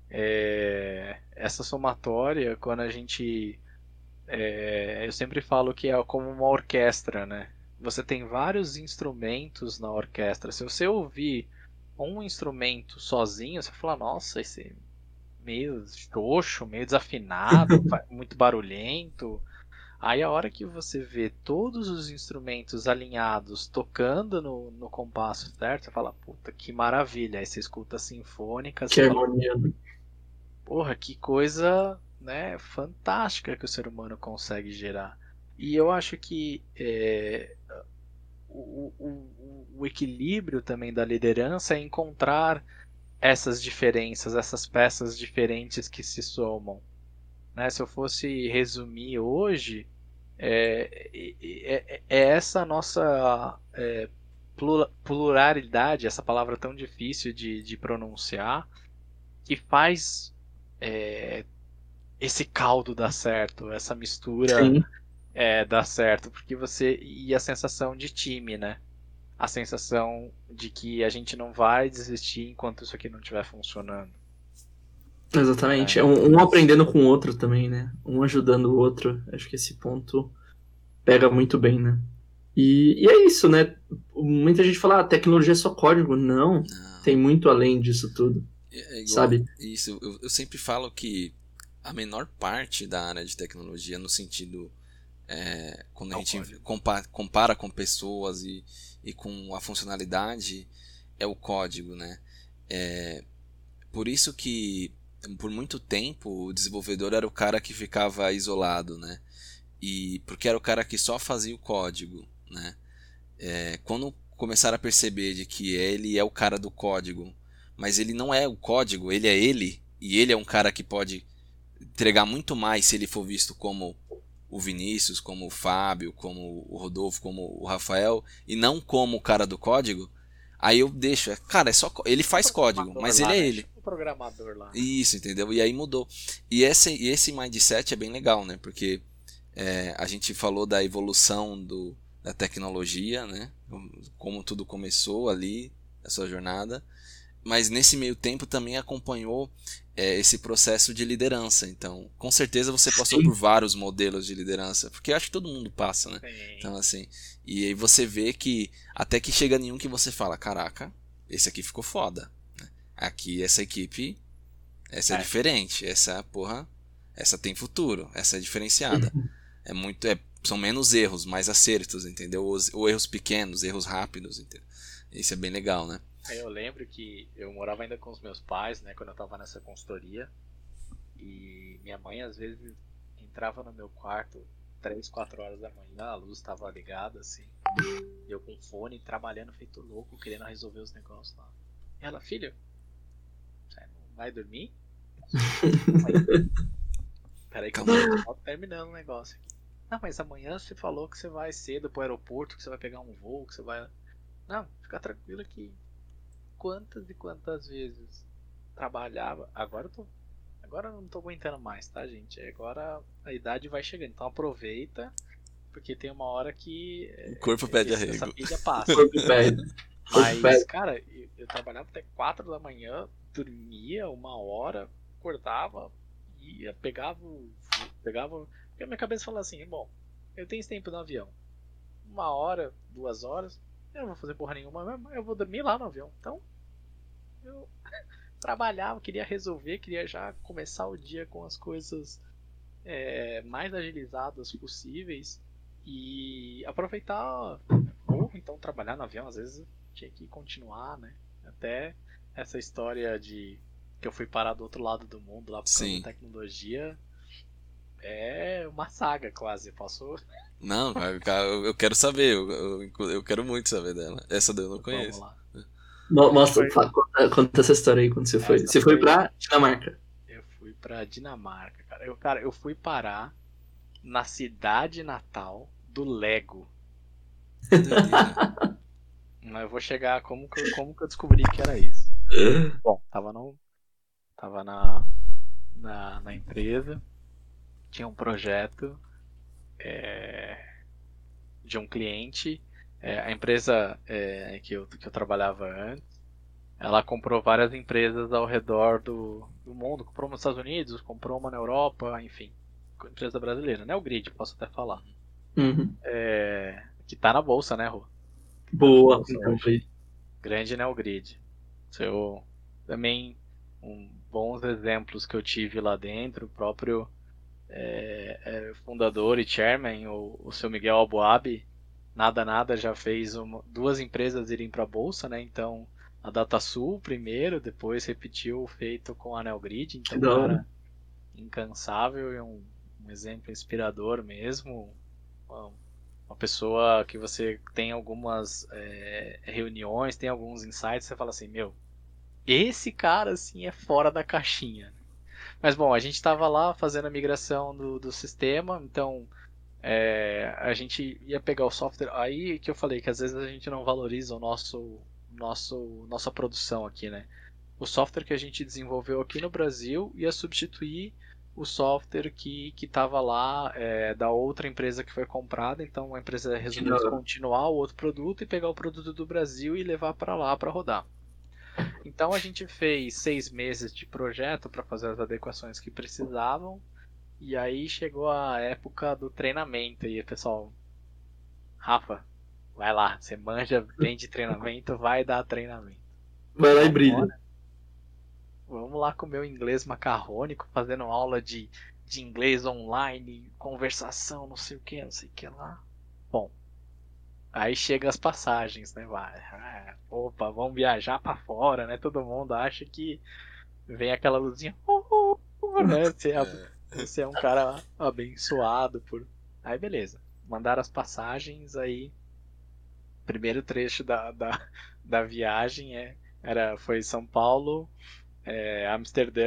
é, essa somatória, quando a gente. É, eu sempre falo que é como uma orquestra, né? Você tem vários instrumentos na orquestra. Se você ouvir um instrumento sozinho, você fala, nossa, esse é meio xoxo, meio desafinado, muito barulhento. Aí a hora que você vê todos os instrumentos alinhados, tocando no, no compasso certo, você fala, puta, que maravilha. Aí você escuta a sinfônica, Que você fala, harmonia. porra, que coisa, né, fantástica que o ser humano consegue gerar. E eu acho que é, o, o, o equilíbrio também da liderança é encontrar essas diferenças, essas peças diferentes que se somam. Né? Se eu fosse resumir hoje, é, é, é essa nossa é, pluralidade, essa palavra tão difícil de, de pronunciar, que faz é, esse caldo dar certo, essa mistura é, dar certo, porque você e a sensação de time, né? A sensação de que a gente não vai desistir enquanto isso aqui não estiver funcionando. Exatamente. É um, um aprendendo com o outro também, né? Um ajudando o outro. Acho que esse ponto pega muito bem, né? E, e é isso, né? Muita gente fala, ah, tecnologia é só código. Não, Não. tem muito além disso tudo. É igual, sabe? Isso, eu, eu sempre falo que a menor parte da área de tecnologia, no sentido, é, quando a gente compara, compara com pessoas e, e com a funcionalidade, é o código, né? É, por isso que, por muito tempo, o desenvolvedor era o cara que ficava isolado, né? E porque era o cara que só fazia o código, né? É, quando começaram a perceber de que ele é o cara do código, mas ele não é o código, ele é ele, e ele é um cara que pode entregar muito mais se ele for visto como o Vinícius, como o Fábio, como o Rodolfo, como o Rafael, e não como o cara do código, aí eu deixo, cara, é só ele faz código, mas ele é ele. O programador lá. Isso, entendeu? E aí mudou. E esse, e esse mindset é bem legal, né? Porque é, a gente falou da evolução do, da tecnologia, né? Como tudo começou ali, a sua jornada. Mas nesse meio tempo também acompanhou é, esse processo de liderança. Então, com certeza você passou por vários modelos de liderança, porque eu acho que todo mundo passa, né? Sim. Então, assim, e aí você vê que até que chega nenhum que você fala, caraca, esse aqui ficou foda. Né? Aqui, essa equipe, essa é, é diferente, essa, porra, essa tem futuro, essa é diferenciada. É muito, é, são menos erros, mais acertos, entendeu? Os, ou erros pequenos, erros rápidos, entendeu? Isso é bem legal, né? Eu lembro que eu morava ainda com os meus pais, né, quando eu tava nessa consultoria, e minha mãe às vezes entrava no meu quarto três, quatro horas da manhã, a luz tava ligada assim, e eu com fone, trabalhando feito louco, querendo resolver os negócios lá. E ela, filho, você não vai dormir? Peraí que eu tô terminando o negócio aqui. Não, mas amanhã você falou que você vai cedo pro aeroporto, que você vai pegar um voo, que você vai... Não, fica tranquilo que quantas e quantas vezes trabalhava. Agora eu tô. Agora eu não tô aguentando mais, tá, gente? Agora a idade vai chegando. Então aproveita, porque tem uma hora que. O corpo pede arrego. Essa pilha passa. O corpo pede. Mas, cara, eu, eu trabalhava até quatro da manhã, dormia uma hora, acordava, ia, pegava. Pegava. Porque a minha cabeça falava assim: bom, eu tenho esse tempo no avião. Uma hora, duas horas. Eu não vou fazer porra nenhuma mesmo, eu vou dormir lá no avião. Então, eu trabalhava, queria resolver, queria já começar o dia com as coisas é, mais agilizadas possíveis e aproveitar, ou então trabalhar no avião. Às vezes tinha que continuar, né? Até essa história de que eu fui parar do outro lado do mundo lá por causa da tecnologia é uma saga quase. Posso... Não, eu quero saber, eu, eu, eu quero muito saber dela. Essa daí eu não conheço. Mostra, foi... conta, conta essa história aí quando você foi. Essa você foi, foi pra Dinamarca. Eu fui pra Dinamarca, cara. Eu, cara, eu fui parar na cidade natal do Lego. Mas eu vou chegar como que, eu, como que eu descobri que era isso. Bom, tava no. Tava na, na, na empresa. Tinha um projeto. É, de um cliente, é, a empresa é, que, eu, que eu trabalhava antes, ela comprou várias empresas ao redor do, do mundo, comprou uma nos Estados Unidos, comprou uma na Europa, enfim, empresa brasileira, né? O Grid, posso até falar. Uhum. É, que tá na bolsa, né, Rô? Boa, bolsa então, grande, né, o Grid. Seu, também um, bons exemplos que eu tive lá dentro, o próprio É, é, fundador e chairman, o, o seu Miguel Alboabi, nada nada já fez uma, duas empresas irem para a bolsa, né? Então a DataSul primeiro, depois repetiu o feito com a Neogrid, então um cara incansável e um, um exemplo inspirador mesmo, uma, uma pessoa que você tem algumas é, reuniões, tem alguns insights, você fala assim, meu, esse cara assim é fora da caixinha. Mas bom, a gente estava lá fazendo a migração do, do sistema, então é, a gente ia pegar o software. Aí que eu falei que às vezes a gente não valoriza o nosso, nosso nossa produção aqui, né? O software que a gente desenvolveu aqui no Brasil ia substituir o software que que estava lá é, da outra empresa que foi comprada. Então a empresa resolveu descontinuar o outro produto e pegar o produto do Brasil e levar para lá para rodar. Então a gente fez seis meses de projeto para fazer as adequações que precisavam. E aí chegou a época do treinamento. E pessoal, Rafa, vai lá, você manja bem de treinamento, vai dar treinamento. Vai lá e brilha. Vamos lá com o meu inglês macarrônico, fazendo aula de, de inglês online, conversação, não sei o que, não sei o que lá. Bom, aí chega as passagens, né? Vai, ah, opa, vamos viajar pra fora, né? Todo mundo acha que vem aquela luzinha, uh, uh, né? Você é, você é um cara abençoado por. Aí beleza, mandaram as passagens, aí primeiro trecho da, da, da viagem é, era, foi São Paulo, é, Amsterdã,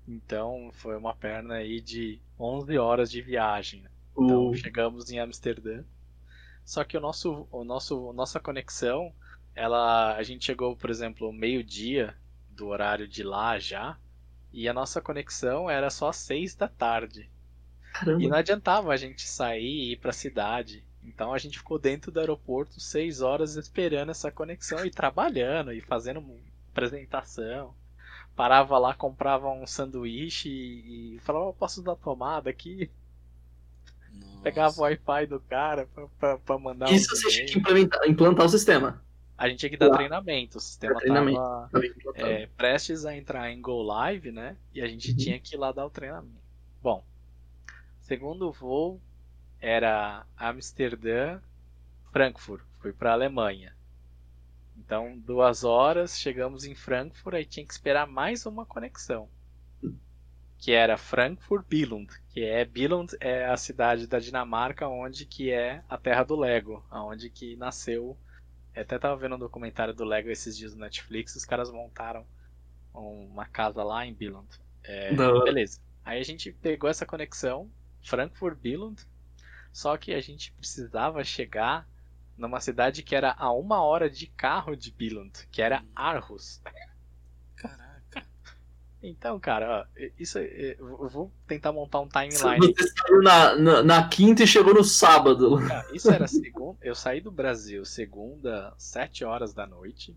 Então foi uma perna aí de onze horas de viagem. Né? Então Uh. chegamos em Amsterdã. Só que o nosso, o nosso, nossa conexão, ela, a gente chegou, por exemplo, meio-dia do horário de lá já, e a nossa conexão era só às seis da tarde. Caramba. E não adiantava a gente sair e ir pra cidade. Então a gente ficou dentro do aeroporto seis horas esperando essa conexão e trabalhando e fazendo apresentação. Parava lá, comprava um sanduíche e, e falava, oh, posso dar tomada aqui? Nossa. Pegava o Wi-Fi do cara pra, pra, pra mandar um Isso você tinha que implementar, implantar o sistema. A gente tinha que dar Lá. treinamento. O sistema Treinamento. tava Tava implantado. é, prestes a entrar em Go Live, né? E a gente Uhum. tinha que ir lá dar o treinamento. Bom, segundo voo era Amsterdã, Frankfurt. Fui pra Alemanha. Então, duas horas, chegamos em Frankfurt, aí tinha que esperar mais uma conexão. Que era Frankfurt-Billund, que é Billund é a cidade da Dinamarca onde que é a terra do Lego, onde que nasceu. Eu até tava vendo um documentário do Lego esses dias no Netflix, os caras montaram uma casa lá em Billund. É, Da hora. beleza. Aí a gente pegou essa conexão, Frankfurt-Billund, só que a gente precisava chegar numa cidade que era a uma hora de carro de Billund, que era Aarhus. Caraca. Então, cara, ó, isso é- eu vou tentar montar um timeline. Você saiu na, na, na quinta e chegou no sábado. Cara, isso era segunda. Eu saí do Brasil segunda, sete horas da noite.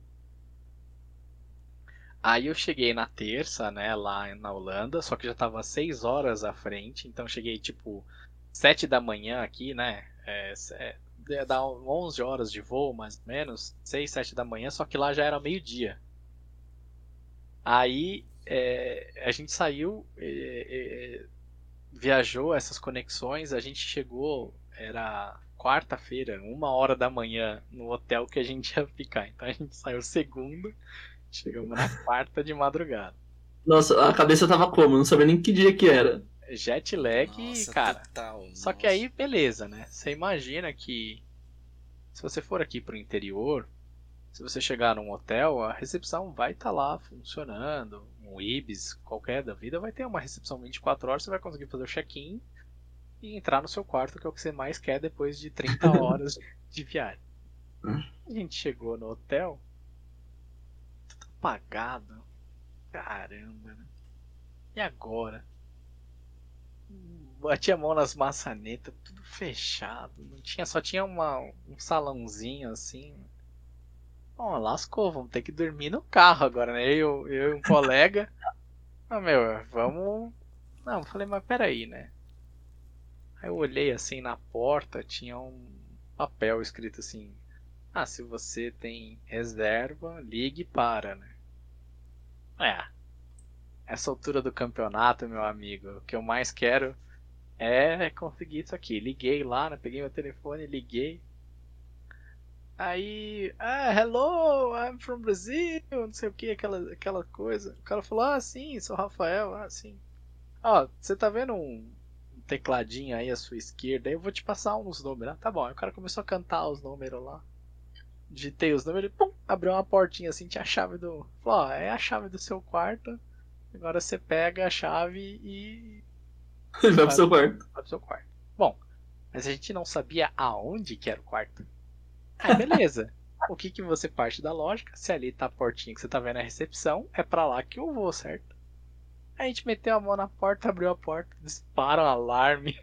Aí eu cheguei na terça, né, lá na Holanda, só que já tava seis horas à frente, então cheguei tipo sete da manhã aqui, né? É, é, dá onze horas de voo, mais ou menos, seis, sete da manhã, só que lá já era meio-dia. Aí é, a gente saiu, é, é, viajou essas conexões, a gente chegou, era quarta-feira, uma hora da manhã, no hotel que a gente ia ficar. Então a gente saiu segunda, chegamos na quarta de madrugada. Nossa, a cabeça tava como? Eu não sabia nem que dia que era. Jet lag, Nossa, cara. total, Só que nossa. aí, beleza, né? Você imagina que se você for aqui pro interior, se você chegar num hotel, a recepção vai estar lá funcionando. Um Ibis, qualquer da vida, vai ter uma recepção vinte e quatro horas, você vai conseguir fazer o check-in e entrar no seu quarto, que é o que você mais quer depois de trinta horas de viagem. A gente chegou no hotel, tudo apagado. Caramba, né? E agora? Bati a mão nas maçanetas, tudo fechado. Não tinha, só tinha uma, um salãozinho assim. Bom, lascou, vamos ter que dormir no carro agora, né? Eu, eu e um colega. Ah, meu, vamos. Não, falei, mas peraí, né? Aí eu olhei assim na porta, tinha um papel escrito assim: ah, se você tem reserva, ligue para, né? É. Essa altura do campeonato, meu amigo, o que eu mais quero é conseguir isso aqui. Liguei lá, né? Peguei meu telefone, liguei. Aí, ah, hello, I'm from Brazil, não sei o que, aquela, aquela coisa. O cara falou, ah, sim, sou Rafael, ah, sim. Ó, você tá vendo um tecladinho aí à sua esquerda? Aí eu vou te passar uns números. Ah, tá bom. Aí o cara começou a cantar os números lá. Digitei os números, pum, abriu uma portinha assim, tinha a chave do... Falou, ó, é a chave do seu quarto. Agora você pega a chave e Ele vai pro seu quarto. vai pro seu quarto. Bom, mas a gente não sabia aonde que era o quarto. Aí beleza. O que que você parte da lógica? Se ali tá a portinha que você tá vendo a recepção, é pra lá que eu vou, certo? Aí a gente meteu a mão na porta, abriu a porta, dispara o alarme.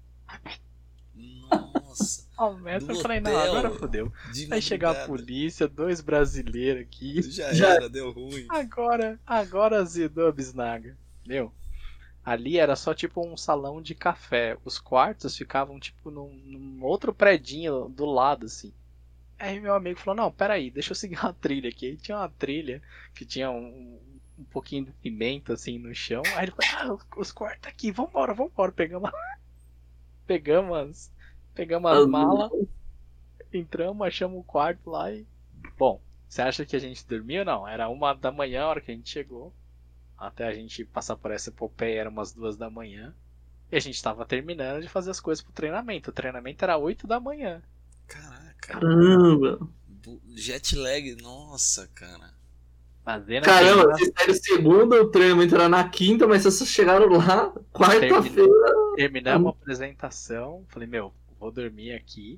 Nossa. Aumenta, eu Do falei, não, hotel, agora fodeu. de Aí chega a madrugada. polícia, dois brasileiros aqui. Já, Já- era, deu ruim. Agora, agora azedou a bisnaga. Meu, ali era só tipo um salão de café. Os quartos ficavam tipo num, num outro predinho do lado, assim. Aí meu amigo falou, não, peraí, deixa eu seguir uma trilha aqui. Aí tinha uma trilha que tinha um, um pouquinho de pimenta assim no chão. Aí ele falou, ah, os quartos aqui, vambora, vambora. Pegamos, pegamos as, pegamos as malas, entramos, achamos o quarto lá e... Bom, você acha que a gente dormiu? Não, era uma da manhã a hora que a gente chegou. Até a gente passar por essa epopeia era umas duas da manhã. E a gente tava terminando de fazer as coisas pro treinamento. O treinamento era oito da manhã. Caraca. Caramba. Bu- Jet lag, nossa, cara. Fazendo Caramba, aquele- vocês saíram segunda, o treinamento era na quinta, mas vocês chegaram lá quarta-feira. Terminamos a apresentação, falei, meu, vou dormir aqui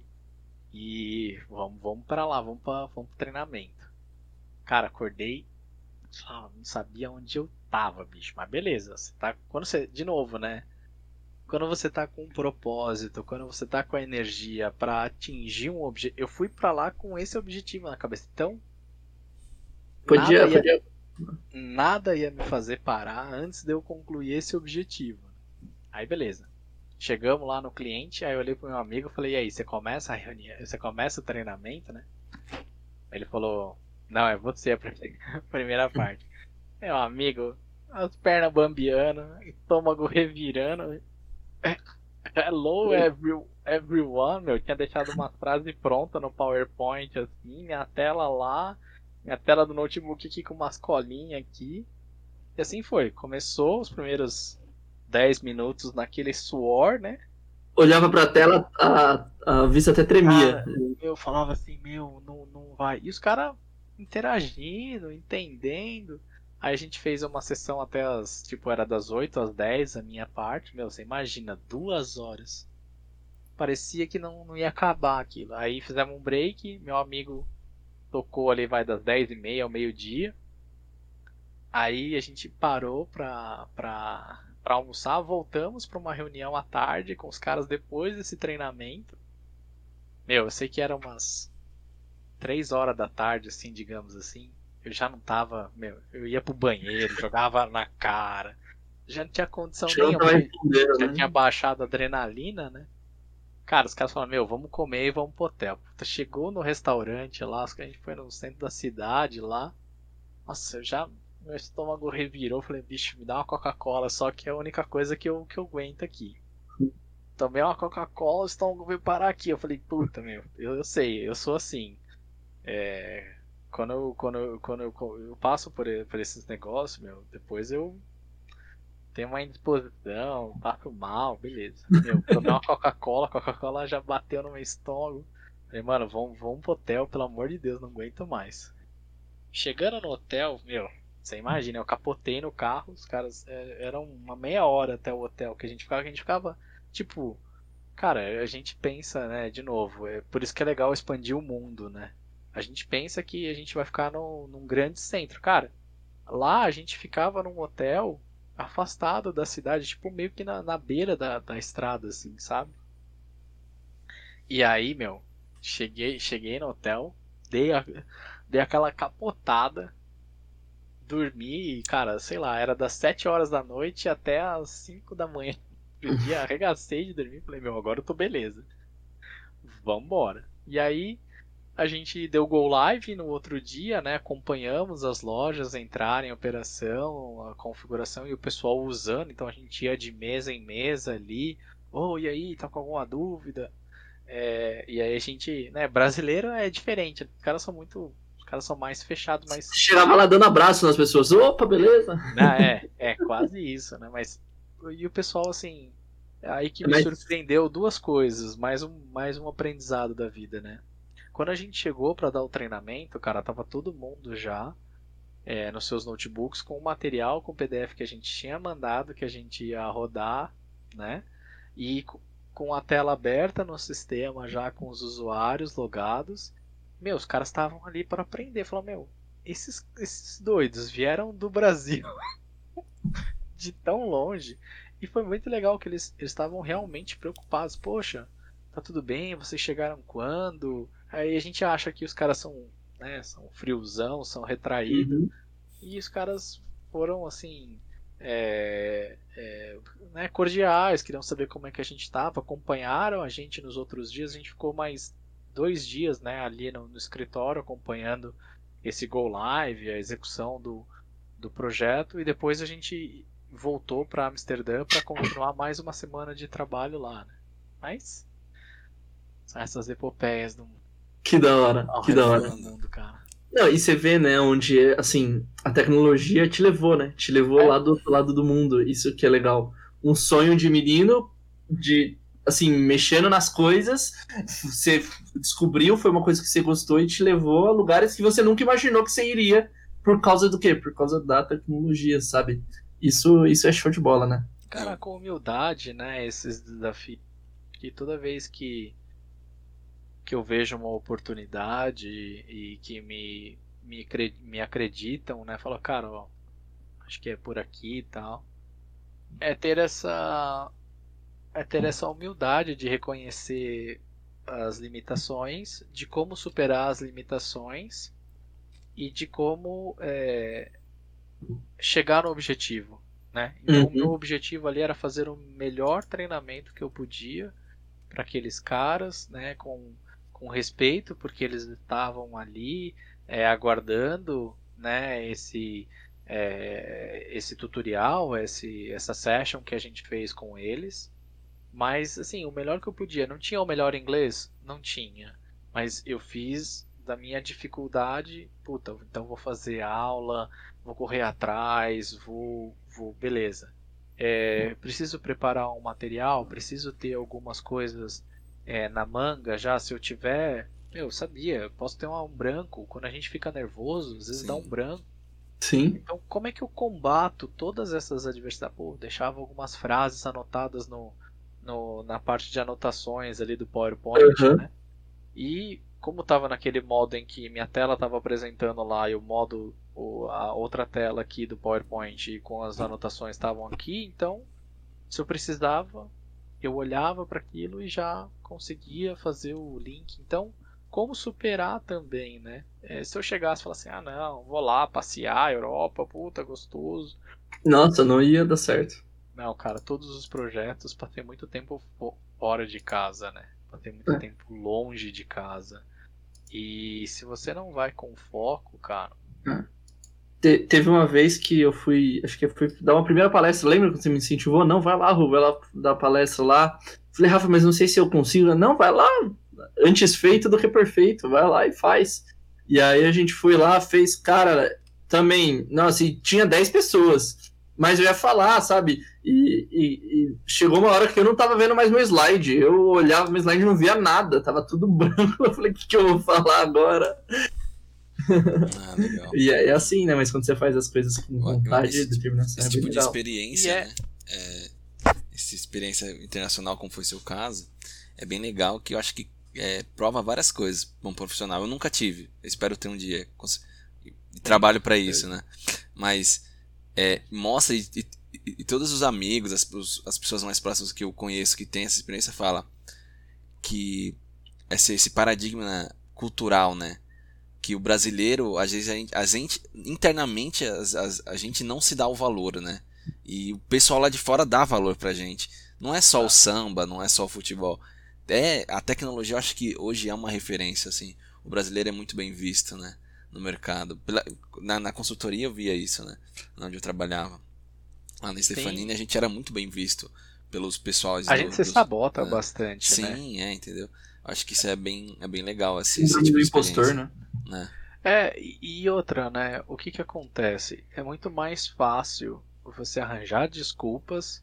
e vamos, vamos pra lá, vamos, pra, vamos pro treinamento. Cara, acordei, ah, não sabia onde eu tava, bicho, mas beleza, você tá, quando você, de novo, né, quando você tá com um propósito, quando você tá com a energia pra atingir um objetivo, eu fui pra lá com esse objetivo na cabeça, então Podia, nada ia- podia. nada ia me fazer parar antes de eu concluir esse objetivo. Aí beleza. Chegamos lá no cliente, aí eu olhei pro meu amigo e falei, e aí, você começa a reunião, você começa o treinamento, né? Ele falou, não, é você a prime- a primeira parte. Meu amigo, as pernas bambeando, estômago revirando. Hello every, everyone, eu tinha deixado uma frase pronta no PowerPoint assim, minha tela lá, minha tela do notebook aqui com umas colinhas aqui. E assim foi, começou os primeiros dez minutos naquele suor, né? Olhava pra tela, a, a vista até tremia. Cara, eu falava assim, meu, não, não vai. E os caras interagindo, entendendo. Aí a gente fez uma sessão até as, tipo, era das oito às dez a minha parte. Meu, você imagina, duas horas. Parecia que não, não ia acabar aquilo. Aí fizemos um break, meu amigo tocou ali, vai das dez e meia ao meio-dia. Aí a gente parou pra, pra, pra almoçar, voltamos pra uma reunião à tarde com os caras depois desse treinamento. Meu, eu sei que era umas três horas da tarde, assim, digamos assim. Eu já não tava, meu, eu ia pro banheiro, jogava na cara. Já não tinha condição Já não nenhuma, tava porque entendendo, já né? tinha baixado a adrenalina, né? Cara, os caras falaram, meu, vamos comer e vamos pro hotel. Puta, chegou no restaurante lá, acho que a gente foi no centro da cidade lá. Nossa, eu já, meu estômago revirou, falei, bicho, me dá uma Coca-Cola, só que é a única coisa que eu, que eu aguento aqui. Tomei uma Coca-Cola, o estômago veio parar aqui. Eu falei, puta, meu, eu, eu sei, eu sou assim. É, quando eu, quando eu, quando eu, eu passo por, por esses negócios, meu, depois eu tenho uma indisposição, passo mal, beleza. Meu, tomei uma Coca-Cola, a Coca-Cola já bateu no meu estômago. Falei, mano, vamos, vamos pro hotel, pelo amor de Deus, não aguento mais. Chegando no hotel, meu, você imagina, eu capotei no carro, os caras, é, eram uma meia hora até o hotel que a gente ficava, que a gente ficava, tipo, cara, a gente pensa, né, de novo, é por isso que é legal expandir o mundo, né? A gente pensa que a gente vai ficar no, num grande centro, cara. Lá a gente ficava num hotel afastado da cidade, tipo meio que na, na beira da, da estrada, assim, sabe? E aí, meu, cheguei, cheguei no hotel, dei, a, dei aquela capotada, dormi e, cara, sei lá, era das sete horas da noite até as cinco da manhã do dia, arregacei de dormir, falei, meu, agora eu tô beleza. Vambora. E aí, a gente deu go live no outro dia, né? Acompanhamos as lojas entrarem em operação, a configuração e o pessoal usando. Então a gente ia de mesa em mesa ali. Oh, e aí, tá com alguma dúvida? É, e aí a gente, né? Brasileiro é diferente. Os caras são muito, os caras são mais fechados, mas Chegava lá dando abraço nas pessoas. Opa, beleza? ah, é, é quase isso, né? Mas e o pessoal assim, aí que me Mas- surpreendeu duas coisas, mais um, mais um aprendizado da vida, né? Quando a gente chegou para dar o treinamento, cara, tava todo mundo já é, nos seus notebooks com o material, com o P D F que a gente tinha mandado, que a gente ia rodar, né? E co- com a tela aberta no sistema, já com os usuários logados. Meu, os caras estavam ali para aprender. Falaram, meu, esses, esses doidos vieram do Brasil de tão longe. E foi muito legal que eles eles estavam realmente preocupados. Poxa, tá tudo bem? Vocês chegaram quando? Aí a gente acha que os caras são, né, são friozão, são retraídos. Uhum. E os caras foram assim, é, é, né, cordiais, queriam saber como é que a gente estava, acompanharam a gente nos outros dias. A gente ficou mais dois dias, né, ali no, no escritório acompanhando esse go live, a execução do, do projeto, e depois a gente voltou para Amsterdã para continuar mais uma semana de trabalho lá, né? Mas são essas epopeias do Que da hora, ao que da redor hora. do mundo, cara. Não, e você vê, né, onde, assim, a tecnologia te levou, né? Te levou É. lá do outro lado do mundo. Isso que é legal. Um sonho de menino, de, assim, mexendo nas coisas, você descobriu, foi uma coisa que você gostou e te levou a lugares que você nunca imaginou que você iria por causa do quê? Por causa da tecnologia, sabe? Isso, isso é show de bola, né? Cara, com humildade, né? Esses desafios. Que toda vez que, que eu vejo uma oportunidade e que me, me, me acreditam, né? Falo, cara, ó, acho que é por aqui e tal. É ter essa. É ter essa humildade de reconhecer as limitações, de como superar as limitações e de como é, chegar no objetivo, né? Então, uhum. O meu objetivo ali era fazer o melhor treinamento que eu podia para aqueles caras, né? Com, com respeito, porque eles estavam ali é, aguardando, né? Esse, é, esse tutorial, esse, essa session que a gente fez com eles. Mas, assim, o melhor que eu podia. Não tinha o melhor inglês? Não tinha. Mas eu fiz da minha dificuldade. Puta, então vou fazer aula, vou correr atrás, vou... vou beleza. É, preciso preparar um material, preciso ter algumas coisas é, na manga já. Se eu tiver... Eu sabia, posso ter um branco. Quando a gente fica nervoso, às vezes Sim. dá um branco. Sim. Então, como é que eu combato todas essas adversidades? Pô, deixava algumas frases anotadas no... No, na parte de anotações ali do PowerPoint, uhum. né? E como estava naquele modo em que minha tela estava apresentando lá e o modo, o, a outra tela aqui do PowerPoint com as anotações estavam aqui, então se eu precisava, eu olhava para aquilo e já conseguia fazer o link. Então, como superar também, né? É, se eu chegasse e falasse, ah não, vou lá passear, Europa, puta, gostoso. Nossa, não ia dar certo. Não, cara, todos os projetos para ter muito tempo fora de casa, né? Para ter muito é. tempo longe de casa. E se você não vai com foco, cara... É. Te, teve uma vez que eu fui, acho que eu fui dar uma primeira palestra, lembra que você me incentivou? Não, vai lá, Ru, vai lá dar palestra lá. Falei, Rafa, mas não sei se eu consigo. Não, vai lá, antes feito do que perfeito, vai lá e faz. E aí a gente foi lá, fez, cara, também, nossa, e tinha dez pessoas... Mas eu ia falar, sabe? E, e, e chegou uma hora que eu não tava vendo mais meu slide. Eu olhava meu slide e não via nada. Tava tudo branco. Eu falei, o que, que eu vou falar agora? Ah, legal. E é, é assim, né? Mas quando você faz as coisas com vontade e determinação, esse é tipo bem de legal. experiência, é... né? É, essa experiência internacional, como foi seu caso, é bem legal, que eu acho que é, prova várias coisas para um profissional. Eu nunca tive. Eu espero ter um dia. E trabalho para isso, né? Mas... É, mostra e, e, e todos os amigos, as, os, as pessoas mais próximas que eu conheço que têm essa experiência falam que esse, esse paradigma cultural, né, que o brasileiro, às vezes a gente, a gente internamente as, as, a gente não se dá o valor, né, e o pessoal lá de fora dá valor pra gente. Não é só o samba, não é só o futebol, é, a tecnologia eu acho que hoje é uma referência, assim, o brasileiro é muito bem visto, né, no mercado. Na, na consultoria eu via isso, né? Onde eu trabalhava. Lá na Stefanini a gente era muito bem visto pelos pessoais. A do, gente se dos, sabota né? bastante, Sim, né? Sim, é, entendeu? Acho que isso é bem, é bem legal. Assim, esse tipo de impostor, né? né? É, e outra, né? O que que acontece? É muito mais fácil você arranjar desculpas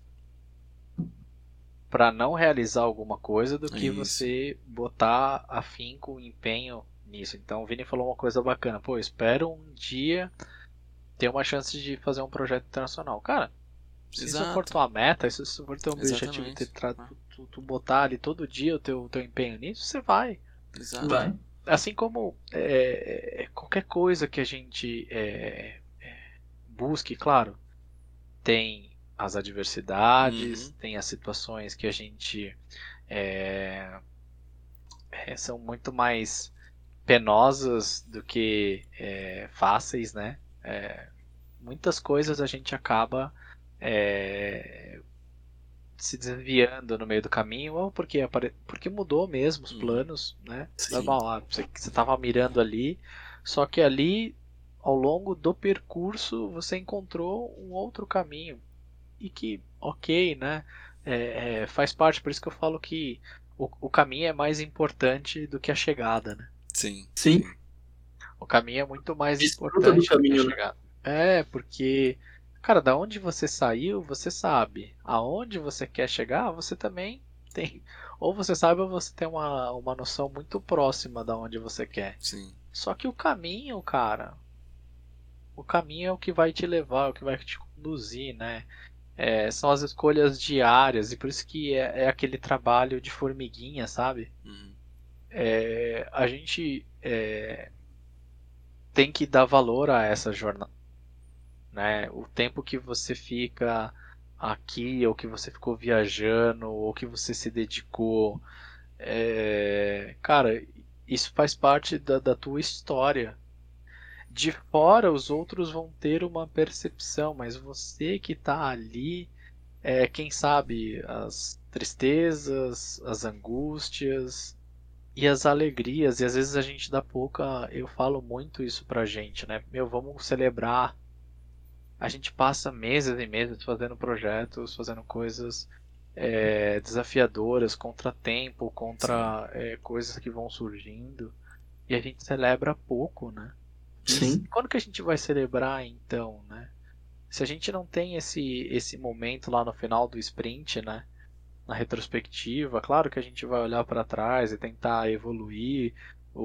para não realizar alguma coisa do que isso. Você botar afinco, empenho nisso. Então o Vini falou uma coisa bacana. Pô, espero um dia ter uma chance de fazer um projeto internacional. Cara, se Exato. Isso for tua meta, se isso for teu objetivo, ter tra- tu, tu botar ali todo dia o teu, teu empenho nisso, você vai. Exato. Vai. Assim como é, qualquer coisa que a gente é, é, busque, claro, tem as adversidades, uhum. tem as situações que a gente é, é, são muito mais penosas do que é, fáceis, né? É, muitas coisas a gente acaba é, se desviando no meio do caminho, ou porque, apare... porque mudou mesmo os planos, hum, né? Normal, você estava mirando ali, só que ali, ao longo do percurso, você encontrou um outro caminho, e que, ok, né? É, é, faz parte, por isso que eu falo que o, o caminho é mais importante do que a chegada, né? Sim. Sim. O caminho é muito mais Desfruta importante do caminho, do que a chegada. Né? É, porque, cara, da onde você saiu, você sabe. Aonde você quer chegar, você também tem. Ou você sabe ou você tem uma, uma noção muito próxima da onde você quer. Sim. Só que o caminho, cara, o caminho é o que vai te levar, é o que vai te conduzir, né? É, são as escolhas diárias, e por isso que é, é aquele trabalho de formiguinha, sabe? Uhum. É, a gente é, tem que dar valor a essa jornada, né? O tempo que você fica aqui, ou que você ficou viajando, ou que você se dedicou, é, cara, isso faz parte da, da tua história. De fora, os outros vão ter uma percepção, mas você que tá ali, é, quem sabe as tristezas, as angústias e as alegrias, e às vezes a gente dá pouca. Eu falo muito isso pra gente, né? Meu, vamos celebrar. A gente passa meses e meses fazendo projetos, fazendo coisas é, desafiadoras, contra tempo, contra é, coisas que vão surgindo, e a gente celebra pouco, né? Sim. E quando que a gente vai celebrar então, né? Se a gente não tem esse, esse momento lá no final do sprint, né? Na retrospectiva, claro que a gente vai olhar para trás e tentar evoluir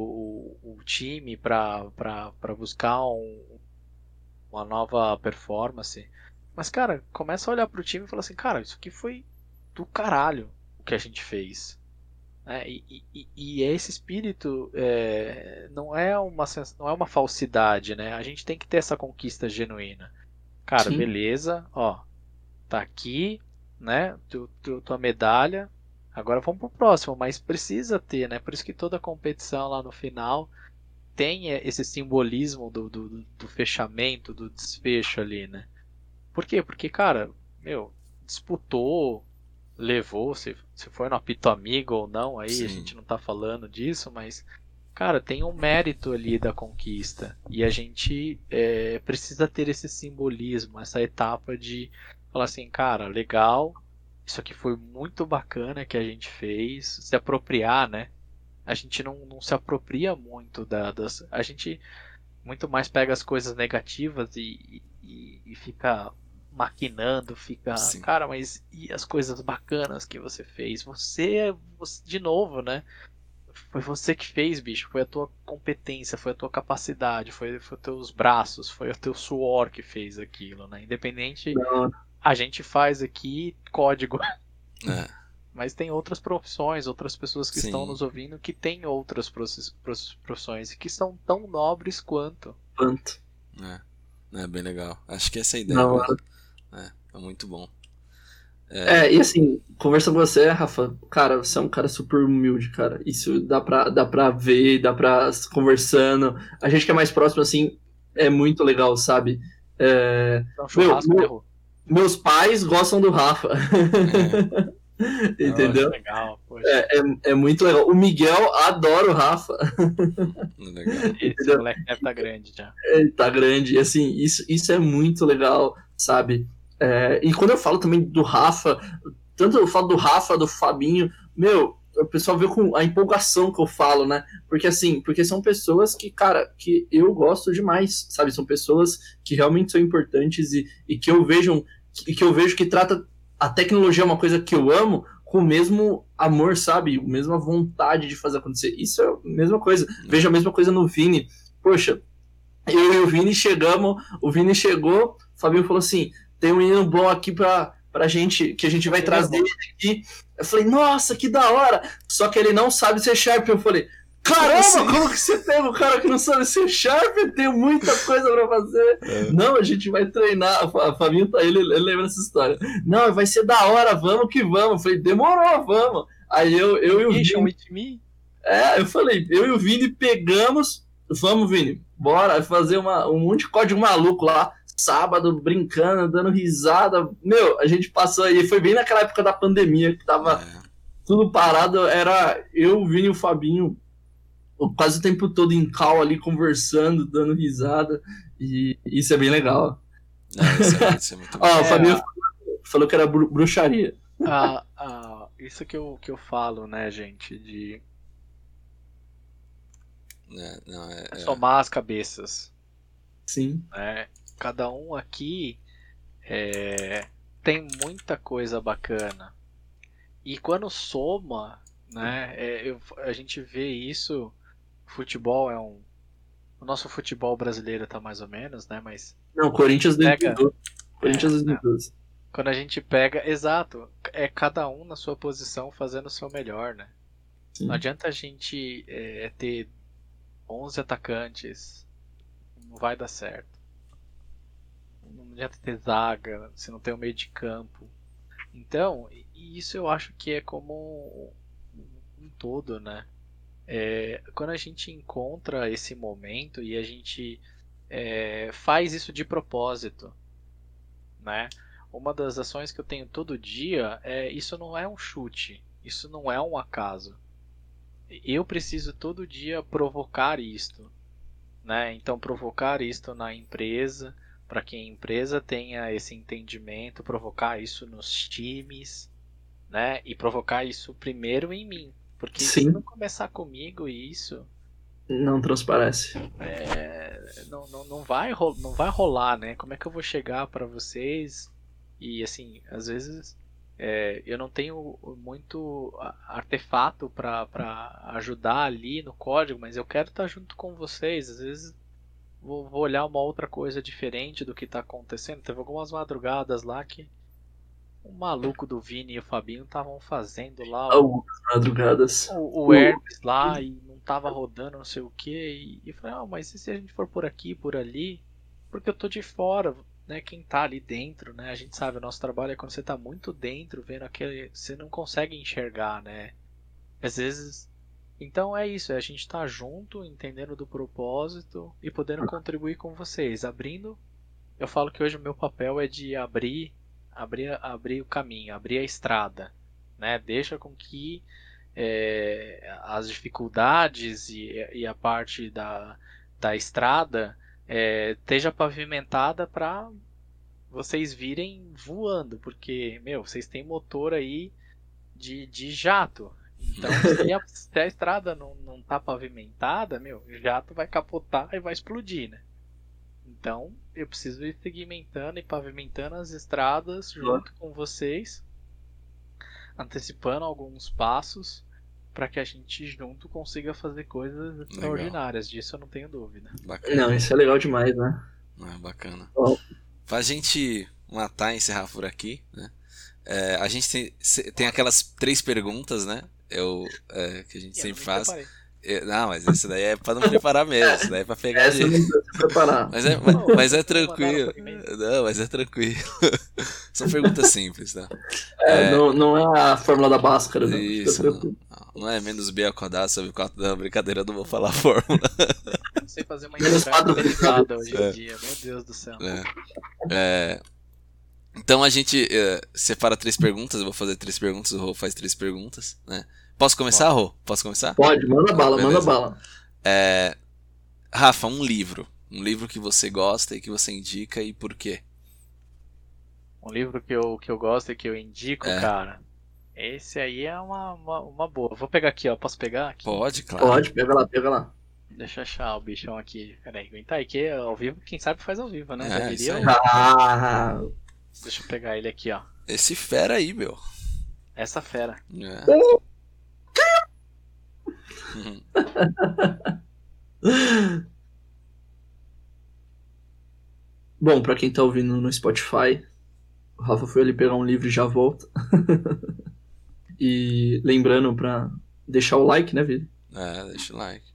o, o time para buscar um, uma nova performance. Mas, cara, começa a olhar pro time e falar assim, cara, isso aqui foi do caralho o que a gente fez. É, e, e, e esse espírito é, não, é uma, não é uma falsidade, né? A gente tem que ter essa conquista genuína. Cara, Sim. beleza, ó, tá aqui, né? Tu, tu, tua medalha. Agora vamos pro próximo, mas precisa ter, né? Por isso que toda competição lá no final tem esse simbolismo do, do, do fechamento, do desfecho ali, né? Por quê? Porque, cara, meu, disputou, levou, se, se foi no apito amigo ou não, aí Sim. a gente não tá falando disso, mas, cara, tem um mérito ali da conquista. E a gente é, precisa ter esse simbolismo, essa etapa de falar assim, cara, legal, isso aqui foi muito bacana que a gente fez, se apropriar, né? A gente não, não se apropria muito da, das. A gente muito mais pega as coisas negativas e, e, e fica maquinando, fica, Sim. cara, mas e as coisas bacanas que você fez? Você, você, de novo, né? Foi você que fez, bicho. Foi a tua competência, foi a tua capacidade, foi, foi os teus braços, foi o teu suor que fez aquilo, né? Independente, Não. a gente faz aqui código. É. Mas tem outras profissões, outras pessoas que Sim. estão nos ouvindo que têm outras profissões e que são tão nobres quanto. Quanto. É. É bem legal. Acho que essa é a ideia. Da mesmo. hora. É, é muito bom. É, e assim, conversando com você, Rafa, cara, você é um cara super humilde, cara. Isso dá pra, dá pra ver, dá pra conversando. A gente que é mais próximo, assim, é muito legal, sabe? É, Então, churrasco, meu, meu, meus pais gostam do Rafa. É. Entendeu? Legal, poxa. É, é, é muito legal. O Miguel adora o Rafa. Legal. Esse entendeu? moleque deve estar grande já. Ele tá grande. E assim, isso, isso é muito legal, sabe? É, e quando eu falo também do Rafa, tanto eu falo do Rafa, do Fabinho, meu, o pessoal vê com a empolgação que eu falo, né? Porque assim, porque são pessoas que, cara, que eu gosto demais, sabe? São pessoas que realmente são importantes e, e que eu vejo que, que eu vejo que trata a tecnologia é uma coisa que eu amo com o mesmo amor, sabe? A mesma vontade de fazer acontecer. Isso é a mesma coisa. Vejo a mesma coisa no Vini. Poxa, eu e o Vini chegamos, o Vini chegou, o Fabinho falou assim, tem um menino bom aqui pra, pra gente, que a gente vai trazer ele aqui. Eu falei, nossa, que da hora! Só que ele não sabe ser Sharp. Eu falei, caramba, Assim? como que você pega o cara que não sabe ser Sharp? Tem muita coisa pra fazer. É. Não, a gente vai treinar. O Fabinho, tá, ele, ele lembra essa história. Não, vai ser da hora, vamos que vamos. Eu falei, demorou, vamos. Aí eu, eu e o Mission Vini... with me? É, eu falei, eu e o Vini pegamos... Vamos, Vini, bora fazer uma, um monte de código maluco lá, sábado, brincando, dando risada. Meu, a gente passou aí, foi bem naquela época da pandemia, que tava É. tudo parado, era eu, o Vini e o Fabinho, quase o tempo todo em call ali, conversando, dando risada, e isso é bem legal. É, isso é, isso é muito bom. Ó, o É, Fabinho a- falou que era bru- bruxaria. Ah, ah, isso que eu, que eu falo, né, gente, de É, não, é, é. somar as cabeças, Sim, né? Cada um aqui é, tem muita coisa bacana. E quando soma, né, é, eu- a gente vê isso, futebol é um, o nosso futebol brasileiro tá mais ou menos, né? Mas. Não, Corinthians pega... dois mil e doze. Corinthians é, dois mil e doze. Quando a gente pega. Exato, é cada um na sua posição fazendo o seu melhor, né? Sim. Não adianta a gente é, ter onze atacantes, não vai dar certo. Não adianta ter zaga, se não tem o meio de campo. Então, e isso eu acho que é como um todo, né? É, quando a gente encontra esse momento e a gente é, faz isso de propósito, né? Uma das ações que eu tenho todo dia é isso não é um chute, isso não é um acaso. Eu preciso todo dia provocar isto, né? Então provocar isto na empresa, para que a empresa tenha esse entendimento, provocar isso nos times, né? E provocar isso primeiro em mim, porque Sim. se não começar comigo isso, não transparece. É, não, não, não, vai rolar, não vai rolar, né? Como é que eu vou chegar para vocês? E assim, às vezes é, eu não tenho muito artefato para ajudar ali no código, mas eu quero estar junto com vocês. Às vezes vou, vou olhar uma outra coisa diferente do que está acontecendo. Teve algumas madrugadas lá que o maluco do Vini e o Fabinho estavam fazendo lá algumas madrugadas o, o Hermes lá e não tava rodando não sei o que. E, e falei, ah, mas e se a gente for por aqui, por ali? Porque eu tô de fora, né? Quem tá ali dentro, né? A gente sabe, o nosso trabalho é quando você tá muito dentro, vendo aquele. Você não consegue enxergar, né? Às vezes. Então é isso, é a gente tá junto, entendendo do propósito e podendo contribuir com vocês. Abrindo. Eu falo que hoje o meu papel é de abrir. Abrir, abrir o caminho, abrir a estrada, né? Deixa com que é, as dificuldades e, e a parte da, da estrada é, esteja pavimentada para vocês virem voando, porque, meu, vocês têm motor aí de, de jato, então se a, se a estrada não, não tá pavimentada, meu, o jato vai capotar e vai explodir, né? Então, eu preciso ir segmentando e pavimentando as estradas junto com vocês, antecipando alguns passos para que a gente junto consiga fazer coisas extraordinárias. Disso eu não tenho dúvida. Bacana. Não, isso é legal demais, né? Ah, bacana. Bom. Pra gente matar e encerrar por aqui, né? É, a gente tem, tem aquelas três perguntas, né? Eu, é, que a gente Eu sempre não me faz. preparei. Não, mas esse daí é pra não preparar mesmo, isso daí é pra pegar a Essa não gente. precisa se preparar. Mas é, mas, mas é Mandaram tranquilo. por e-mail. Não, mas é tranquilo. São perguntas simples, tá? É, É, não, não é a fórmula da Bhaskara, não. Isso, Fica não, tranquilo. não é menos B acordar sobre quatro da brincadeira, eu não vou falar a fórmula. Não sei fazer uma Menos estrada quatro derivada hoje É. em dia, meu Deus do céu. É. É, então a gente é, separa três perguntas, eu vou fazer três perguntas, o Rô faz três perguntas, né? Posso começar, Rô? Posso começar? Pode, manda bala, Beleza. manda bala. É, Rafa, um livro. Um livro que você gosta e que você indica e por quê? Um livro que eu, que eu gosto e que eu indico, É. cara. Esse aí é uma, uma, uma boa. Vou pegar aqui, ó. Posso pegar aqui? Pode, claro. Pode, pega lá, pega lá. Deixa eu achar o bichão aqui. Peraí, aguenta aí, que ao vivo, quem sabe faz ao vivo, né? É, Deveria isso aí. eu- Ah, Deixa eu pegar ele aqui, ó. Esse fera aí, meu. Essa fera. É. Uhum. Bom, pra quem tá ouvindo no Spotify, o Rafa foi ali pegar um livro e já volta. E lembrando pra deixar o like, né, Vini? É, deixa o like.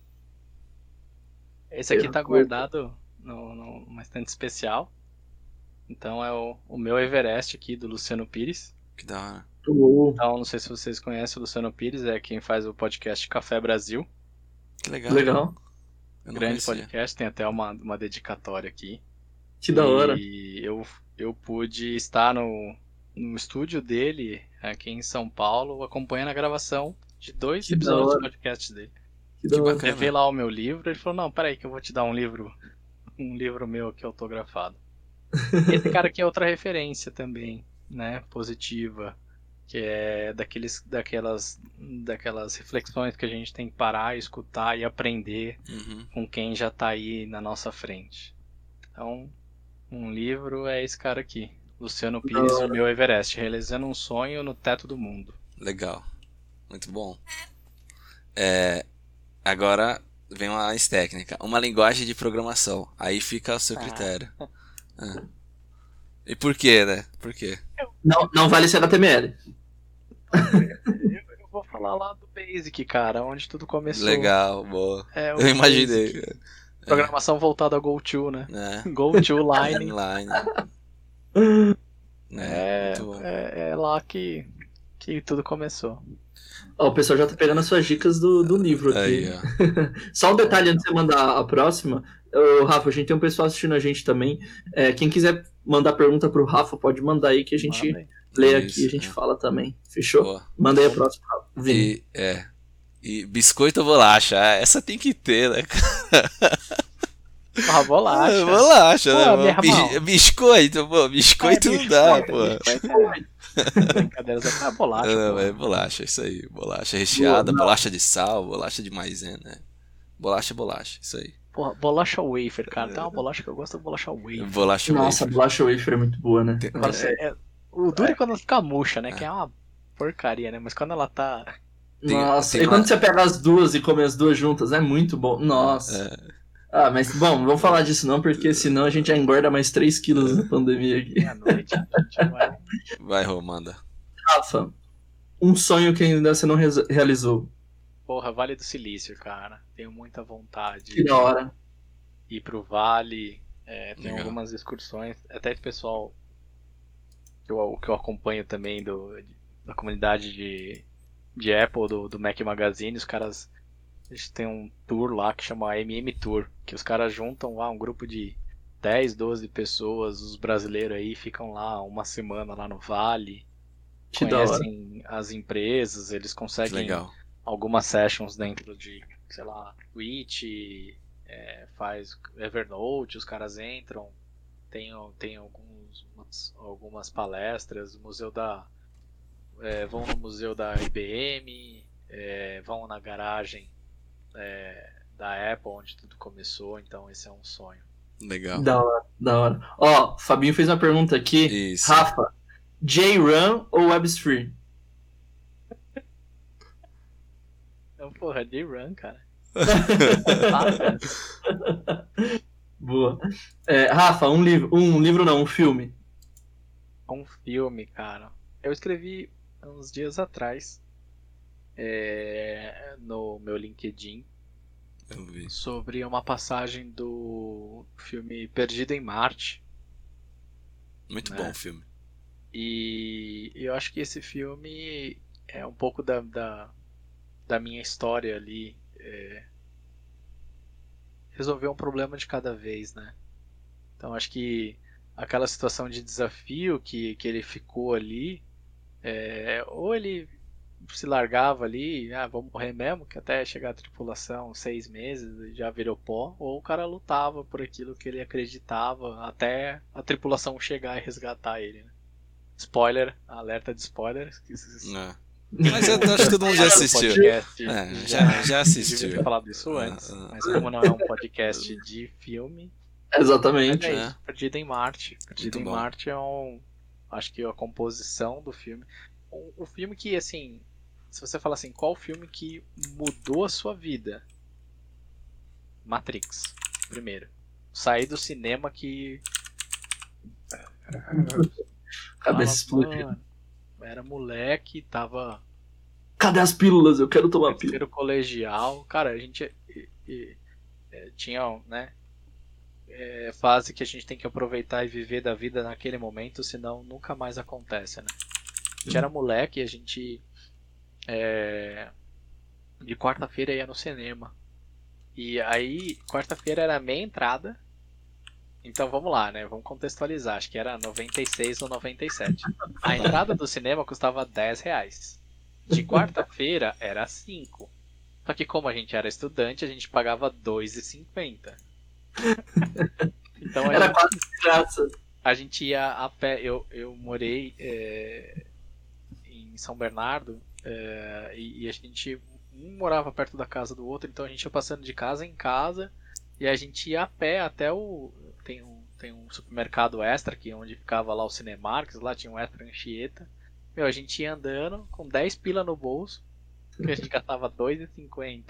Esse aqui Eu- tá guardado no, no, numa estante especial. Então é o, o meu Everest aqui do Luciano Pires. Que da hora. Oh, Então, não sei se vocês conhecem o Luciano Pires, é quem faz o podcast Café Brasil. Que legal. legal. Eu não Grande conhecia. podcast, tem até uma, uma dedicatória aqui. Que da hora. E eu, eu pude estar no, no estúdio dele, aqui em São Paulo, acompanhando a gravação de dois Que da episódios do hora. podcast dele. Que da Que hora. bacana. Levei lá o meu livro, ele falou, não, peraí que eu vou te dar um livro, um livro meu aqui autografado. Esse cara aqui é outra referência também, né, positiva, que é daqueles, daquelas, daquelas reflexões que a gente tem que parar, escutar e aprender Uhum. com quem já tá aí na nossa frente. Então, um livro é esse cara aqui, Luciano Pires, o meu Everest, realizando um sonho no teto do mundo. Legal. Muito bom. É, agora, vem uma mais técnica. Uma linguagem de programação. Aí fica ao seu critério. Ah. E por quê, né? Por quê? Não, não vale ser H T M L. Eu, eu vou falar lá do Basic, cara, onde tudo começou. Legal, boa. É, o Eu imaginei. Basic. Programação voltada a GoTo, né? É. GoTo Line. Line. É, muito bom. é, é lá que, que tudo começou. Ó, o pessoal já tá pegando as suas dicas do, do livro aqui. Aí, ó. Só um detalhe antes de você mandar a próxima. Ô, Rafa, a gente tem um pessoal assistindo a gente também. É, quem quiser mandar pergunta pro Rafa, pode mandar aí que a gente Manda aí. lê Isso, aqui e a gente é. fala também. Fechou? Boa. Manda aí a próxima, Rafa. Vini. E, é. E biscoito ou bolacha? Ah, essa tem que ter, né, cara? Ah, bolacha. Ah, bolacha, Pô, né? meu irmão. Bis- biscoito, pô. Biscoito É, não dá, biscoito, pô. biscoito é brincadeira, é bolacha. Não, pô. é bolacha, isso aí. Bolacha recheada, Boa, bolacha de sal, bolacha de maisena. Bolacha, bolacha, isso aí. Porra, bolacha wafer, cara. Tem uma bolacha que eu gosto, é bolacha wafer. Bolacha Nossa, a wafer. bolacha wafer é muito boa, né? Agora, você- é- o duro é quando ela fica murcha, né? Que é uma porcaria, né? Mas quando ela tá. Tem- Nossa, tem e quando uma- você pega as duas e come as duas juntas, é muito bom. Nossa. Ah, mas bom, não vamos falar disso não, porque senão a gente já engorda mais três quilos na pandemia aqui. Meia-noite, a gente vai. Vai, Romanda. Rafa, um sonho que ainda você não re- realizou. Porra, Vale do Silício, cara. Tenho muita vontade Que da hora. de ir pro Vale. É, tem Legal. algumas excursões. Até esse pessoal que eu, que eu acompanho também do, da comunidade de, de Apple, do, do Mac Magazine, os caras. Eles têm um tour lá que chama M M Tour. Que os caras juntam lá um grupo de dez, doze pessoas, os brasileiros aí, ficam lá uma semana lá no Vale. Que da hora. Conhecem as empresas, eles Que conseguem legal. algumas sessions dentro de, sei lá, Twitch, é, faz Evernote, os caras entram, tem, tem alguns, umas- algumas palestras, museu da, é, vão no museu da I B M, é, vão na garagem é, da Apple, onde tudo começou, então esse é um sonho. Legal. Da hora, da hora. Ó, Fabinho fez uma pergunta aqui. Isso. Rafa, J RAN ou WebSphere? Então, porra, de run, cara. Boa. É, Rafa, um livro. Um livro não, um filme. Um filme, cara. Eu escrevi uns dias atrás é, no meu LinkedIn Eu vi. sobre uma passagem do filme Perdido em Marte. Muito É. bom o filme. E eu acho que esse filme é um pouco da, da, da minha história ali. É, resolver um problema de cada vez, né? Então acho que aquela situação de desafio que, que ele ficou ali, é, ou ele se largava ali, ah, vou morrer mesmo, que até chegar a tripulação seis meses já virou pó, ou o cara lutava por aquilo que ele acreditava até a tripulação chegar e resgatar ele, né? Spoiler, alerta de spoilers. É. Mas eu acho que todo mundo já assistiu. Podcast, É, já, já assistiu. devia ter falado isso antes, Ah, ah. mas como não é um podcast de filme, Exatamente. é É. isso, Perdido em Marte. Perdido Muito em bom. Marte é um. Acho que a composição do filme. O, o filme que, assim. Se você falar assim, qual filme que mudou a sua vida? Matrix, primeiro. Saí do cinema que. Cabeça explodindo. Mano, era moleque, tava. Cadê as pílulas? Eu quero tomar pílula. Terceiro colegial. Cara, a gente e- e- é, tinha, né? É, fase que a gente tem que aproveitar e viver da vida naquele momento, senão nunca mais acontece, né? A gente era moleque e a gente é, de quarta-feira ia no cinema. E aí, quarta-feira era a meia entrada. Então vamos lá, né? Vamos contextualizar. Acho que era noventa e seis ou noventa e sete. A entrada do cinema custava dez reais. De quarta-feira era cinco. Só que como a gente era estudante, a gente pagava dois reais e cinquenta. Então a Era gente, quase de graça. a gente ia a pé. Eu, eu morei é, em São Bernardo é, e, e a gente um morava perto da casa do outro, então a gente ia passando de casa em casa e a gente ia a pé até o. Tem um, tem um supermercado Extra, que é onde ficava lá o Cinemarques, lá tinha um Extra Anchieta. Meu, a gente ia andando com dez pila no bolso, que a gente gastava dois reais e cinquenta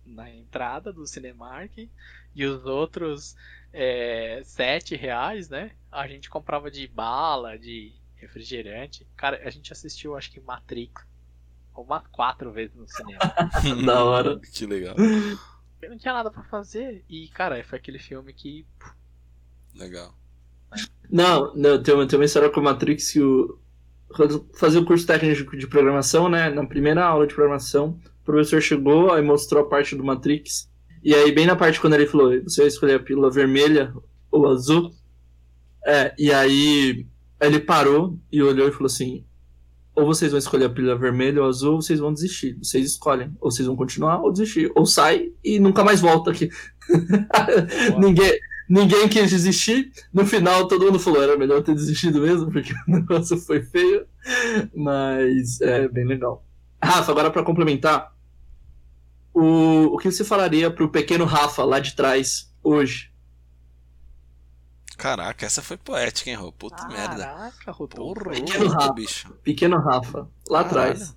na entrada do Cinemark e os outros é, sete reais, né? A gente comprava de bala, de refrigerante. Cara, a gente assistiu, acho que Matrix umas quatro vezes no cinema. Da hora. Que legal. Eu não tinha nada pra fazer e, cara, foi aquele filme que... Legal. Não, não tem, uma, tem uma história com o Matrix que o, quando fazia o curso técnico de programação, né? Na primeira aula de programação, o professor chegou e mostrou a parte do Matrix. E aí, bem na parte quando ele falou, você vai escolher a pílula vermelha ou azul. É, e aí ele parou e olhou e falou assim: ou vocês vão escolher a pílula vermelha ou azul, ou vocês vão desistir. Vocês escolhem. Ou vocês vão continuar ou desistir. Ou sai e nunca mais volta aqui. ninguém, ninguém quis desistir. No final, todo mundo falou, era melhor ter desistido mesmo, porque o negócio foi feio. Mas é bem legal. Rafa, agora para complementar, o, o que você falaria pro pequeno Rafa lá de trás, hoje? Caraca, essa foi poética, hein, Rô? Puta Caraca, merda. Caraca, Rodolfo. Porra, Pequeno louco, Rafa. bicho. Pequeno Rafa, lá Caralho. atrás.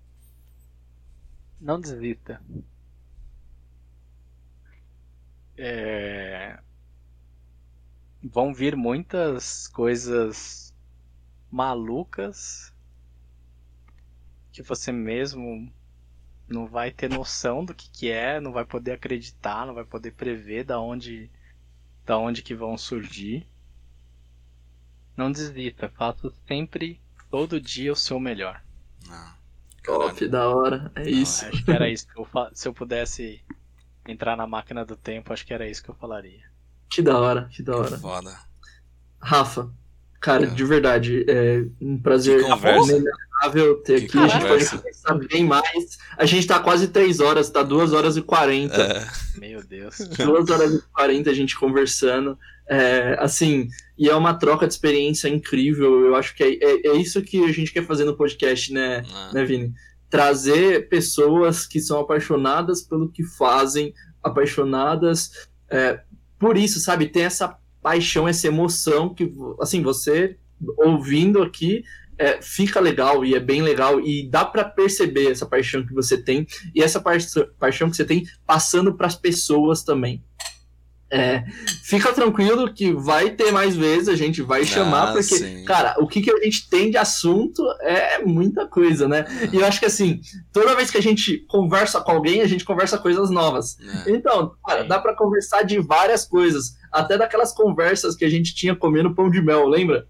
Não desista. É... Vão vir muitas coisas malucas que você mesmo não vai ter noção do que, que é, não vai poder acreditar, não vai poder prever da onde, da onde que vão surgir. Não desista, faça sempre, todo dia, o seu melhor. Ah, Top, caralho. da hora. É isso. Acho que era isso que eu fa... Se eu pudesse entrar na máquina do tempo, acho que era isso que eu falaria. Que da hora, que da hora. Foda. Rafa, cara, É. de verdade, é um prazer Que conversa. inegável ter Que aqui. A gente conversa. pode conversar bem mais. A gente tá quase três horas, tá duas horas e quarenta. É, Meu Deus. duas horas e quarenta a gente conversando. É, assim, e é uma troca de experiência incrível. Eu acho que é, é, é isso que a gente quer fazer no podcast, né, ah, né, Vini? Trazer pessoas que são apaixonadas pelo que fazem, apaixonadas é, por isso, sabe? Tem essa paixão, essa emoção que, assim, você ouvindo aqui é, fica legal e é bem legal e dá pra perceber essa paixão que você tem e essa pa- paixão que você tem passando pras pessoas também. É, fica tranquilo que vai ter mais vezes, a gente vai chamar, Ah, porque, sim. cara, o que, que a gente tem de assunto é muita coisa, né? E eu acho que, assim, toda vez que a gente conversa com alguém, a gente conversa coisas novas. é. Então, cara, dá pra conversar de várias coisas, até daquelas conversas que a gente tinha comendo pão de mel, lembra?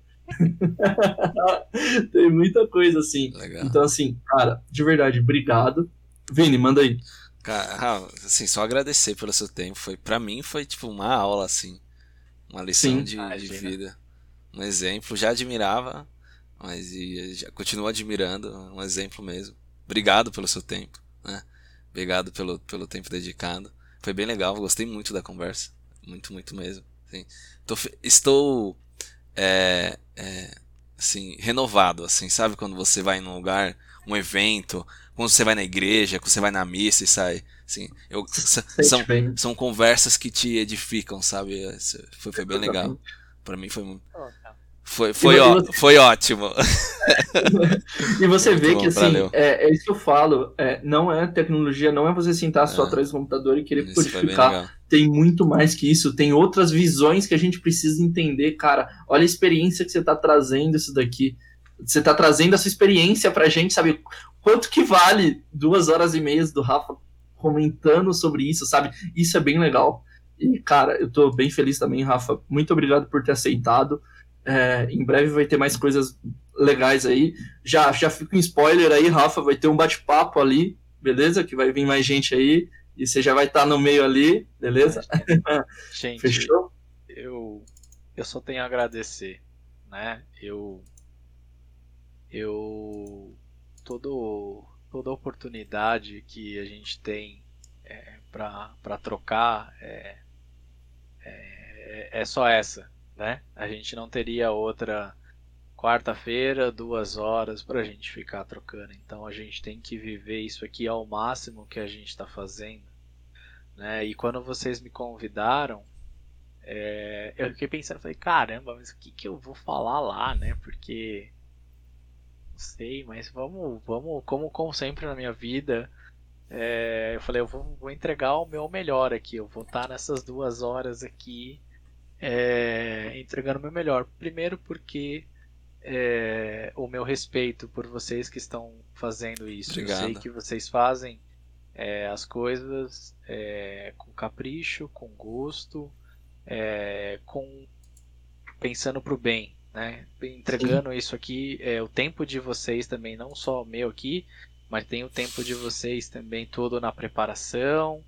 Tem muita coisa, assim. Legal. Então, assim, cara, de verdade, obrigado. Vini, manda aí. Cara, assim, só agradecer pelo seu tempo. Foi, pra mim foi tipo uma aula, assim. Uma lição Sim. de, de Imagina. vida. Um exemplo. Já admirava, mas e, já continuo admirando. Um exemplo mesmo. Obrigado pelo seu tempo, né? Obrigado pelo, pelo tempo dedicado. Foi bem legal, gostei muito da conversa. Muito, muito mesmo. Assim, tô fe- estou é, é, assim, renovado, assim, sabe? Quando você vai num lugar, um evento, quando você vai na igreja, quando você vai na missa e sai, assim, eu, s- Sente são, bem. são conversas que te edificam, sabe? Esse- Foi, foi bem legal. Pra mim foi muito- Pô, cara. foi, foi, E ó, você- foi ótimo. E você Muito vê bom, que, assim, valeu. é, é isso que eu falo, é, não é tecnologia, não é você sentar só É. atrás do computador e querer Isso foi bem codificar. legal. Tem muito mais que isso, tem outras visões que a gente precisa entender, cara. Olha a experiência que você tá trazendo isso daqui. Você tá trazendo essa experiência pra gente, sabe? Quanto que vale duas horas e meias do Rafa comentando sobre isso, sabe? Isso é bem legal. E, cara, eu tô bem feliz também, Rafa. Muito obrigado por ter aceitado. É, em breve vai ter mais coisas legais aí. Já, já fica um spoiler aí, Rafa. Vai ter um bate-papo ali, beleza? Que vai vir mais gente aí. E você já vai estar no meio ali, beleza? Gente, Fechou? eu, eu só tenho a agradecer, né? Eu, eu todo, toda oportunidade que a gente tem é, para para trocar é, é, é só essa, né? A gente não teria outra quarta-feira, duas horas para a gente ficar trocando. Então a gente tem que viver isso aqui ao máximo que a gente está fazendo, né? E quando vocês me convidaram, é, eu fiquei pensando, falei, caramba, mas o que, que eu vou falar lá, né? Porque não sei, mas vamos, vamos, como, como sempre na minha vida, é, eu falei, eu vou, vou entregar o meu melhor aqui, eu vou estar nessas duas horas aqui é, entregando o meu melhor. Primeiro porque é, o meu respeito por vocês que estão fazendo isso. Obrigado. Eu sei que vocês fazem é, as coisas é, com capricho, com gosto, é, com pensando pro bem, né? Entregando Sim. isso aqui, é, o tempo de vocês também, não só o meu aqui, mas tem o tempo de vocês também todo na preparação,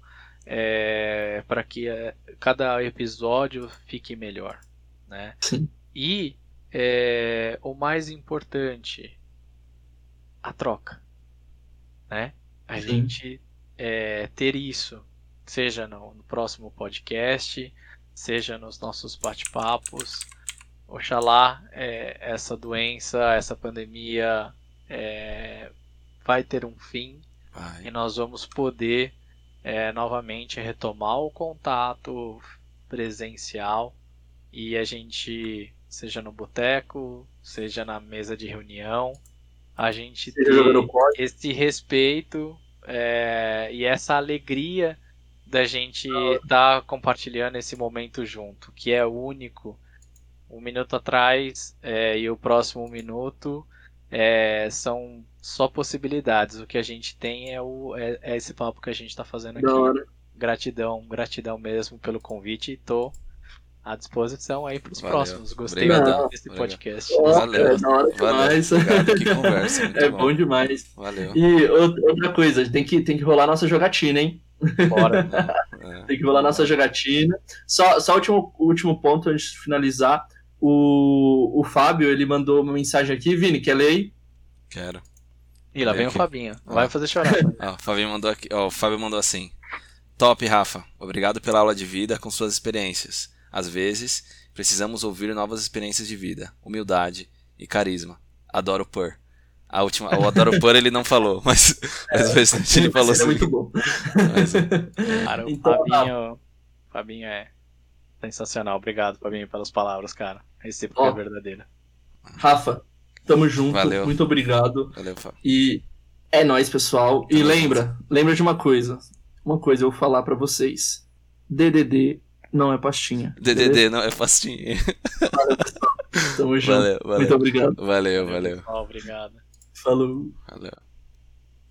é, para que é, cada episódio fique melhor, né? Sim. E é, o mais importante, a troca, né? A Sim. gente é, ter isso, seja no, no próximo podcast, seja nos nossos bate-papos. Oxalá é, essa doença, essa pandemia é, vai ter um fim Ai. e nós vamos poder é, novamente retomar o contato presencial e a gente, seja no boteco, seja na mesa de reunião, a gente ter esse respeito é, e essa alegria da gente estar tá compartilhando esse momento junto, que é único. Um minuto atrás é, e o próximo minuto é, são só possibilidades. O que a gente tem é, o, é, é esse papo que a gente está fazendo aqui. Hora. Gratidão, gratidão mesmo pelo convite. Estou à disposição aí para os próximos. Gostei Obrigado. desse podcast. Oh, Valeu. É da hora demais. Obrigado, que conversa. Muito é bom. bom demais. Valeu. E outra coisa, tem que, tem que rolar nossa jogatina, hein? Bora. É. Tem que rolar nossa jogatina. Só, só o último, último ponto antes de finalizar. O, o Fábio, ele mandou uma mensagem aqui. Vini, quer ler aí? Quero. E lá vem aqui. o Fabinho. Vai me fazer chorar. Ó, o Fabinho mandou aqui, ó, o Fábio mandou assim: Top, Rafa. Obrigado pela aula de vida com suas experiências. Às vezes, precisamos ouvir novas experiências de vida, humildade e carisma. Adoro Pur. A última, o Adoro Pur ele não falou, mas, mas o restante ele falou assim. É muito bom. Mas, é. Cara, o Então, Fabinho, Fabinho é sensacional. Obrigado, Fabinho, pelas palavras, cara. A recíproca é verdadeira. Rafa, tamo junto. Valeu. Muito obrigado. Valeu, Fábio. E é nóis, pessoal. E Tamo lembra, junto. lembra de uma coisa. Uma coisa eu vou falar pra vocês. D D D não é pastinha. D D D não é pastinha. Valeu, pessoal. Tamo junto. Valeu, valeu. Muito obrigado. Valeu, valeu. Obrigado. Falou. Valeu.